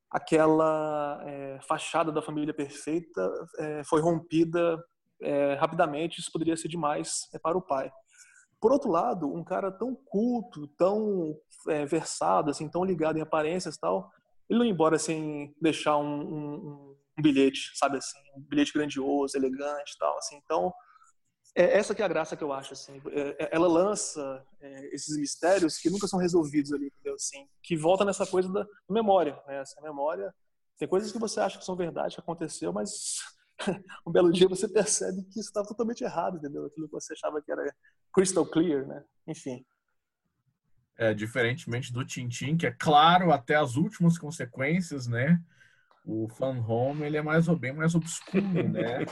aquela é, fachada da família perfeita é, foi rompida É, rapidamente, isso poderia ser demais é, para o pai. Por outro lado, um cara tão culto, tão é, versado, assim, tão ligado em aparências e tal, ele não ia embora sem deixar um, um, um bilhete, sabe assim, um bilhete grandioso, elegante e tal, assim. Então, é essa que é a graça que eu acho, assim. É, ela lança é, esses mistérios que nunca são resolvidos ali, entendeu? Assim, que volta nessa coisa da memória, né? Essa memória, tem coisas que você acha que são verdade, que aconteceu, mas um belo dia você percebe que isso estava totalmente errado, entendeu? Aquilo que você achava que era crystal clear, né? Enfim. É, diferentemente do Tintin, que é claro até as últimas consequências, né? O Fan Home, ele é mais ou bem mais obscuro, né?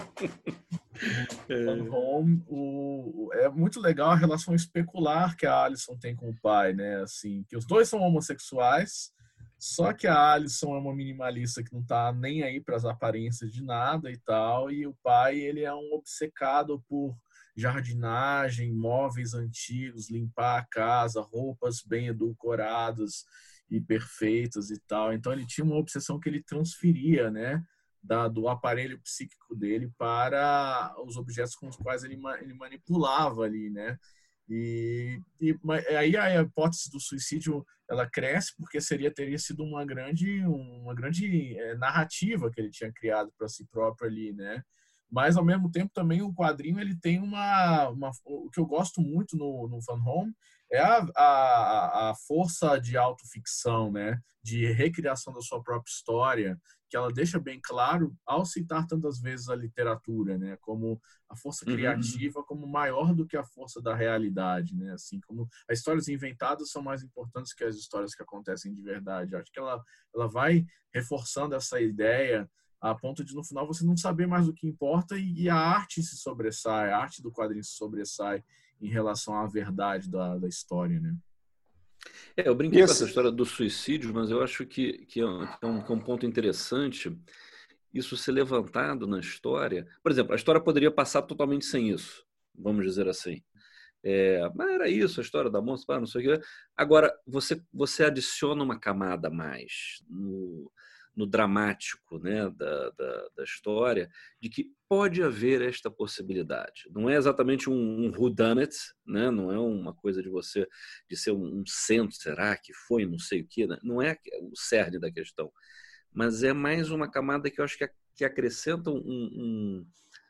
O Fan Home, o, é muito legal a relação especular que a Alison tem com o pai, né? Assim, que os dois são homossexuais, só que a Alison é uma minimalista que não tá nem aí para as aparências de nada e tal, e o pai, ele é um obcecado por jardinagem, móveis antigos, limpar a casa, roupas bem edulcoradas e perfeitas e tal. Então ele tinha uma obsessão que ele transferia, né, da, do aparelho psíquico dele para os objetos com os quais ele, ele manipulava ali, né? E, e aí a hipótese do suicídio ela cresce porque seria teria sido uma grande uma grande é, narrativa que ele tinha criado para si próprio ali, né? Mas ao mesmo tempo também o quadrinho ele tem uma, uma o que eu gosto muito no, no Fan Home é a, a, a força de autoficção, né? De recriação da sua própria história, que ela deixa bem claro ao citar tantas vezes a literatura, né? Como a força criativa uhum. como maior do que a força da realidade, né? Assim como as histórias inventadas são mais importantes que as histórias que acontecem de verdade. Acho que ela ela vai reforçando essa ideia a ponto de no final você não saber mais o que importa e a arte se sobressai, a arte do quadrinho se sobressai em relação à verdade da, da história, né? É, eu brinquei com essa história do suicídio, mas eu acho que, que, é um, que, é um, que é um ponto interessante isso ser levantado na história. Por exemplo, a história poderia passar totalmente sem isso, vamos dizer assim. É, mas era isso, a história da moça, não sei o que. Agora, você, você adiciona uma camada a mais no, no dramático, né, da, da, da história, de que pode haver esta possibilidade. Não é exatamente um, um whodunit, né? Não é uma coisa de você de ser um, um centro, será que foi, não sei o que, né? Não é o cerne da questão. Mas é mais uma camada que eu acho que que acrescentam um, um,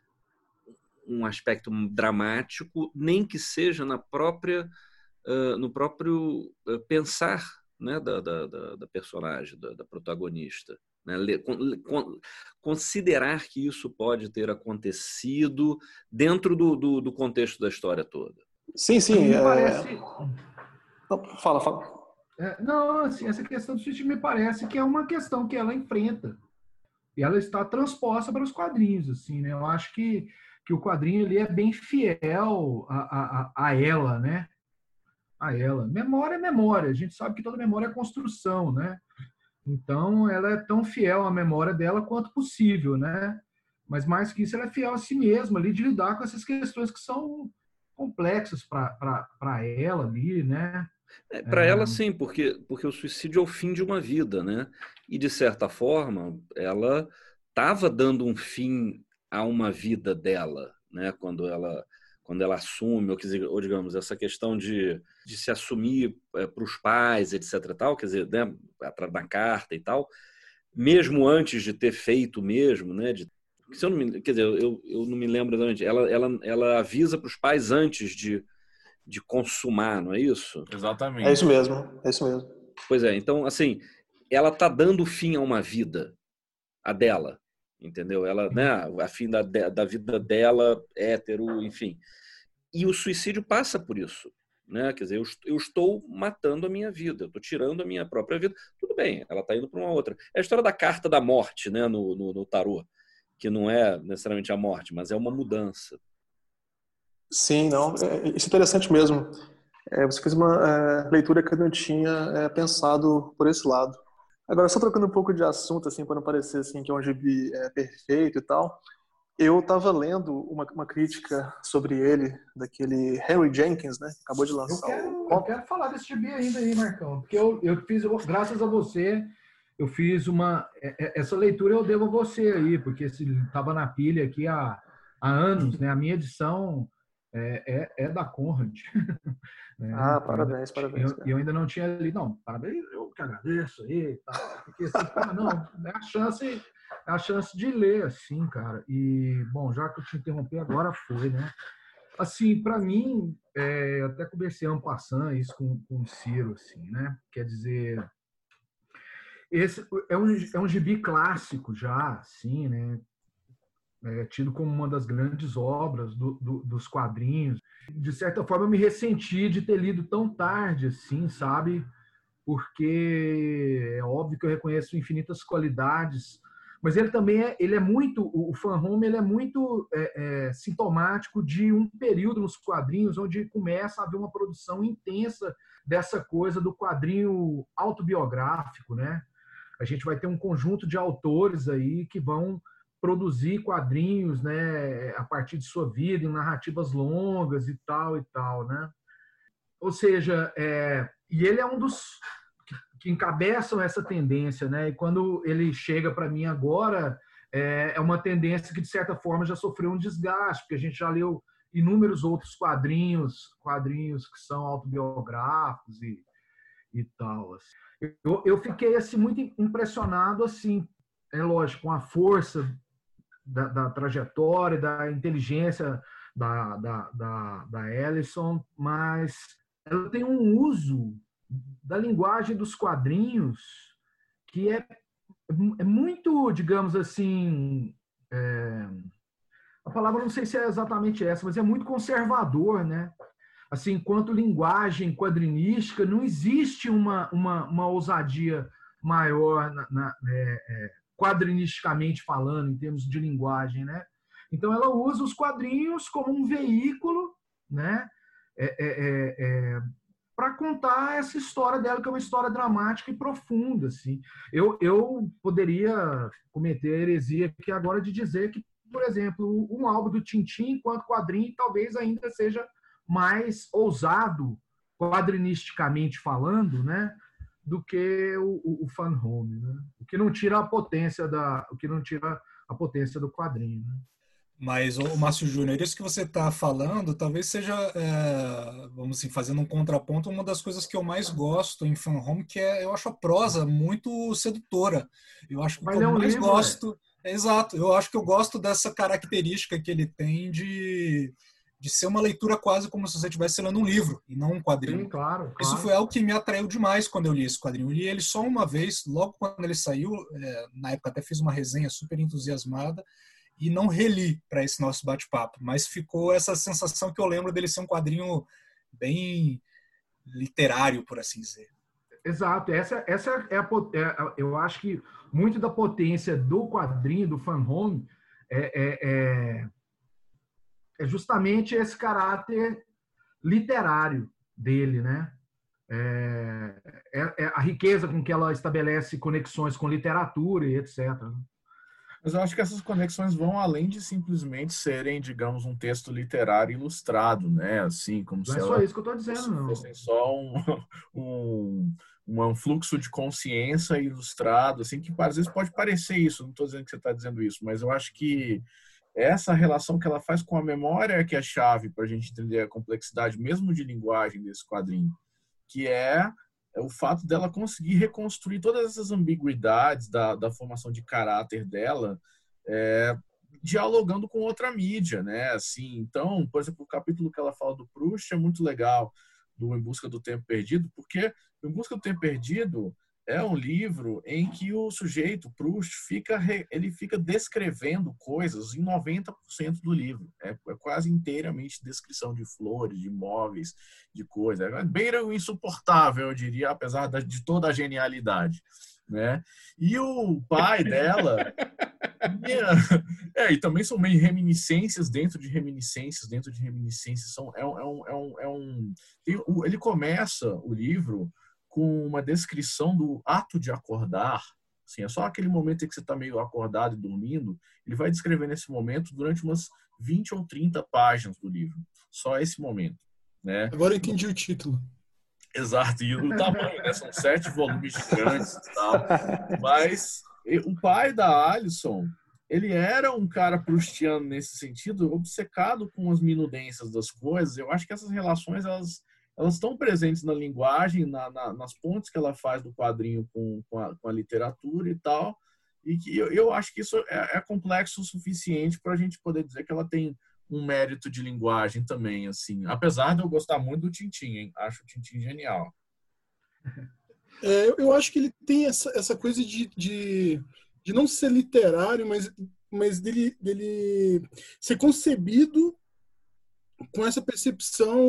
um aspecto dramático, nem que seja na própria, uh, no próprio uh, pensar, né, da, da, da personagem, da, da protagonista. Né? Considerar que isso pode ter acontecido dentro do, do, do contexto da história toda. Sim, sim. Me é... parece... Fala, fala. É, não, assim, essa questão do suicídio me parece que é uma questão que ela enfrenta. E ela está transposta para os quadrinhos, assim, né? Eu acho que, que o quadrinho ali é bem fiel a, a, a ela, né? A ela. Memória é memória. A gente sabe que toda memória é construção, né? Então, ela é tão fiel à memória dela quanto possível, né? Mas, mais que isso, ela é fiel a si mesma, ali, de lidar com essas questões que são complexas para ela ali, né? É, para é... ela, sim, porque, porque o suicídio é o fim de uma vida, né? E, de certa forma, ela estava dando um fim a uma vida dela, né? Quando ela... quando ela assume, ou, ou digamos, essa questão de, de se assumir é, para os pais, etc, tal, quer dizer, né, na carta e tal, mesmo antes de ter feito mesmo, né, de, se eu não me, quer dizer, eu, eu não me lembro exatamente, ela, ela, ela avisa para os pais antes de, de consumar, não é isso? Exatamente. É isso mesmo, é isso mesmo. Pois é, então, assim, ela está dando fim a uma vida, a dela, entendeu? Ela, né, a fim da, da vida dela, hétero, enfim. E o suicídio passa por isso, né? Quer dizer, eu, eu estou matando a minha vida, eu estou tirando a minha própria vida. Tudo bem, ela está indo para uma outra. É a história da carta da morte, né, no, no, no tarô, que não é necessariamente a morte, mas é uma mudança. Sim, não, é, isso é interessante mesmo. É, você fez uma é, leitura que eu não tinha é, pensado por esse lado. Agora, só trocando um pouco de assunto, assim, para não parecer assim, que é um gibi é, perfeito e tal, eu estava lendo uma, uma crítica sobre ele, daquele Henry Jenkins, né? Acabou de lançar. Eu quero, o... eu quero falar desse gibi ainda aí, Marcão, porque eu, eu fiz, graças a você, eu fiz uma... Essa leitura eu devo a você aí, porque estava na pilha aqui há, há anos, né? A minha edição é, é, é da Conrad. Ah, parabéns, ainda, parabéns. E eu, eu ainda não tinha lido. Não, parabéns, eu que agradeço aí. Tá, porque assim, cara, não, é a chance... a chance de ler, assim, cara. E, bom, já que eu te interrompi, agora foi, né? Assim, para mim, é, eu até conversei en passant isso com, com o Ciro, assim, né? Quer dizer, esse é um, é um gibi clássico já, assim, né? É tido como uma das grandes obras do, do, dos quadrinhos. De certa forma, eu me ressenti de ter lido tão tarde, assim, sabe? Porque é óbvio que eu reconheço infinitas qualidades, mas ele também é, ele é muito, o Fan Home ele é muito é, é, sintomático de um período nos quadrinhos onde começa a haver uma produção intensa dessa coisa do quadrinho autobiográfico, né? A gente vai ter um conjunto de autores aí que vão produzir quadrinhos, né, a partir de sua vida, em narrativas longas e tal e tal, né? Ou seja, é, e ele é um dos que, que encabeçam essa tendência, né? E quando ele chega para mim agora, é, é uma tendência que, de certa forma, já sofreu um desgaste, porque a gente já leu inúmeros outros quadrinhos, quadrinhos que são autobiográficos e, e tal. Assim. Eu, eu fiquei assim, muito impressionado, assim, é lógico, com a força da, da trajetória, da inteligência da, da, da, da Ellison, mas ela tem um uso da linguagem dos quadrinhos que é, é muito, digamos assim, é, a palavra não sei se é exatamente essa, mas é muito conservador, né? Assim, enquanto linguagem quadrinística, não existe uma, uma, uma ousadia maior na, na, é, é, quadrinisticamente falando, em termos de linguagem, né? Então, ela usa os quadrinhos como um veículo, né? É, é, é, é, para contar essa história dela, que é uma história dramática e profunda. Assim. Eu, eu poderia cometer a heresia aqui agora de dizer que, por exemplo, um álbum do Tintin, enquanto quadrinho, talvez ainda seja mais ousado, quadrinisticamente falando, né? Do que o, o, o Fan Home, né? O que não tira a potência da, o que não tira a potência do quadrinho, né? Mas, o Márcio Júnior, isso que você está falando, talvez seja, é, vamos assim, fazendo um contraponto, uma das coisas que eu mais gosto em Fan Home, que é, eu acho a prosa muito sedutora. Eu acho que o que eu um mais livro, gosto Exato, eu acho que eu gosto dessa característica que ele tem de, de ser uma leitura quase como se você estivesse lendo um livro e não um quadrinho. Sim, claro, claro. Isso foi algo que me atraiu demais quando eu li esse quadrinho. Eu li ele só uma vez, logo quando ele saiu, é, na época até fiz uma resenha super entusiasmada e não reli para esse nosso bate-papo, mas ficou essa sensação que eu lembro dele ser um quadrinho bem literário, por assim dizer. Exato, essa, essa é, a, é eu acho que muito da potência do quadrinho, do Fan Home, é, é, é, é justamente esse caráter literário dele, né? É, é, é a riqueza com que ela estabelece conexões com literatura e etcétera. Mas eu acho que essas conexões vão além de simplesmente serem, digamos, um texto literário ilustrado, né? Assim, como não se é só ela isso que eu estou dizendo, não. Fossem só um, um, um fluxo de consciência ilustrado, assim, que às vezes pode parecer isso. Não estou dizendo que você está dizendo isso, mas eu acho que essa relação que ela faz com a memória é que é a chave para a gente entender a complexidade, mesmo de linguagem desse quadrinho, que é é o fato dela conseguir reconstruir todas essas ambiguidades da, da formação de caráter dela, é, dialogando com outra mídia, né? Assim, então, por exemplo, o capítulo que ela fala do Proust é muito legal, do Em Busca do Tempo Perdido, porque Em Busca do Tempo Perdido é um livro em que o sujeito, Proust, fica, ele fica descrevendo coisas em noventa por cento do livro. É, é quase inteiramente descrição de flores, de móveis, de coisas. É bem insuportável, eu diria, apesar de toda a genialidade, né? E o pai dela... é, e também são meio reminiscências dentro de reminiscências, dentro de reminiscências. São, é um, é um, é um, é um, tem, ele começa o livro com uma descrição do ato de acordar. Assim, é só aquele momento em que você está meio acordado e dormindo. Ele vai descrevendo esse momento durante umas vinte ou trinta páginas do livro. Só esse momento, né? Agora eu entendi o título. Exato, e o tamanho, né? São sete volumes gigantes e tal. Mas o pai da Alison, ele era um cara proustiano nesse sentido, obcecado com as minudências das coisas. Eu acho que essas relações, elas elas estão presentes na linguagem, na, na, nas pontes que ela faz do quadrinho com, com, a, com a literatura e tal, e que eu, eu acho que isso é, é complexo o suficiente para a gente poder dizer que ela tem um mérito de linguagem também, assim, apesar de eu gostar muito do Tintin, hein? Acho o Tintin genial. É, eu, eu acho que ele tem essa, essa coisa de, de, de não ser literário, mas, mas dele, dele ser concebido com essa percepção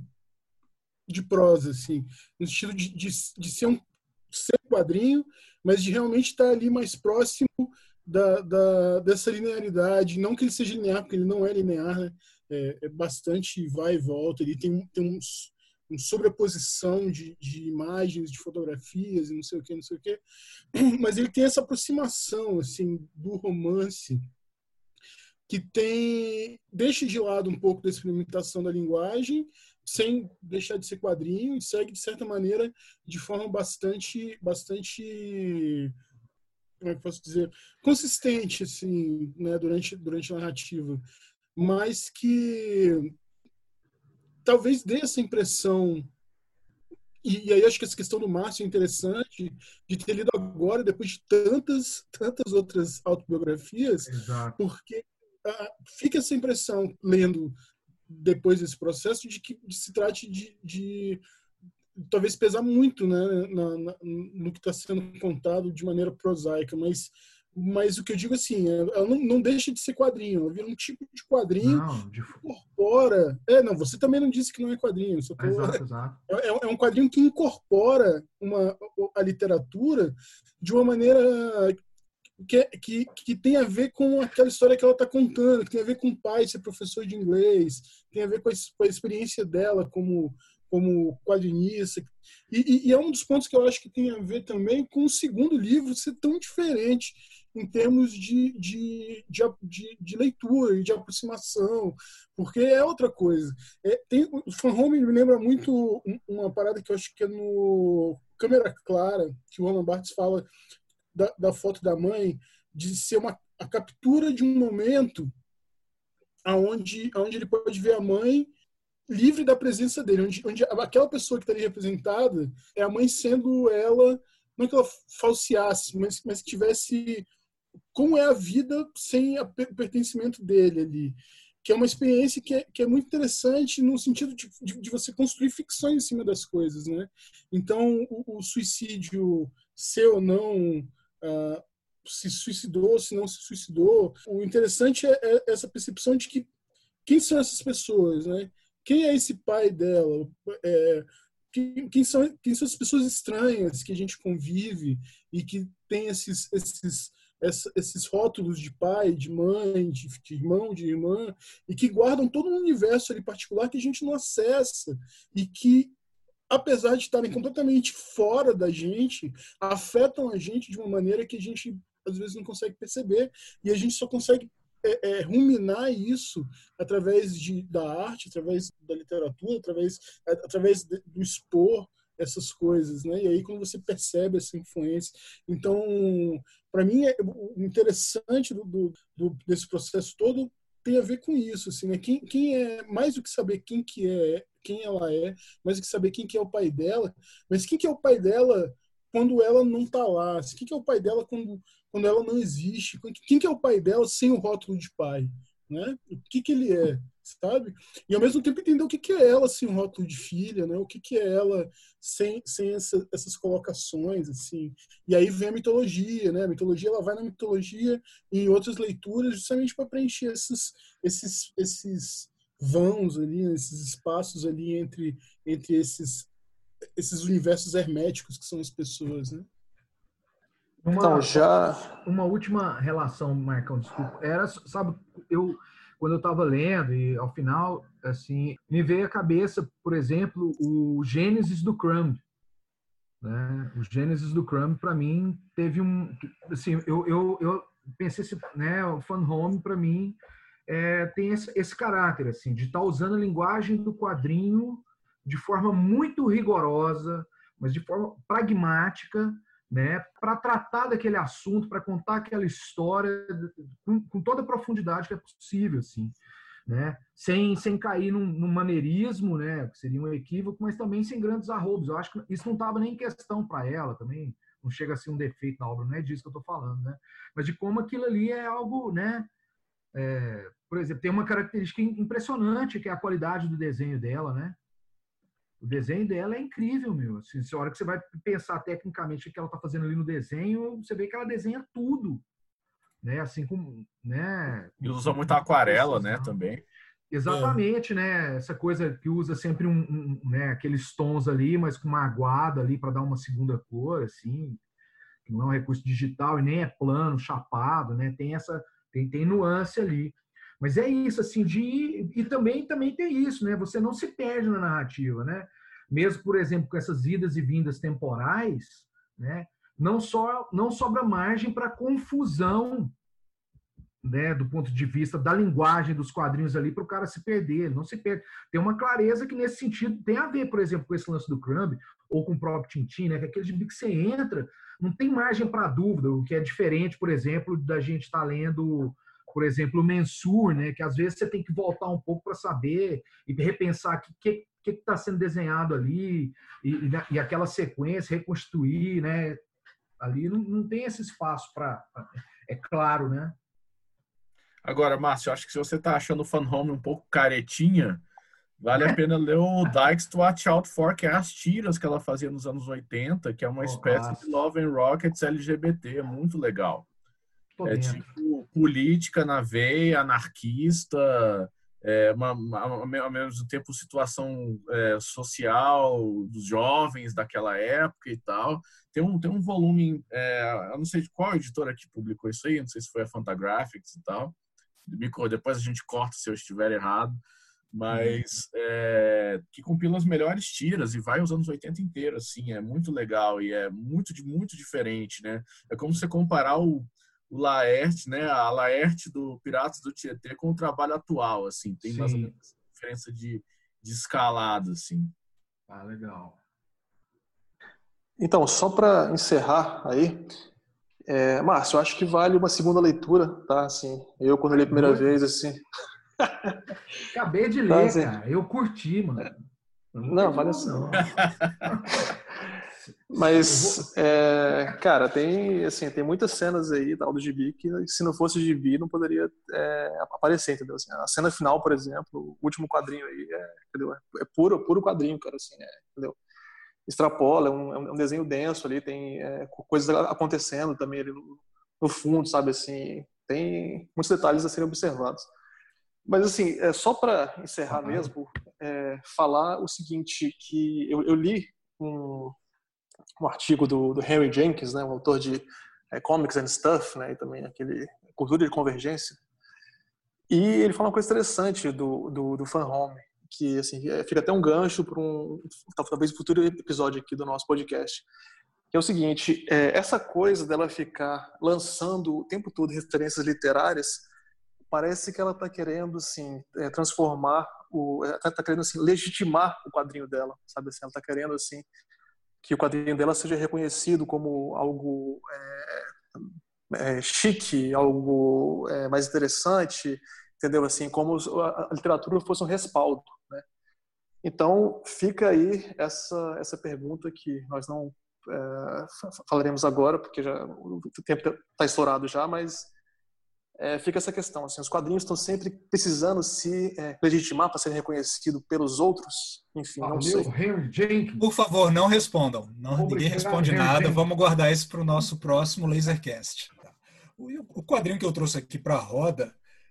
de prosa, assim, no estilo de, de, de ser, um, ser um quadrinho, mas de realmente estar ali mais próximo da, da, dessa linearidade. Não que ele seja linear, porque ele não é linear, né? é, é bastante vai e volta, ele tem, tem uns, uma sobreposição de, de imagens, de fotografias, e não sei o que, não sei o que, mas ele tem essa aproximação, assim, do romance, que tem, deixa de lado um pouco da experimentação da linguagem, sem deixar de ser quadrinho, e segue, de certa maneira, de forma bastante, bastante, como é que eu posso dizer, consistente, assim, né, durante, durante a narrativa, mas que talvez dê essa impressão, e, e aí acho que essa questão do Márcio é interessante, de ter lido agora, depois de tantas, tantas outras autobiografias, Exato. porque ah, fica essa impressão, lendo depois desse processo, de que se trate de, de talvez pesar muito, né, na, na, no que está sendo contado de maneira prosaica, mas, mas o que eu digo assim, ela não, não deixa de ser quadrinho, ela vira um tipo de quadrinho não, de... que incorpora... É, não, você também não disse que não é quadrinho, só tô, exato, exato. É, é um quadrinho que incorpora uma, a literatura de uma maneira... Que, que, que tem a ver com aquela história que ela está contando, que tem a ver com o pai ser professor de inglês, tem a ver com a, com a experiência dela como, como quadrinista. E, e, e é um dos pontos que eu acho que tem a ver também com o segundo livro ser tão diferente em termos de, de, de, de, de leitura e de aproximação, porque é outra coisa. É, tem, o Fan Home me lembra muito uma parada que eu acho que é no Câmera Clara, que o Roland Barthes fala Da, da foto da mãe, de ser uma, a captura de um momento aonde, aonde ele pode ver a mãe livre da presença dele, onde, onde aquela pessoa que está ali representada é a mãe sendo ela, não que ela falseasse, mas, mas que tivesse como é a vida sem o pertencimento dele ali. Que é uma experiência que é, que é muito interessante no sentido de, de, de você construir ficções em cima das coisas, né? Então, o, o suicídio, ser ou não, uh, se suicidou, se não se suicidou, o interessante é, é essa percepção de que quem são essas pessoas, né? Quem é esse pai dela? É, quem, quem, são, quem são as pessoas estranhas que a gente convive e que tem esses... esses esses rótulos de pai, de mãe, de, de irmão, de irmã, e que guardam todo um universo ali particular que a gente não acessa e que, apesar de estarem completamente fora da gente, afetam a gente de uma maneira que a gente às vezes não consegue perceber, e a gente só consegue é, é, ruminar isso através de, da arte, através da literatura, através, através de, do expor essas coisas, né? E aí quando você percebe essa influência, então para mim é, o interessante do, do, do, desse processo todo tem a ver com isso, assim, né? Quem, quem é mais do que saber quem que é, quem ela é, mais do que saber quem que é o pai dela, mas quem que é o pai dela quando ela não está lá, quem que é o pai dela quando quando ela não existe, quem que é o pai dela sem o rótulo de pai, né? O que que ele é, sabe? E ao mesmo tempo entender o que que é ela sem um rótulo de filha, né? O que que é ela sem, sem essa, essas colocações, assim. E aí vem a mitologia, né? A mitologia, ela vai na mitologia e em outras leituras justamente para preencher esses, esses, esses vãos ali, esses espaços ali entre, entre esses, esses universos herméticos que são as pessoas, né? Uma, então, já... uma última relação, Marcão, desculpa. Era, sabe, eu, quando eu estava lendo, e ao final, assim, me veio à cabeça, por exemplo, o Gênesis do Crumb. Né? O Gênesis do Crumb, para mim, teve um... Assim, eu, eu, eu pensei, né, o Fan Home, para mim, é, tem esse, esse caráter, assim, de estar tá usando a linguagem do quadrinho de forma muito rigorosa, mas de forma pragmática, né, para tratar daquele assunto, para contar aquela história com, com toda a profundidade que é possível, assim, né, sem, sem cair num, num maneirismo, né, que seria um equívoco, mas também sem grandes arroubos. Eu acho que isso não estava nem em questão para ela, também não chega a ser um defeito na obra, não é disso que eu estou falando, né, mas de como aquilo ali é algo, né, é, por exemplo, tem uma característica impressionante, que é a qualidade do desenho dela, né. O desenho dela é incrível, meu. Assim, a hora que você vai pensar tecnicamente o que ela está fazendo ali no desenho, você vê que ela desenha tudo, né? Assim como, né? E usa muito aquarela, né? Também. Exatamente, é. Né? Essa coisa que usa sempre um, um, né? Aqueles tons ali, mas com uma aguada ali para dar uma segunda cor, assim. Que não é um recurso digital e nem é plano, chapado, né? Tem essa, tem, tem nuance ali. Mas é isso, assim, de... E também, também tem isso, né? Você não se perde na narrativa, né? Mesmo, por exemplo, com essas idas e vindas temporais, né? Não, só, não sobra margem para confusão, né? Do ponto de vista da linguagem dos quadrinhos ali, para o cara se perder. Não se perde. Tem uma clareza que, nesse sentido, tem a ver, por exemplo, com esse lance do Crumb, ou com o próprio Tintin, né? Que aquele gibi que você entra, não tem margem para dúvida, o que é diferente, por exemplo, da gente estar tá lendo... Por exemplo, o Mensur, né, que às vezes você tem que voltar um pouco para saber e repensar o que que está sendo desenhado ali e, e, e aquela sequência, reconstruir, né? Ali não, não tem esse espaço para... É claro, né? Agora, Márcio, eu acho que se você está achando o Fan Home um pouco caretinha, vale a pena ler o Dykes to Watch Out For, que é as tiras que ela fazia nos anos oitenta, que é uma oh, espécie claro. de Love and Rockets L G B T, é muito legal. Tô é dentro. Tipo política na veia, anarquista, é, uma, uma, ao mesmo tempo situação é, social dos jovens daquela época e tal. Tem um, tem um volume, é, eu não sei de qual editora que publicou isso aí, não sei se foi a Fantagraphics e tal. Depois a gente corta se eu estiver errado, mas é, que compila as melhores tiras e vai os anos oitenta inteiro, assim, é muito legal e é muito, muito diferente, né? É como você comparar o o Laerte, né, a Laerte do Piratas do Tietê com o trabalho atual, assim, tem Sim. mais ou menos diferença de, de escalada, assim. Ah, legal. Então, só para encerrar aí, é, Márcio, eu acho que vale uma segunda leitura, tá, assim, eu quando li a primeira vez, assim... Acabei de ler, tá, assim... cara, eu curti, mano. Não, não vale assim. Não. Mas, é, cara, tem, assim, tem muitas cenas aí tal, do gibi que, se não fosse gibi, não poderia é, aparecer, entendeu? Assim, a cena final, por exemplo, o último quadrinho aí, é, entendeu? é puro, puro quadrinho, cara, assim, é, entendeu? Extrapola, é um, é um desenho denso ali, tem é, coisas acontecendo também ali no, no fundo, sabe, assim, tem muitos detalhes a serem observados. Mas, assim, é, só para encerrar uhum. mesmo, é, falar o seguinte, que eu, eu li um um artigo do, do Henry Jenkins, né, um autor de é, Comics and Stuff, né, e também aquele Cultura de Convergência, e ele fala uma coisa interessante do, do, do Fan Home, que assim, fica até um gancho para um, talvez um futuro episódio aqui do nosso podcast, que é o seguinte, é, essa coisa dela ficar lançando o tempo todo referências literárias, parece que ela está querendo assim, é, transformar, está tá querendo assim, legitimar o quadrinho dela, sabe assim, ela está querendo assim, que o quadrinho dela seja reconhecido como algo é, é, chique, algo é, mais interessante, entendeu? Assim, como a literatura fosse um respaldo, né? Então, fica aí essa, essa pergunta que nós não é, falaremos agora, porque já, o tempo está estourado já, mas é, fica essa questão. Assim, os quadrinhos estão sempre precisando se é, legitimar para serem reconhecidos pelos outros. Enfim, não sei. Por favor, não respondam. Não, ninguém responde nada. Vamos guardar isso para o nosso próximo Lasercast. O, o quadrinho que eu trouxe aqui para a roda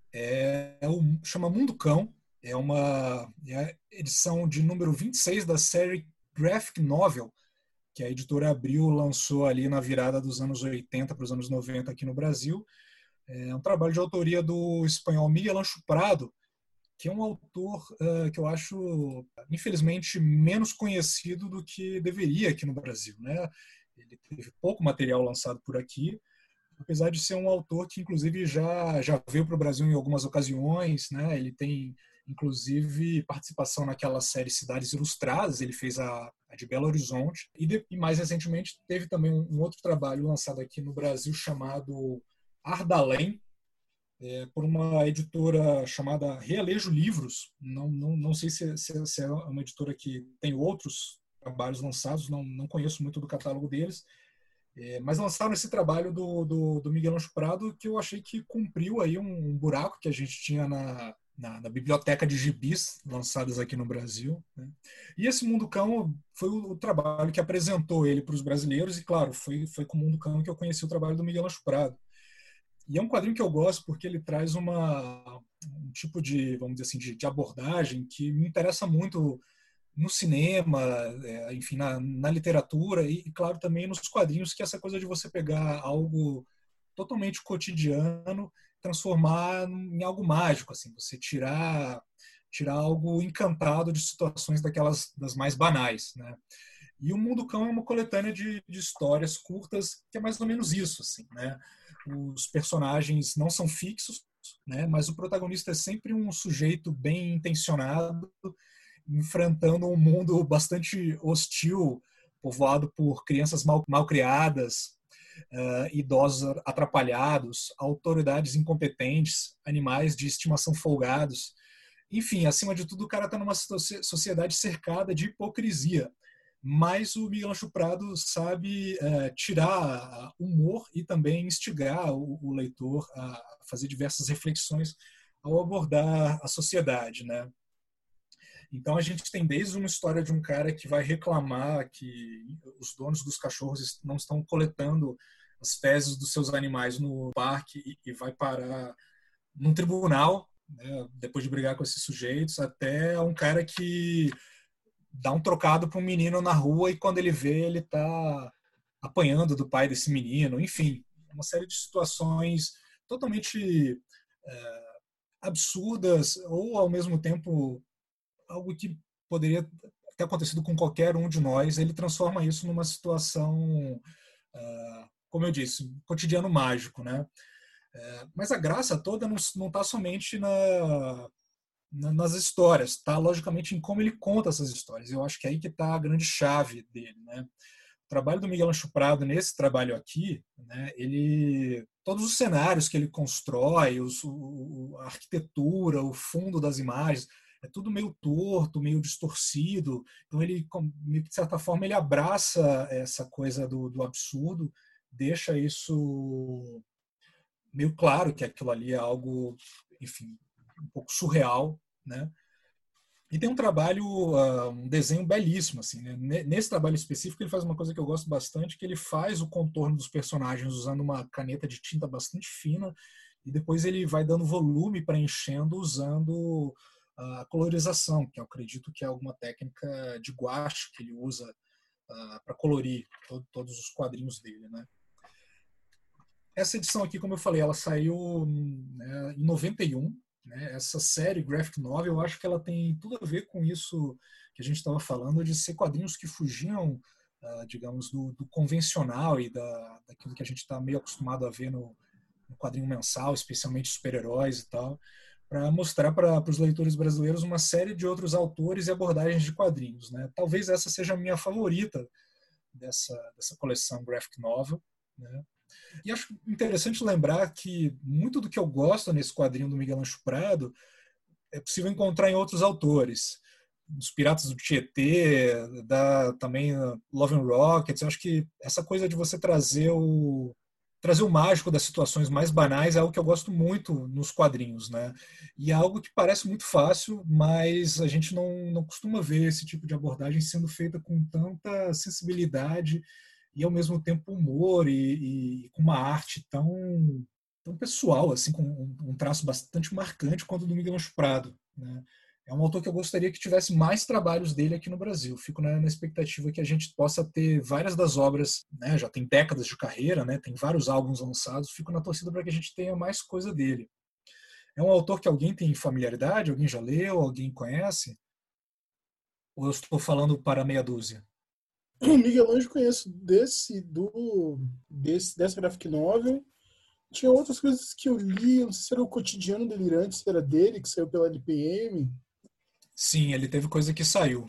é, é o, chama Mundo Cão. É uma é a edição de número vinte e seis da série Graphic Novel, que a editora Abril lançou ali na virada dos anos oitenta para os anos noventa aqui no Brasil. É um trabalho de autoria do espanhol Miguel Ancho Prado, que é um autor uh, que eu acho, infelizmente, menos conhecido do que deveria aqui no Brasil, né? Ele teve pouco material lançado por aqui, apesar de ser um autor que, inclusive, já, já veio para o Brasil em algumas ocasiões, né? Ele tem, inclusive, participação naquela série Cidades Ilustradas, ele fez a, a de Belo Horizonte, e, de, e mais recentemente teve também um, um outro trabalho lançado aqui no Brasil chamado Ardalém, é, por uma editora chamada Realejo Livros. Não, não, não sei se, se, se é uma editora que tem outros trabalhos lançados, não, não conheço muito do catálogo deles, é, mas lançaram esse trabalho do, do, do Miguel Ancho Prado, que eu achei que cumpriu aí um, um buraco que a gente tinha na, na, na biblioteca de gibis lançadas aqui no Brasil, né? E esse Mundo Cão foi o, o trabalho que apresentou ele para os brasileiros, e claro, foi, foi com o Mundo Cão que eu conheci o trabalho do Miguel Ancho Prado. E é um quadrinho que eu gosto porque ele traz uma, um tipo de, vamos dizer assim, de, de abordagem que me interessa muito no cinema, é, enfim, na, na literatura e, e, claro, também nos quadrinhos, que é essa coisa de você pegar algo totalmente cotidiano, transformar em algo mágico, assim, você tirar, tirar algo encantado de situações daquelas das mais banais, né? E o Mundo Cão é uma coletânea de, de histórias curtas que é mais ou menos isso, assim, né? Os personagens não são fixos, né? Mas o protagonista é sempre um sujeito bem intencionado, enfrentando um mundo bastante hostil, povoado por crianças mal, mal criadas, uh, idosos atrapalhados, autoridades incompetentes, animais de estimação folgados. Enfim, acima de tudo, o cara está numa sociedade cercada de hipocrisia. Mas o Miguel Ancho Prado sabe é, tirar humor e também instigar o, o leitor a fazer diversas reflexões ao abordar a sociedade, né? Então a gente tem desde uma história de um cara que vai reclamar que os donos dos cachorros não estão coletando as fezes dos seus animais no parque e, e vai parar num tribunal, né, depois de brigar com esses sujeitos, até um cara que dá um trocado para um menino na rua e quando ele vê, ele está apanhando do pai desse menino. Enfim, uma série de situações totalmente é, absurdas ou, ao mesmo tempo, algo que poderia ter acontecido com qualquer um de nós. Ele transforma isso numa situação, é, como eu disse, um cotidiano mágico, né? É, mas a graça toda não está somente na... nas histórias, está logicamente em como ele conta essas histórias. Eu acho que é aí que está a grande chave dele, né? O trabalho do Miguel Ancho Prado nesse trabalho aqui, né, ele, todos os cenários que ele constrói, os, o, a arquitetura, o fundo das imagens, é tudo meio torto, meio distorcido. Então ele, de certa forma, ele abraça essa coisa do, do absurdo, deixa isso meio claro que aquilo ali é algo, enfim, um pouco surreal, né? E tem um trabalho, um desenho belíssimo, assim, né? Nesse trabalho específico ele faz uma coisa que eu gosto bastante, que ele faz o contorno dos personagens usando uma caneta de tinta bastante fina e depois ele vai dando volume preenchendo usando a colorização, que eu acredito que é alguma técnica de guache que ele usa uh, para colorir todo, todos os quadrinhos dele, né? Essa edição aqui, como eu falei, ela saiu, né, em noventa e um. Né? Essa série Graphic Novel, eu acho que ela tem tudo a ver com isso que a gente estava falando, de ser quadrinhos que fugiam, uh, digamos, do, do convencional e da, daquilo que a gente está meio acostumado a ver no, no quadrinho mensal, especialmente super-heróis e tal, para mostrar para os leitores brasileiros uma série de outros autores e abordagens de quadrinhos. Né? Talvez essa seja a minha favorita dessa, dessa coleção Graphic Novel. Né? E acho interessante lembrar que muito do que eu gosto nesse quadrinho do Miguel Ancho Prado é possível encontrar em outros autores. Os Piratas do Tietê, da, também Love and Rockets. Eu acho que essa coisa de você trazer o, trazer o mágico das situações mais banais é algo que eu gosto muito nos quadrinhos. Né? E é algo que parece muito fácil, mas a gente não, não costuma ver esse tipo de abordagem sendo feita com tanta sensibilidade e ao mesmo tempo humor e, e com uma arte tão, tão pessoal, assim, com um, um traço bastante marcante quanto o do Miguel Ancho Prado. Né? É um autor que eu gostaria que tivesse mais trabalhos dele aqui no Brasil. Fico na, na expectativa que a gente possa ter várias das obras, né? Já tem décadas de carreira, né? Tem vários álbuns lançados, fico na torcida para que a gente tenha mais coisa dele. É um autor que alguém tem familiaridade? Alguém já leu? Alguém conhece? Ou eu estou falando para meia dúzia? O Miguel Anjo conheço desse, do, desse, dessa graphic novel. Tinha outras coisas que eu li, não sei se era o Cotidiano Delirante, se era dele, que saiu pela L P M. Sim, ele teve coisa que saiu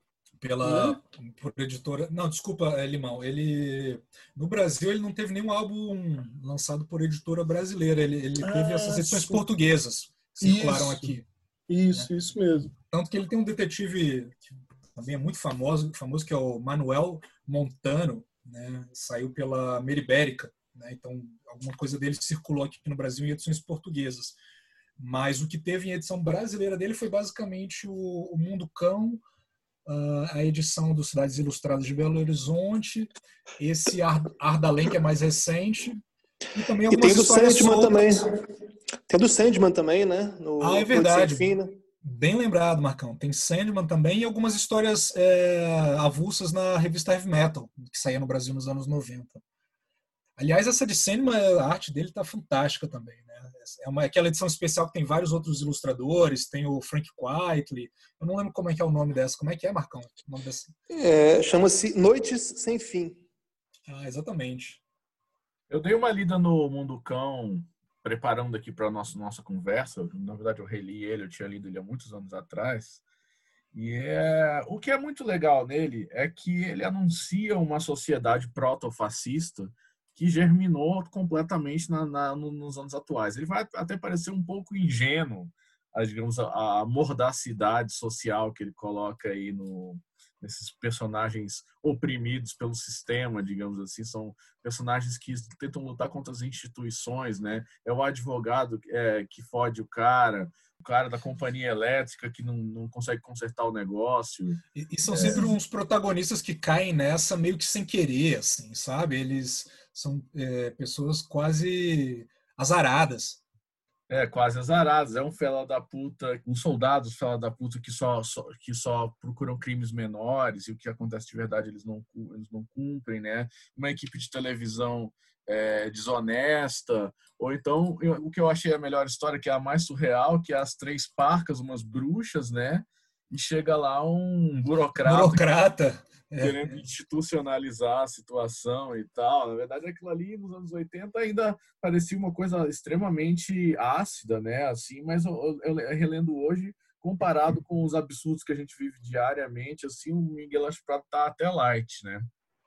pela É? por editora. Não, desculpa, Limão. Ele no Brasil ele não teve nenhum álbum lançado por editora brasileira. Ele, ele teve essas Ah, edições sim. portuguesas que circularam Isso. aqui. Isso, Né? isso mesmo. Tanto que ele tem um detetive que também é muito famoso, famoso que é o Manuel Montano, né? Saiu pela Meribérica, né? Então alguma coisa dele circulou aqui no Brasil em edições portuguesas. Mas o que teve em edição brasileira dele foi basicamente o, o Mundo Cão, uh, a edição do Cidades Ilustradas de Belo Horizonte, esse Ar, Ardalém, que é mais recente, e também E algumas tem do histórias Sandman soltas. também. Tem do Sandman também, né? No Ah, é Noite verdade. Sem Fim, né? Bem lembrado, Marcão. Tem Sandman também e algumas histórias é, avulsas na revista Heavy Metal, que saía no Brasil nos anos noventa. Aliás, essa de Sandman, a arte dele está fantástica também. Né? É uma, aquela edição especial que tem vários outros ilustradores, tem o Frank Quitely. Eu não lembro como é que é o nome dessa. Como é que é, Marcão? O nome dessa? É, chama-se Noites Sem Fim. Ah, exatamente. Eu dei uma lida no Mundo Cão, preparando aqui para a nossa, nossa conversa. Na verdade, eu reli ele, eu tinha lido ele há muitos anos atrás. E é, o que é muito legal nele é que ele anuncia uma sociedade proto-fascista que germinou completamente na, na, nos anos atuais. Ele vai até parecer um pouco ingênuo, a, digamos, a, a mordacidade social que ele coloca aí no, nesses personagens oprimidos pelo sistema, digamos assim. São personagens que tentam lutar contra as instituições, né? É o advogado é, que fode o cara, o cara da companhia elétrica que não, não consegue consertar o negócio. E, e são é... sempre uns protagonistas que caem nessa meio que sem querer, assim, sabe? Eles são é, pessoas quase azaradas. É, quase azarados. É um fela da puta, uns soldados fela da puta que só, só, que só procuram crimes menores e o que acontece de verdade eles não, eles não cumprem, né? Uma equipe de televisão é, desonesta. Ou então, eu, o que eu achei a melhor história, que é a mais surreal, que é as três parcas, umas bruxas, né? E chega lá um burocrata. Burocrata. Querendo é. institucionalizar a situação e tal. Na verdade, aquilo ali nos anos oitenta ainda parecia uma coisa extremamente ácida, né? Assim, mas eu, eu, eu relendo hoje, comparado com os absurdos que a gente vive diariamente, assim, o Miguel Ancho Prado tá até light, né?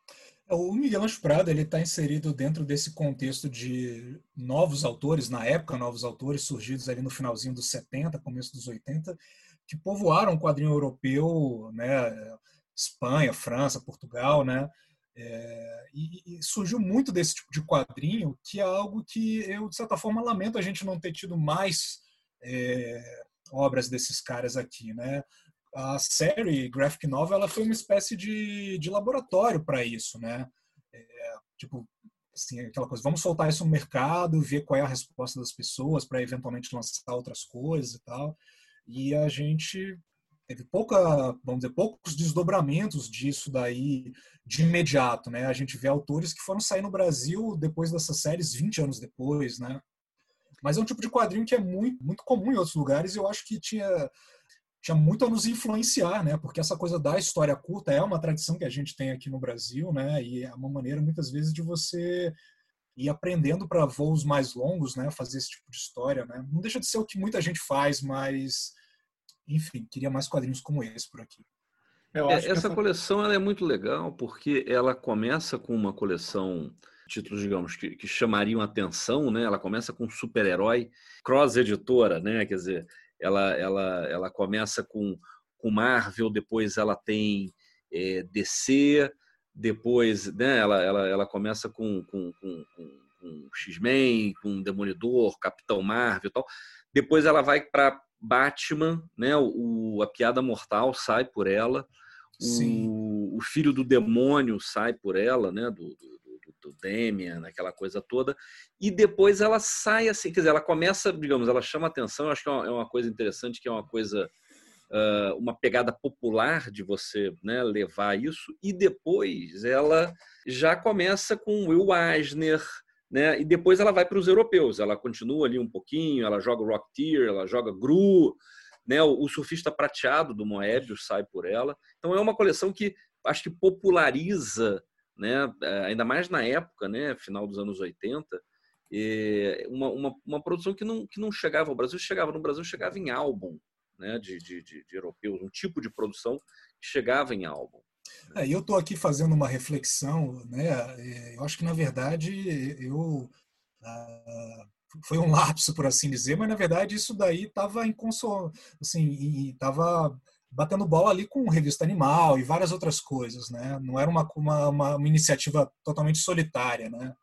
O Miguel Ancho Prado ele está inserido dentro desse contexto de novos autores, na época, novos autores surgidos ali no finalzinho dos setenta, começo dos oitenta, que povoaram o quadrinho europeu, né? Espanha, França, Portugal, né? É, e, e surgiu muito desse tipo de quadrinho, que é algo que eu, de certa forma, lamento a gente não ter tido mais é, obras desses caras aqui, né? A série Graphic Novel ela foi uma espécie de, de laboratório para isso, né? É, tipo, assim, aquela coisa, vamos soltar isso no mercado, ver qual é a resposta das pessoas para eventualmente lançar outras coisas e tal. E a gente teve pouca, vamos dizer, poucos desdobramentos disso daí de imediato, né? A gente vê autores que foram sair no Brasil depois dessas séries vinte anos depois, né? Mas é um tipo de quadrinho que é muito, muito comum em outros lugares e eu acho que tinha tinha muito a nos influenciar, né? Porque essa coisa da história curta é uma tradição que a gente tem aqui no Brasil, né? E é uma maneira muitas vezes de você ir aprendendo para voos mais longos, né? Fazer esse tipo de história, né? Não deixa de ser o que muita gente faz, mas enfim, queria mais quadrinhos como esse por aqui. Eu É, acho que essa essa... coleção ela é muito legal porque ela começa com uma coleção títulos, digamos, que, que chamariam atenção, né? Ela começa com super-herói, cross editora, né? Quer dizer, ela, ela, ela começa com, com Marvel, depois ela tem é, D C, depois, né? Ela, ela, ela começa com, com, com, com, com X-Men, com Demolidor, Capitão Marvel e tal. Depois ela vai para Batman, né? O, a Piada Mortal sai por ela. O, o Filho do Demônio sai por ela, né? Do, do, do Damian, aquela coisa toda, e depois ela sai assim, quer dizer, ela começa, digamos, ela chama atenção, eu acho que é uma, é uma coisa interessante, que é uma coisa, uh, uma pegada popular de você, né, levar isso, e depois ela já começa com Will Eisner, né, e depois ela vai para os europeus, ela continua ali um pouquinho, ela joga Rocketeer, ela joga Gru, né, o, o Surfista Prateado do Moebius sai por ela, então é uma coleção que acho que populariza, né, ainda mais na época, né, final dos anos oitenta, uma, uma, uma produção que não, que não chegava ao Brasil, chegava no Brasil, chegava em álbum, né, de, de, de, de europeus, um tipo de produção que chegava em álbum. É, eu estou aqui fazendo uma reflexão, né, eu acho que, na verdade, eu... Ah, foi um lapso, por assim dizer, mas, na verdade, isso daí estava em consonância, assim, estava batendo bola ali com Revista Animal e várias outras coisas, né? Não era uma, uma, uma iniciativa totalmente solitária, né?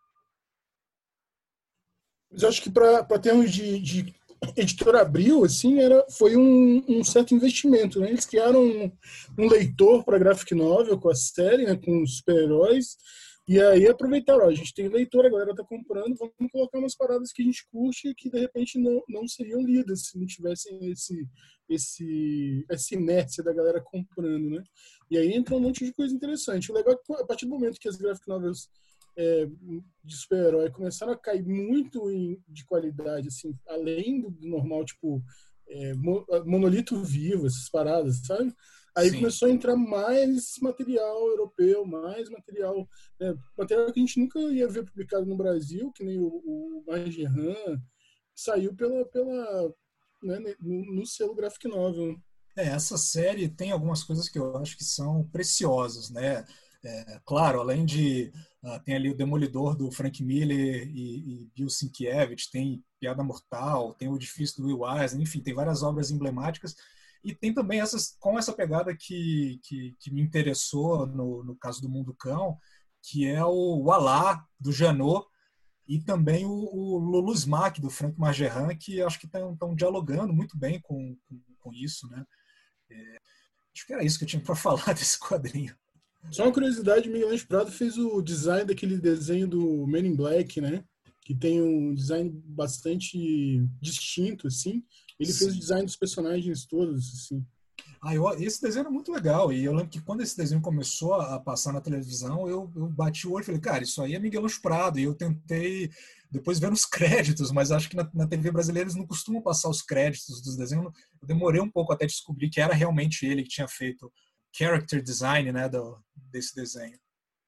Mas eu acho que para termos de, de editora Abril, assim, era, foi um, um certo investimento, né? Eles criaram um, um leitor para graphic novel com a série, né? Com os super-heróis, e aí aproveitaram, ó, a gente tem leitor, a galera tá comprando, vamos colocar umas paradas que a gente curte e que de repente não, não seriam lidas se não tivessem esse, esse, essa inércia da galera comprando, né? E aí entra um monte de coisa interessante. O legal é que a partir do momento que as graphic novels é, de super-herói começaram a cair muito em, de qualidade, assim, além do normal, tipo, é, monolito vivo, essas paradas, sabe? Aí Sim. começou a entrar mais material europeu, mais material, né, material que a gente nunca ia ver publicado no Brasil, que nem o, o Margehan, saiu pela, pela, né, no, no selo Graphic Novel. É, essa série tem algumas coisas que eu acho que são preciosas, né? É, claro, além de... Uh, tem ali o Demolidor do Frank Miller e, e Bill Sienkiewicz, tem Piada Mortal, tem o Edifício do Will Eisner, enfim, tem várias obras emblemáticas. E tem também essas, com essa pegada que, que, que me interessou no, no caso do Mundo Cão, que é o, o Alá, do Janot, e também o, o Lulu Smack, do Frank Margehan, que acho que estão dialogando muito bem com, com, com isso, né? É, acho que era isso que eu tinha para falar desse quadrinho. Só uma curiosidade, Miguel Angel Prado fez o design daquele desenho do Men in Black, né? Que tem um design bastante distinto, assim. Ele Sim. fez o design dos personagens todos, assim. Ah, eu, esse desenho era muito legal. E eu lembro que quando esse desenho começou a passar na televisão, eu, eu bati o olho e falei, cara, isso aí é Miguel Angel Prado. E eu tentei depois ver nos créditos, mas acho que na, na T V brasileira eles não costumam passar os créditos dos desenhos. Eu demorei um pouco até descobrir que era realmente ele que tinha feito character design, né, do, desse desenho.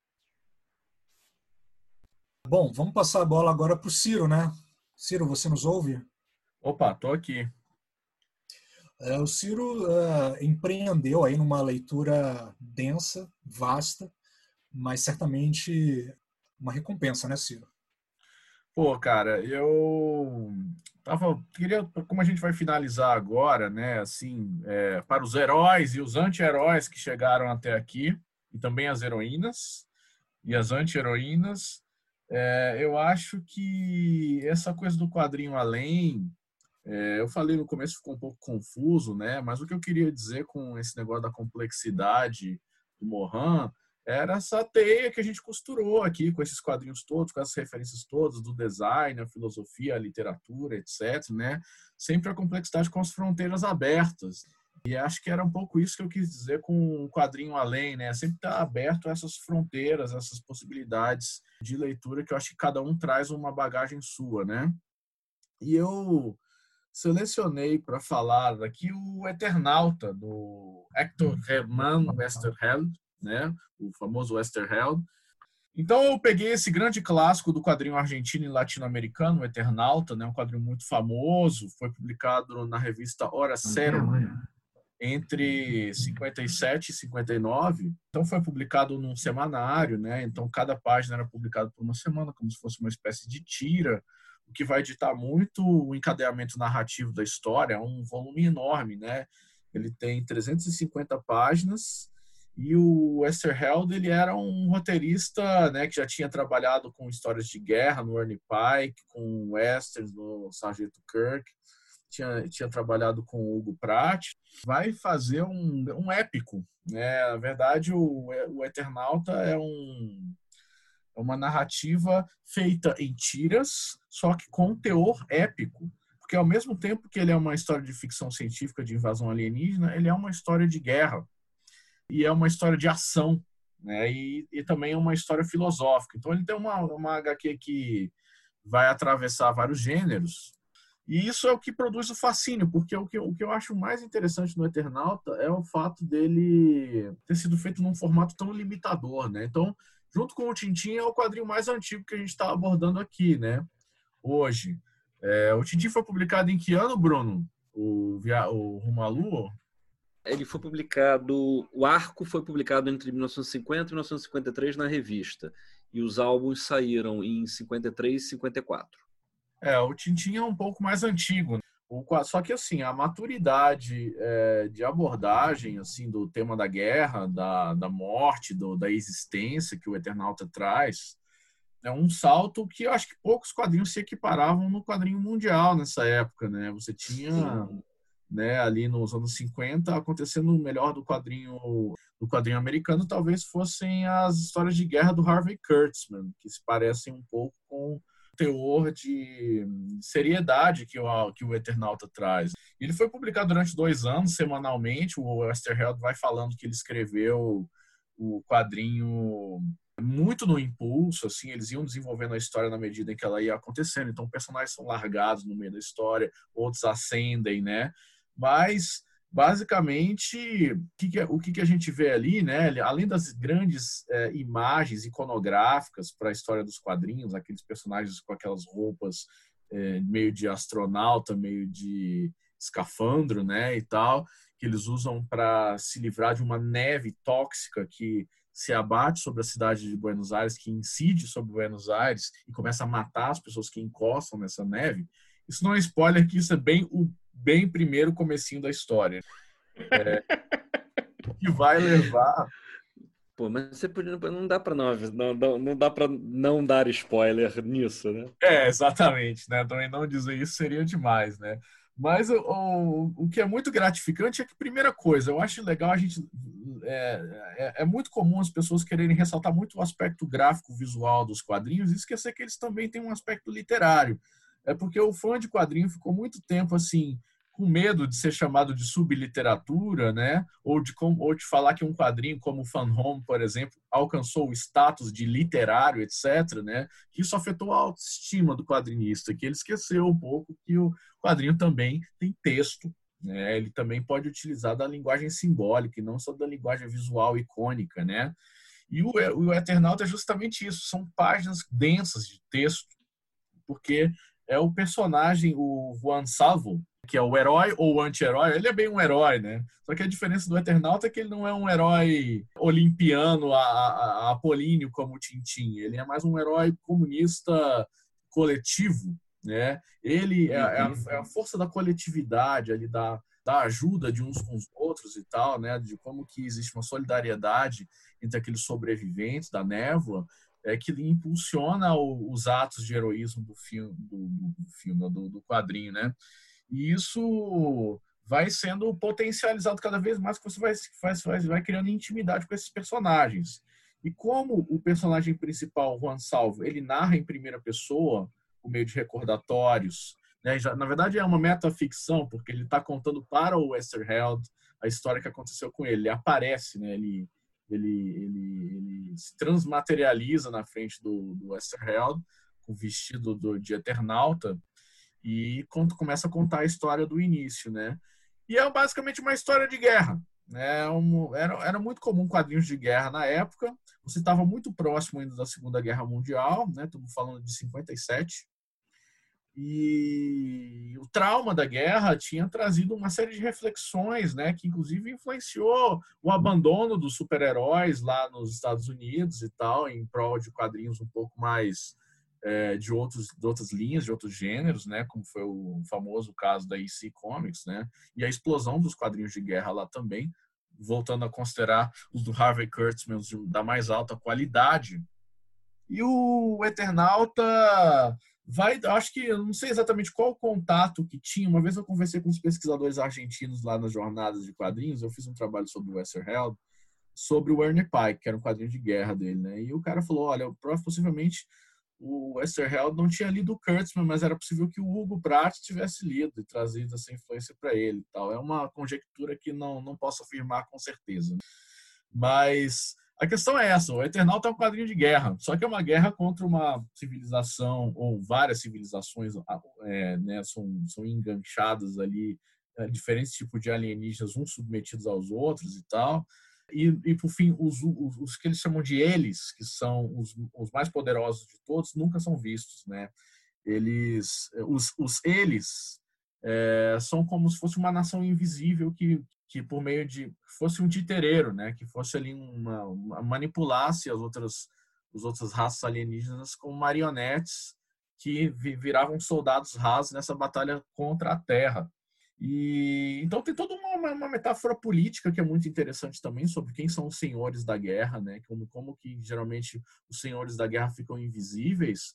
Bom, vamos passar a bola agora para o Ciro, né? Ciro, você nos ouve? Opa, tô aqui. É, o Ciro uh, empreendeu aí numa leitura densa, vasta, mas certamente uma recompensa, né, Ciro? Pô, cara, eu tava, queria, como a gente vai finalizar agora, né, assim, é, para os heróis e os anti-heróis que chegaram até aqui, e também as heroínas e as anti-heroínas, é, eu acho que essa coisa do quadrinho além, é, eu falei no começo, ficou um pouco confuso, né, mas o que eu queria dizer com esse negócio da complexidade do Mohan era essa teia que a gente costurou aqui com esses quadrinhos todos, com essas referências todas do design, a filosofia, a literatura, etcétera, né? Sempre a complexidade com as fronteiras abertas. E acho que era um pouco isso que eu quis dizer com o quadrinho além, né? Sempre estar aberto a essas fronteiras, essas possibilidades de leitura que eu acho que cada um traz uma bagagem sua, né? E eu selecionei para falar aqui o Eternauta, do Hector Hermann Westerheld, né? O famoso Westerheld. Então eu peguei esse grande clássico do quadrinho argentino e latino-americano, o Eternauta, né? Um quadrinho muito famoso, foi publicado na revista Hora Zero entre cinquenta e sete e cinquenta e nove. Então foi publicado num semanário, né? Então cada página era publicada por uma semana, como se fosse uma espécie de tira, o que vai ditar muito o encadeamento narrativo da história. É um volume enorme, né? Ele tem trezentas e cinquenta páginas. E o Westerheld, ele era um roteirista, né, que já tinha trabalhado com histórias de guerra no Ernie Pike, com westerns no Sargento Kirk, tinha, tinha trabalhado com o Hugo Pratt. Vai fazer um, um épico, né? Na verdade, o, o Eternauta é um, é uma narrativa feita em tiras, só que com teor épico. Porque ao mesmo tempo que ele é uma história de ficção científica de invasão alienígena, ele é uma história de guerra. E é uma história de ação, né? E, e também é uma história filosófica. Então ele tem uma, uma agá quê que vai atravessar vários gêneros. E isso é o que produz o fascínio, porque o que, o que eu acho mais interessante no Eternauta é o fato dele ter sido feito num formato tão limitador, né? Então, junto com o Tintin, é o quadrinho mais antigo que a gente está abordando aqui, né? Hoje. É, o Tintin foi publicado em que ano, Bruno? O, via, o Rumo à Lua? Ele foi publicado, o arco foi publicado entre mil novecentos e cinquenta e mil novecentos e cinquenta e três na revista. E os álbuns saíram em cinquenta e três e cinquenta e quatro. É, o Tintin é um pouco mais antigo. O, só que, assim, a maturidade é, de abordagem, assim, do tema da guerra, da, da morte, do, da existência que o Eternauta traz, é um salto que eu acho que poucos quadrinhos se equiparavam no quadrinho mundial nessa época, né? Você tinha... Sim. Né, ali nos anos cinquenta, acontecendo o melhor do quadrinho do quadrinho americano, talvez fossem as histórias de guerra do Harvey Kurtzman, que se parecem um pouco com o teor de seriedade que o, que o Eternauta traz. Ele foi publicado durante dois anos, semanalmente. O Westerheld vai falando que ele escreveu o quadrinho muito no impulso, assim, eles iam desenvolvendo a história na medida em que ela ia acontecendo. Então, personagens são largados no meio da história, outros ascendem, né? Mas, basicamente, o que, que, o que, que a gente vê ali, né? Além das grandes é, imagens iconográficas para a história dos quadrinhos, aqueles personagens com aquelas roupas é, meio de astronauta, meio de escafandro, né, e tal, que eles usam para se livrar de uma neve tóxica que se abate sobre a cidade de Buenos Aires, que incide sobre Buenos Aires e começa a matar as pessoas que encostam nessa neve. Isso não é spoiler, que isso é bem o bem primeiro comecinho da história. É, que vai levar... Pô, mas você podia, não dá para não, não, não dá para não dar spoiler nisso, né? É, exatamente, né? Também não dizer isso seria demais, né? Mas o, o, o que é muito gratificante é que, primeira coisa, eu acho legal a gente... É, é, é muito comum as pessoas quererem ressaltar muito o aspecto gráfico visual dos quadrinhos e esquecer que eles também têm um aspecto literário. É porque o fã de quadrinho ficou muito tempo assim, com medo de ser chamado de subliteratura, né? Ou de, ou de falar que um quadrinho como o Fan Home, por exemplo, alcançou o status de literário, etcétera, né? Que isso afetou a autoestima do quadrinista, que ele esqueceu um pouco que o quadrinho também tem texto, né? Ele também pode utilizar da linguagem simbólica e não só da linguagem visual icônica, né? E o, o Eternauta é justamente isso, são páginas densas de texto, porque é o personagem, o Juan Salvo, que é o herói ou o anti-herói. Ele é bem um herói, né? Só que a diferença do Eternauta é que ele não é um herói olimpiano, a, a, a apolíneo como o Tintin. Ele é mais um herói comunista coletivo, né? Ele é, é, a, Uhum. é a força da coletividade, ali, da, da ajuda de uns com os outros e tal, né? De como que existe uma solidariedade entre aqueles sobreviventes da névoa, é que impulsiona o, os atos de heroísmo do filme, do, do, filme do, do quadrinho, né? E isso vai sendo potencializado cada vez mais, que você vai, vai, vai, vai criando intimidade com esses personagens. E como o personagem principal, Juan Salvo, ele narra em primeira pessoa, por meio de recordatórios, né? Já, na verdade é uma metaficção, porque ele está contando para o Westerheld a história que aconteceu com ele. Ele aparece, né? ele, ele, ele, ele se transmaterializa na frente do, do Westerheld, com o vestido do, de Eternauta, e quando começa a contar a história do início, né? E é basicamente uma história de guerra, né? Um, era, era muito comum quadrinhos de guerra na época. Você estava muito próximo ainda da Segunda Guerra Mundial, né? Estamos falando de cinquenta e sete. E o trauma da guerra tinha trazido uma série de reflexões, né? Que inclusive influenciou o abandono dos super-heróis lá nos Estados Unidos e tal, em prol de quadrinhos um pouco mais É, de, outros, de outras linhas, de outros gêneros, né, como foi o famoso caso da E C Comics, né, e a explosão dos quadrinhos de guerra lá também, voltando a considerar os do Harvey Kurtzman da mais alta qualidade. E o Eternauta vai, acho que, eu não sei exatamente qual o contato que tinha, uma vez eu conversei com os pesquisadores argentinos lá nas jornadas de quadrinhos, eu fiz um trabalho sobre o Westerheld, sobre o Ernie Pike, que era um quadrinho de guerra dele, né, e o cara falou, olha, possivelmente o Westerheld não tinha lido o Kurtzman, mas era possível que o Hugo Pratt tivesse lido e trazido essa influência para ele e tal. É uma conjectura que não, não posso afirmar com certeza. Mas a questão é essa, o Eternauta é um quadrinho de guerra, só que é uma guerra contra uma civilização, ou várias civilizações, é, né, são, são enganchadas ali, é, diferentes tipos de alienígenas, uns submetidos aos outros e tal. E, e por fim, os, os, os que eles chamam de eles, que são os, os mais poderosos de todos, nunca são vistos, né? Eles, os, os eles é, são como se fosse uma nação invisível que, que por meio de fosse um titereiro, né? Que fosse ali uma, uma manipulasse as outras, as outras raças alienígenas como marionetes que viravam soldados rasos nessa batalha contra a Terra. E então tem toda uma, uma metáfora política que é muito interessante também sobre quem são os senhores da guerra, né? Como, como que geralmente os senhores da guerra ficam invisíveis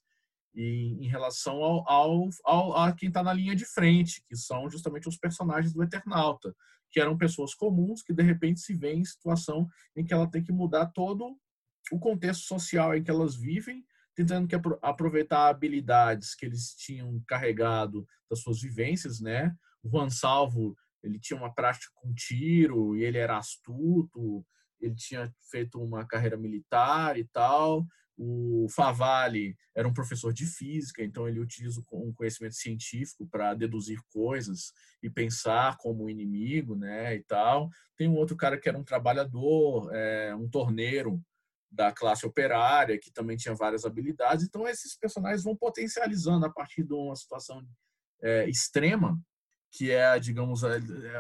e, em relação ao, ao, ao a quem está na linha de frente, que são justamente os personagens do Eternauta, que eram pessoas comuns que de repente se veem em situação em que ela tem que mudar todo o contexto social em que elas vivem, tentando que aproveitar habilidades que eles tinham carregado das suas vivências, né? O Juan Salvo, ele tinha uma prática com tiro e ele era astuto, ele tinha feito uma carreira militar e tal. O Favale era um professor de física, então ele utiliza um conhecimento científico para deduzir coisas e pensar como inimigo, né, e tal. Tem um outro cara que era um trabalhador, é, um torneiro da classe operária, que também tinha várias habilidades. Então esses personagens vão potencializando a partir de uma situação é, extrema, que é, digamos, é,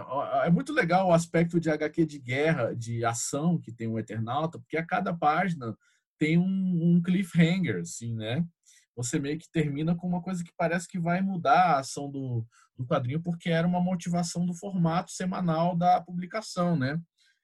é muito legal o aspecto de agá quê de guerra, de ação que tem o Eternauta, porque a cada página tem um, um cliffhanger, assim, né? Você meio que termina com uma coisa que parece que vai mudar a ação do, do quadrinho, porque era uma motivação do formato semanal da publicação, né?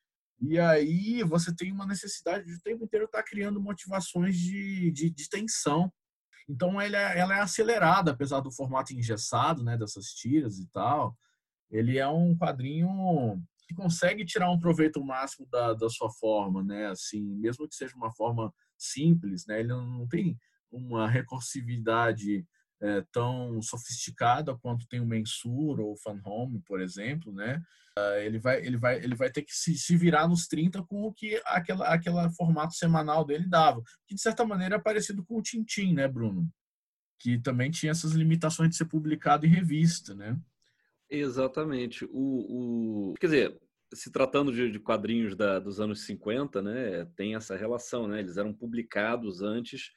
E aí você tem uma necessidade de o tempo inteiro estar criando motivações de, de, de tensão. Então ela é, ela é acelerada, apesar do formato engessado, né, dessas tiras e tal. Ele é um quadrinho que consegue tirar um proveito máximo da, da sua forma, né? Assim, mesmo que seja uma forma simples, né? Ele não tem uma recursividade é, tão sofisticada quanto tem o Mensur ou o Fan Home, por exemplo, né? Ele vai, ele vai, ele vai ter que se, se virar nos trinta com o que aquela, aquela formato semanal dele dava, que de certa maneira é parecido com o Tintin, né, Bruno? Que também tinha essas limitações de ser publicado em revista, né? Exatamente. O, o... Quer dizer, se tratando de, de quadrinhos da, dos anos cinquenta, né, tem essa relação, né? Eles eram publicados antes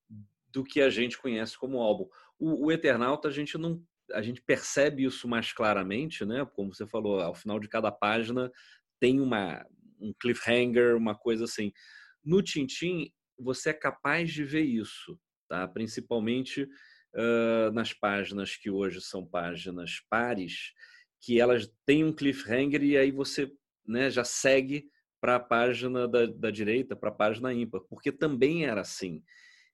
do que a gente conhece como álbum. O, o Eternauta, a gente não a gente percebe isso mais claramente, né? Como você falou, ao final de cada página tem uma, um cliffhanger, uma coisa assim. No Tintin, você é capaz de ver isso, tá? Principalmente uh, nas páginas que hoje são páginas pares, que elas têm um cliffhanger e aí você, né, já segue para a página da, da direita, para a página ímpar, porque também era assim.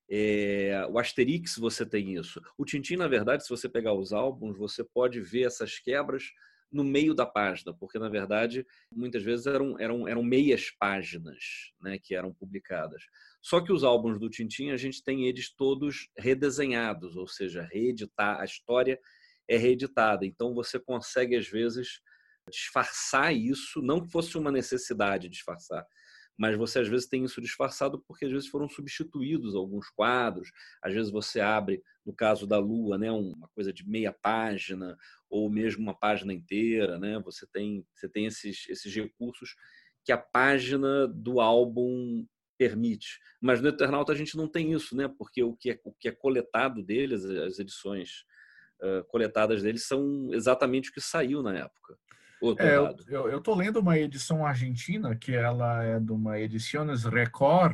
É, o Asterix você tem isso. O Tintin, na verdade, se você pegar os álbuns, você pode ver essas quebras no meio da página, porque, na verdade, muitas vezes eram, eram, eram meias páginas, né, que eram publicadas. Só que os álbuns do Tintin, a gente tem eles todos redesenhados, ou seja, reeditar, a história é reeditada. Então, você consegue, às vezes, disfarçar isso, não que fosse uma necessidade de disfarçar, mas você às vezes tem isso disfarçado porque às vezes foram substituídos alguns quadros, às vezes você abre, no caso da Lua, né, uma coisa de meia página ou mesmo uma página inteira, né? Você tem, você tem esses, esses recursos que a página do álbum permite. Mas no Eternauta a gente não tem isso, né? Porque o que é, o que é coletado deles, as edições uh, coletadas deles são exatamente o que saiu na época. É, eu, eu, eu tô lendo uma edição argentina, que ela é de uma Ediciones Record,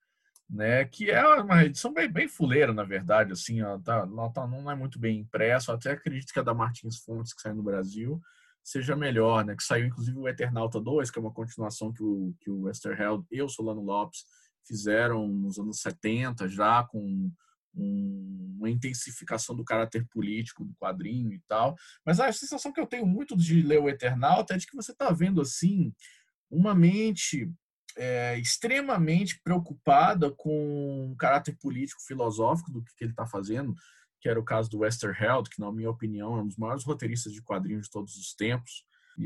né, que é uma edição bem, bem fuleira, na verdade, assim, ó, tá, ela tá, não é muito bem impressa, até acredito que a da Martins Fontes, que saiu no Brasil, seja melhor, né, que saiu inclusive o Eternauta dois, que é uma continuação que o, que o Westerheld e o Solano Lopes fizeram nos anos setenta, já com um, uma intensificação do caráter político do quadrinho e tal. Mas a sensação que eu tenho muito de ler o Eternauta é de que você está vendo assim uma mente é, extremamente preocupada com o caráter político filosófico do que, que ele está fazendo, que era o caso do Westerheld, que na minha opinião é um dos maiores roteiristas de quadrinhos de todos os tempos. E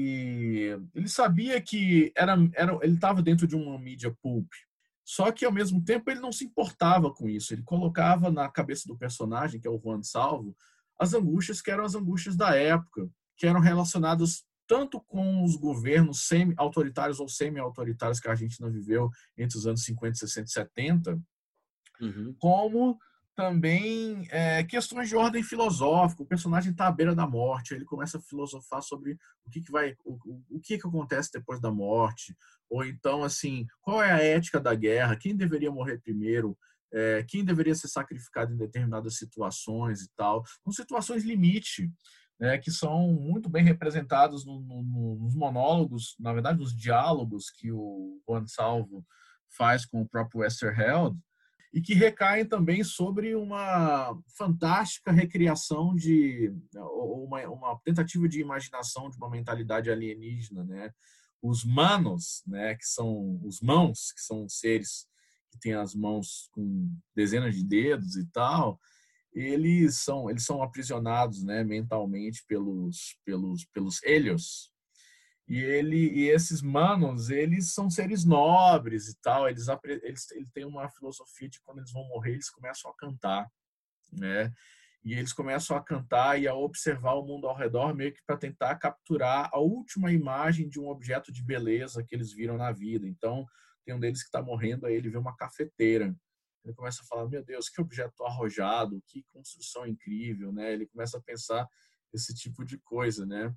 ele ele sabia que era, era ele estava dentro de uma mídia pulp. Só que, ao mesmo tempo, ele não se importava com isso. Ele colocava na cabeça do personagem, que é o Juan Salvo, as angústias que eram as angústias da época, que eram relacionadas tanto com os governos semi-autoritários ou semi-autoritários que a Argentina viveu entre os anos cinquenta, sessenta e setenta, uhum. como também é, questões de ordem filosófica. O personagem está à beira da morte, ele começa a filosofar sobre o que, que vai, o, o que, que acontece depois da morte, ou então, assim, qual é a ética da guerra, quem deveria morrer primeiro, é, quem deveria ser sacrificado em determinadas situações e tal. São situações limite, né, que são muito bem representadas no, no, nos monólogos, na verdade, nos diálogos que o Juan Salvo faz com o próprio Westerheld, e que recaem também sobre uma fantástica recriação de uma, uma tentativa de imaginação de uma mentalidade alienígena, né? Os manos, né, que são os mãos, que são seres que têm as mãos com dezenas de dedos e tal, eles são eles são aprisionados, né, mentalmente pelos pelos pelos Helios. E, ele, e esses manos, eles são seres nobres e tal, eles, eles, eles têm uma filosofia de quando eles vão morrer, eles começam a cantar, né? E eles começam a cantar e a observar o mundo ao redor, meio que para tentar capturar a última imagem de um objeto de beleza que eles viram na vida. Então, tem um deles que está morrendo, aí ele vê uma cafeteira. Ele começa a falar, meu Deus, que objeto arrojado, que construção incrível, né? Ele começa a pensar esse tipo de coisa, né?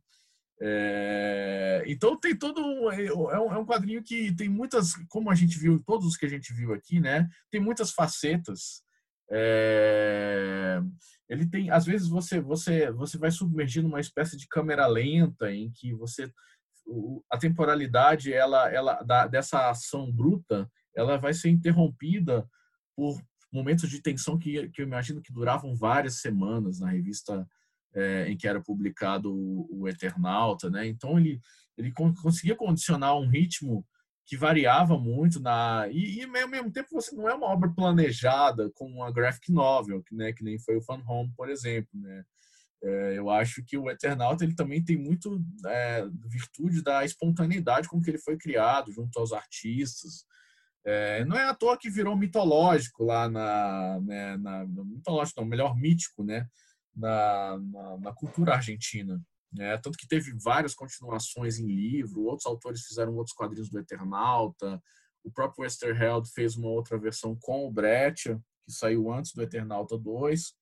É, então tem todo um, é um quadrinho que tem muitas, como a gente viu, todos os que a gente viu aqui, né, tem muitas facetas. É, ele tem, às vezes você você você vai submergir numa espécie de câmera lenta em que você a temporalidade ela ela da, dessa ação bruta, ela vai ser interrompida por momentos de tensão que, que eu imagino que duravam várias semanas na revista É, em que era publicado o, o Eternauta, né? Então ele ele conseguia condicionar um ritmo que variava muito na e, e ao mesmo tempo você não é uma obra planejada como uma graphic novel, né? Que nem foi o Fun Home, por exemplo, né? É, eu acho que o Eternauta ele também tem muito é, virtude da espontaneidade com que ele foi criado junto aos artistas. É, não é à toa que virou mitológico lá na, né, na mitológico, não, melhor mítico, né? Na, na, na cultura argentina, né? Tanto que teve várias continuações em livro, outros autores fizeram outros quadrinhos do Eternauta, o próprio Westerheld fez uma outra versão com o Breccia, que saiu antes do Eternauta dois.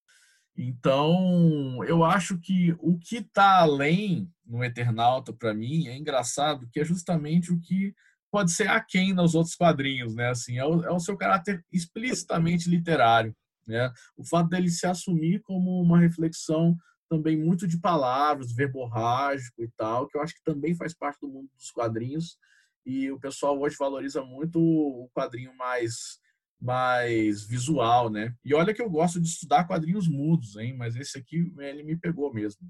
Então, eu acho que o que está além no Eternauta, para mim, é engraçado, que é justamente o que pode ser aquém nos outros quadrinhos, né? Assim, é o, é o seu caráter explicitamente literário. né? O fato dele se assumir como uma reflexão também muito de palavras, verborrágico e tal, que eu acho que também faz parte do mundo dos quadrinhos, e o pessoal hoje valoriza muito o quadrinho mais, mais visual, né? E olha que eu gosto de estudar quadrinhos mudos, hein? Mas esse aqui, ele me pegou mesmo.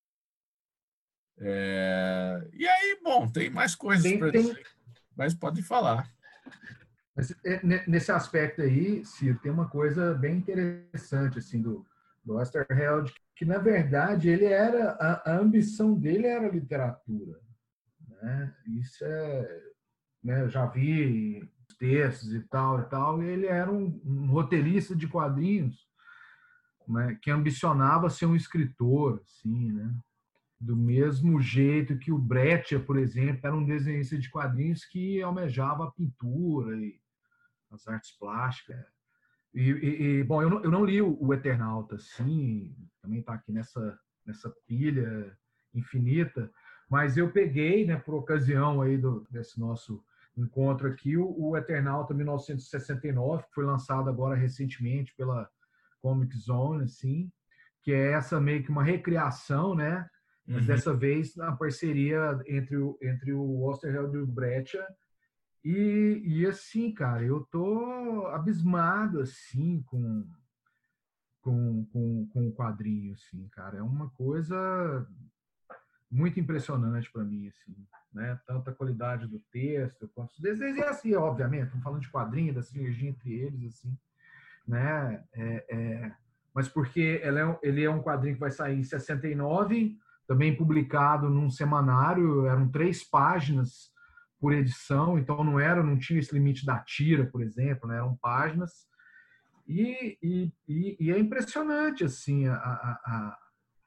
É... E aí, bom, tem mais coisas para dizer, mas pode falar. Mas, nesse aspecto aí, Ciro, tem uma coisa bem interessante assim, do, do Oesterheld, que, na verdade, ele era, a, a ambição dele era a literatura. Né? Isso é... Né, eu já vi textos e tal, e tal, e ele era um, um roteirista de quadrinhos, né, que ambicionava ser um escritor, assim, né? Do mesmo jeito que o Brecht, por exemplo, era um desenhista de quadrinhos que almejava a pintura e as artes plásticas. E, e, e bom, eu não, eu não li o Eternauta, assim, também está aqui nessa, nessa pilha infinita, mas eu peguei, né, por ocasião aí do, desse nosso encontro aqui, o, o Eternauta mil novecentos e sessenta e nove, que foi lançado agora recentemente pela Comic Zone, assim, que é essa meio que uma recriação, né? Mas uhum. dessa vez na parceria entre o, entre o Oesterheld e o Brecht. E, e assim, cara, eu tô abismado, assim, com, com, com, com o quadrinho, assim, cara. É uma coisa muito impressionante para mim, assim, né? Tanto a qualidade do texto, quanto os desenhos, e assim, obviamente, estamos falando de quadrinho, da sinergia entre eles, assim, né? É, é, mas porque ele é, ele é um quadrinho que vai sair em sessenta e nove, também publicado num semanário, eram três páginas por edição, então não era, não tinha esse limite da tira, por exemplo, né? Eram páginas, e, e, e é impressionante, assim, a, a, a,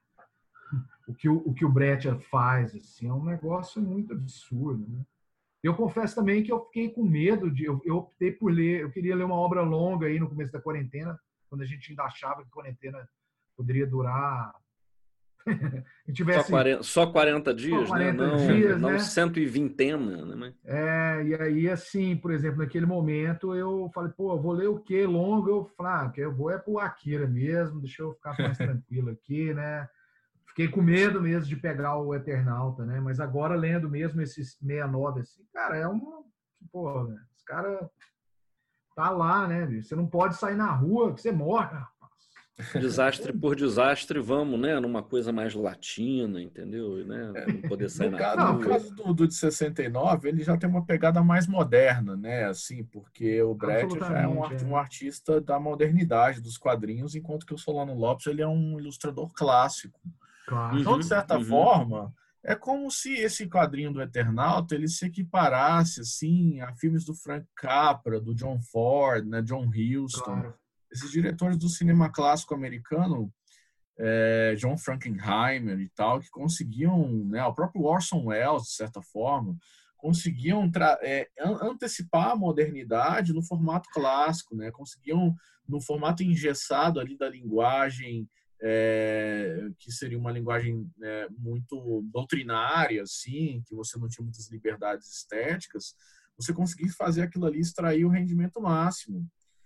o, que o, o que o Brecht faz, assim, é um negócio muito absurdo, né? Eu confesso também que eu fiquei com medo de, eu, eu optei por ler, eu queria ler uma obra longa aí no começo da quarentena, quando a gente ainda achava que a quarentena poderia durar tivesse, só, quarenta, só quarenta dias, só quarenta né? Não, dias, não né? cento e vinte, né? É, e aí, assim, por exemplo, naquele momento eu falei, pô, eu vou ler o quê? Longo? Eu falei, ah, eu vou é pro Akira mesmo, deixa eu ficar mais tranquilo aqui, né? Fiquei com medo mesmo de pegar o Eternauta, né? Mas agora, lendo mesmo esses sessenta e nove, assim, cara, é uma... Pô, né? Esse cara tá lá, né? Você não pode sair na rua, que você morre, rapaz. Desastre por desastre, vamos, né? Numa coisa mais latina, entendeu? Né? Não poder sair no na caso, rua. No caso do, do de sessenta e nove, ele já tem uma pegada mais moderna, né? Assim, porque o Brecht já é um, art, é um artista da modernidade dos quadrinhos, enquanto que o Solano Lopes ele é um ilustrador clássico. Claro. Então, de Uhum, certa uhum. forma, é como se esse quadrinho do Eternauta ele se equiparasse assim, a filmes do Frank Capra, do John Ford, né? John Huston. Claro. Esses diretores do cinema clássico americano, é, John Frankenheimer e tal, que conseguiam, né, o próprio Orson Welles, de certa forma, conseguiam é, antecipar a modernidade no formato clássico, né, conseguiam, no formato engessado ali da linguagem, é, que seria uma linguagem é, muito doutrinária, assim, que você não tinha muitas liberdades estéticas, você conseguia fazer aquilo ali, extrair o rendimento máximo.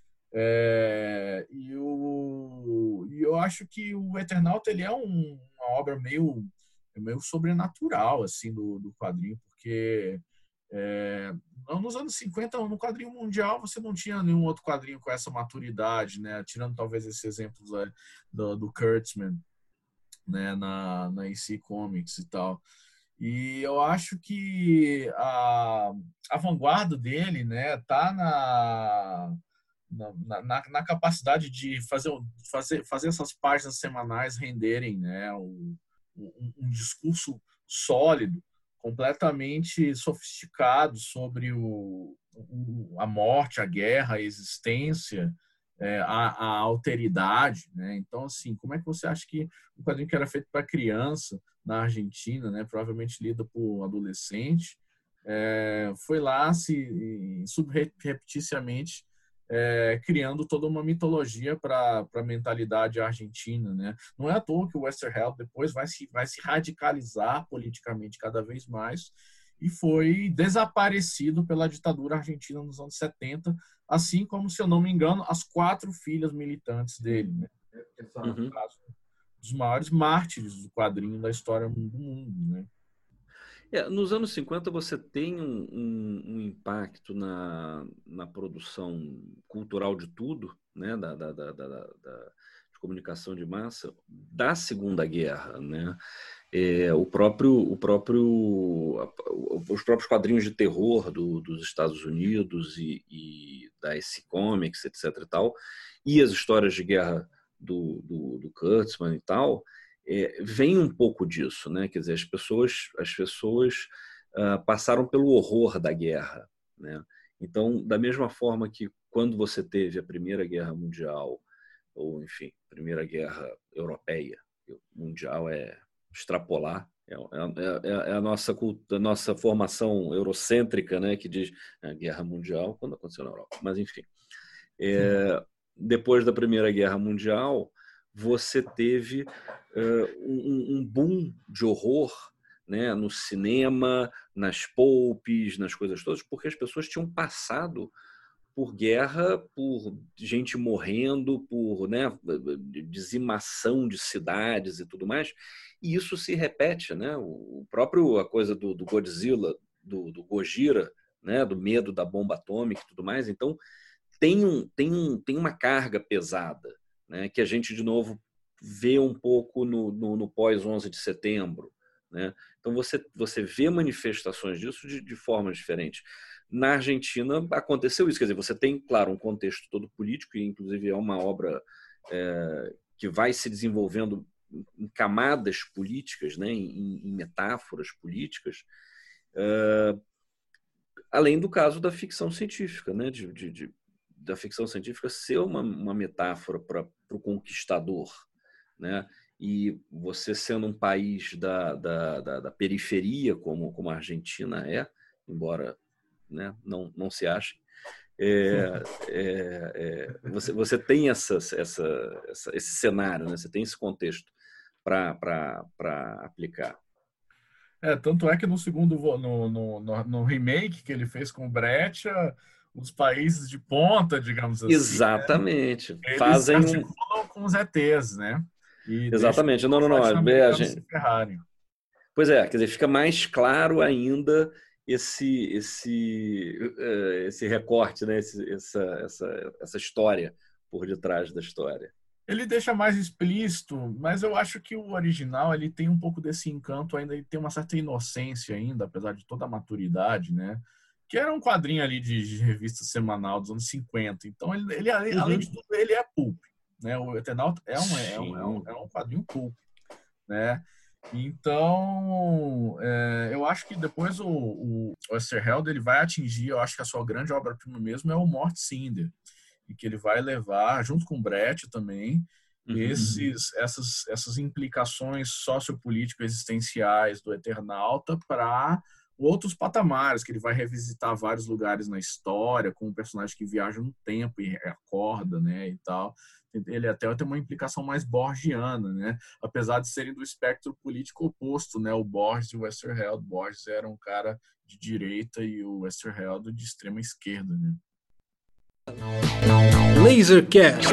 É, e, o, e eu acho que o Eternauta ele é um, uma obra meio, meio sobrenatural assim, do, do quadrinho, porque é, nos anos cinquenta, no quadrinho mundial, você não tinha nenhum outro quadrinho com essa maturidade, né? Tirando talvez esse exemplo da, do, do Kurtzman, né? na, na A C Comics e tal. E eu acho que a, a vanguarda dele, né, tá na Na, na, na capacidade de fazer, fazer, fazer essas páginas semanais renderem, né, um, um, um discurso sólido, completamente sofisticado sobre o, o, a morte, a guerra, a existência, é, a, a alteridade. Né? Então, assim, como é que você acha que um quadrinho que era feito para criança na Argentina, né, provavelmente lido por adolescente, é, foi lá se subrepticiamente É, criando toda uma mitologia para a mentalidade argentina, né? Não é à toa que o Oesterheld depois vai se, vai se radicalizar politicamente cada vez mais e foi desaparecido pela ditadura argentina nos anos setenta, assim como, se eu não me engano, as quatro filhas militantes dele, né? Exato. Uhum. No caso, dos maiores mártires do quadrinho da história do mundo, né? É, nos anos cinquenta você tem um, um, um impacto na, na produção cultural de tudo, né? da, da, da, da, da de comunicação de massa, da Segunda Guerra, né? É, o próprio, o próprio, os próprios quadrinhos de terror do, dos Estados Unidos e, e da D C Comics, etc e tal, e as histórias de guerra do, do, do Kurtzman e tal, é, vem um pouco disso, né? Quer dizer, as pessoas, as pessoas uh, passaram pelo horror da guerra, né? Então, da mesma forma que quando você teve a Primeira Guerra Mundial, ou enfim, Primeira Guerra Europeia, mundial é extrapolar, é, é, é a, nossa, a nossa formação eurocêntrica, né, que diz a Guerra Mundial, quando aconteceu na Europa, mas enfim. É, depois da Primeira Guerra Mundial, você teve uh, um, um boom de horror, né, no cinema, nas pulps, nas coisas todas, porque as pessoas tinham passado por guerra, por gente morrendo, por, né, dizimação de cidades e tudo mais, e isso se repete, né? O próprio, a coisa do, do Godzilla, do, do Gojira, né, do medo da bomba atômica e tudo mais, então tem, um, tem, um, tem uma carga pesada, né, que a gente, de novo, vê um pouco no, no, no pós onze de setembro, né? Então você, você vê manifestações disso de, de formas diferentes. Na Argentina aconteceu isso, quer dizer, você tem, claro, um contexto todo político, e inclusive é uma obra é, que vai se desenvolvendo em camadas políticas, né, em, em metáforas políticas, é, além do caso da ficção científica, né, de, de, de, da ficção científica ser uma, uma metáfora para o conquistador, né, e você sendo um país da, da, da, da periferia, como, como a Argentina é, embora, né, não, não se ache, é, é, é, você, você tem essa, essa, essa, esse cenário, né? Você tem esse contexto para aplicar. É, tanto é que no segundo, no, no, no, no remake que ele fez com o Brecht, os países de ponta, digamos assim, exatamente, né, fazem eles um... com os E Tês, né? E exatamente, não, não, não, é, a gente... Pois é, quer dizer, fica mais claro ainda esse esse esse recorte, né? Esse, essa, essa, essa história por detrás da história. Ele deixa mais explícito, mas eu acho que o original ele tem um pouco desse encanto ainda, ele tem uma certa inocência ainda, apesar de toda a maturidade, né? Que era um quadrinho ali de, de revista semanal dos anos cinquenta. Então, ele, ele uhum. além de tudo, ele é pulp, né? O Eternauta é um, é um, é um, é um quadrinho pulp, né? Então, é, eu acho que depois o, o Westerheld ele vai atingir, eu acho que a sua grande obra-prima mesmo é o Mort Cinder, e que ele vai levar, junto com o Brecht também, uhum. esses, essas, essas implicações sociopolíticas existenciais do Eternauta para outros patamares, que ele vai revisitar vários lugares na história, com um personagem que viaja no tempo e acorda, né, e tal. Ele até tem uma implicação mais borgiana, né? Apesar de serem do espectro político oposto, né? O Borges e o Westerheld. Borges era um cara de direita e o Westerheld de extrema esquerda, né? Lasercast.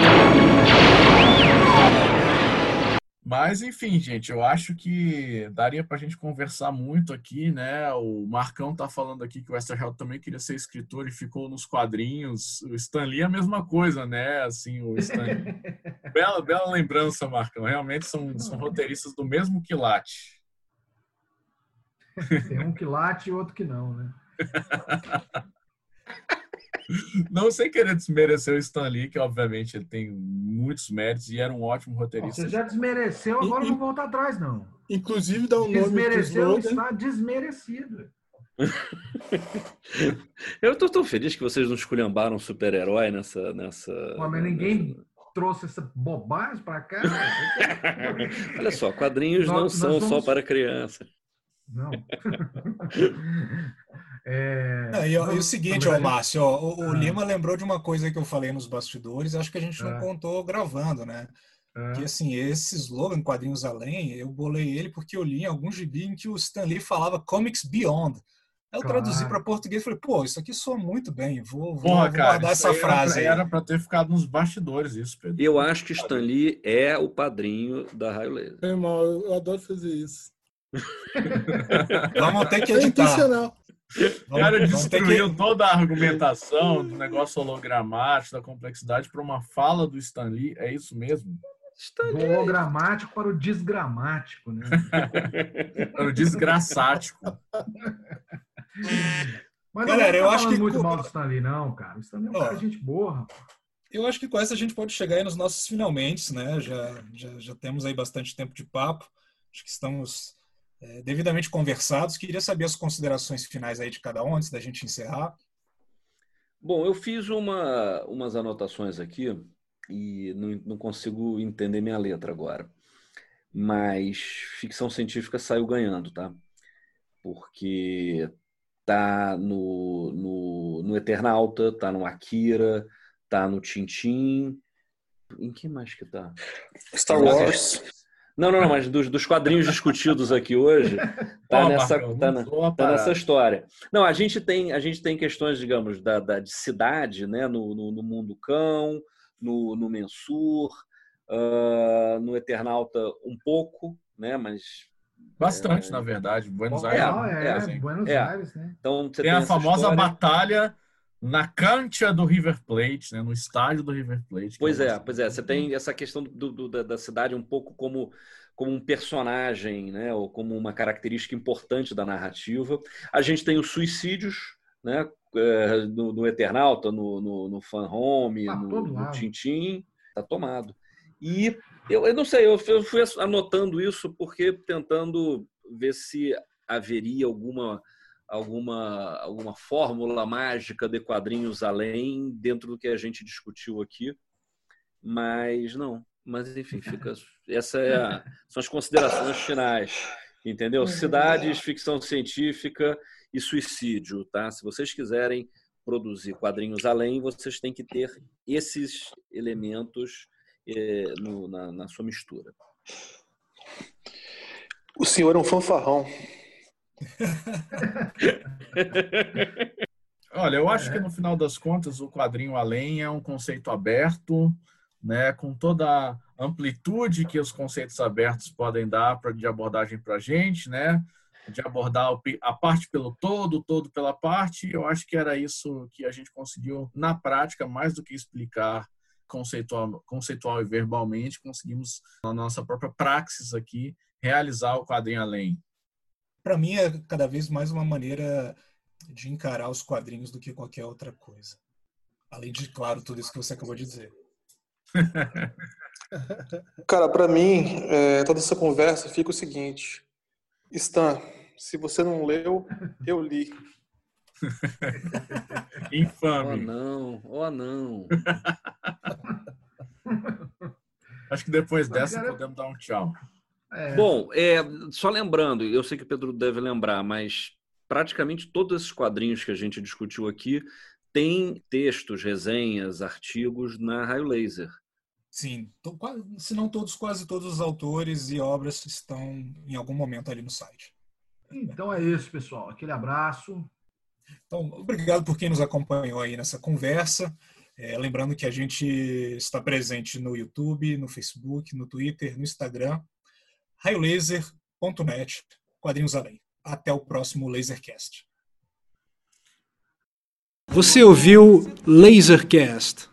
Mas, enfim, gente, eu acho que daria pra gente conversar muito aqui, né? O Marcão tá falando aqui que o Westerheld também queria ser escritor e ficou nos quadrinhos. O Stan Lee é a mesma coisa, né? Assim, o Stan Lee... bela, bela lembrança, Marcão. Realmente são, são roteiristas do mesmo quilate. Tem um que late e outro que não, né? Não sem querer desmerecer o Stan Lee, que obviamente ele tem muitos méritos e era um ótimo roteirista. Você já desmereceu, agora não volta atrás, não. Inclusive dá um nome Desmereceu, está desmerecido. Eu estou tão feliz que vocês não esculhambaram super-herói nessa... nessa Pô, mas ninguém nessa... trouxe essa bobagem para cá. Olha só, quadrinhos nós, não são somos... só para criança. Não. É... Não, e, e o seguinte, ó, Márcio, ó, o, o ah. Lima lembrou de uma coisa que eu falei nos bastidores, acho que a gente não ah. contou gravando, né? Ah. Que assim, esse slogan, Quadrinhos Além, eu bolei ele porque eu li em algum gibi em que o Stan Lee falava Comics Beyond. Aí eu Claro. traduzi para português e falei, pô, isso aqui soa muito bem, vou, vou, Porra, vou cara, guardar isso essa aí era frase pra- aí. Era pra ter ficado nos bastidores isso, Pedro. Eu acho que Stan Lee é o padrinho da Raio Laser. Foi mal, eu adoro fazer isso. Vamos ter que É editar. intencional. O cara Vamos, vamos ter destruiu que... toda a argumentação do negócio hologramático, da complexidade, para uma fala do Stan Lee. É isso mesmo? Stan Do Lee. hologramático para o desgramático, né? Era o desgraçático. Mas Galera, não eu vamos acho falando que muito co- mal do Stanley, não, cara. O Stanley é um Ó. cara de gente boa, rapaz. Eu acho que com essa a gente pode chegar aí nos nossos finalmente, né? Já, já, já temos aí bastante tempo de papo. Acho que estamos é, devidamente conversados. Queria saber as considerações finais aí de cada um, antes da gente encerrar. Bom, eu fiz uma, umas anotações aqui e não, não consigo entender minha letra agora. Mas ficção científica saiu ganhando, tá? Porque tá no, no, no Eternauta, tá no Akira, tá no Tintin. Em que mais que tá? Star Wars. Não, não, não, mas dos, dos quadrinhos discutidos aqui hoje, tá, Ó, nessa, Marcão, tá, não na- zoa a tá nessa parada. história. Não, a gente tem, a gente tem questões, digamos, da, da, de cidade, né, no, no, no Mundo Cão, no, no Mensur, ah, no Eternauta um pouco, né, mas... Bastante, na verdade. Buenos Bom, Aires. não, é, é, assim. Buenos é. Aires, né? Então você Tem tem a essa famosa história. batalha na cancha do River Plate, né? No estádio do River Plate. que Pois eu é, gosto pois é. muito. Você tem essa questão do, do- da, da cidade um pouco como, como um personagem, né? Ou como uma característica importante da narrativa. A gente tem os suicídios, né? É, no, no Eternauta, no, no, no Fan Home, Tá no, todo no lado. Tintin, tá tomado. E eu, eu não sei, eu, eu fui anotando isso porque tentando ver se haveria alguma alguma, alguma fórmula mágica de quadrinhos além dentro do que a gente discutiu aqui, mas não. Mas enfim, fica. Essa é a, são as considerações finais, entendeu? Cidades, ficção científica e suicídio, tá? Se vocês quiserem produzir quadrinhos além, vocês têm que ter esses elementos eh, no, na, na sua mistura. O senhor é um fanfarrão. Olha, eu acho que no final das contas o quadrinho além é um conceito aberto, né, com toda a amplitude que os conceitos abertos podem dar pra, de abordagem para a gente, né, de abordar o, a parte pelo todo, o todo pela parte. Eu acho que era isso que a gente conseguiu na prática, mais do que explicar conceitual, conceitual e verbalmente, conseguimos na nossa própria praxis aqui realizar o quadrinho além. Para mim é cada vez mais uma maneira de encarar os quadrinhos do que qualquer outra coisa. Além de, claro, tudo isso que você acabou de dizer. Cara, pra mim, é, toda essa conversa fica o seguinte. Stan, se você não leu, eu li. Oh Infame. não, oh não. Acho que depois Mas, dessa cara, podemos dar um tchau. É, Bom, é, só lembrando, eu sei que o Pedro deve lembrar, mas praticamente todos esses quadrinhos que a gente discutiu aqui têm textos, resenhas, artigos na Raio Laser. Sim, to- qua- se não todos, quase todos os autores e obras estão em algum momento ali no site. então é isso, pessoal. Aquele abraço. Então, obrigado por quem nos acompanhou aí nessa conversa. É, lembrando que a gente está presente no YouTube, no Facebook, no Twitter, no Instagram. raio laser ponto net, quadrinhos além. Até o próximo Lasercast. Você ouviu Lasercast.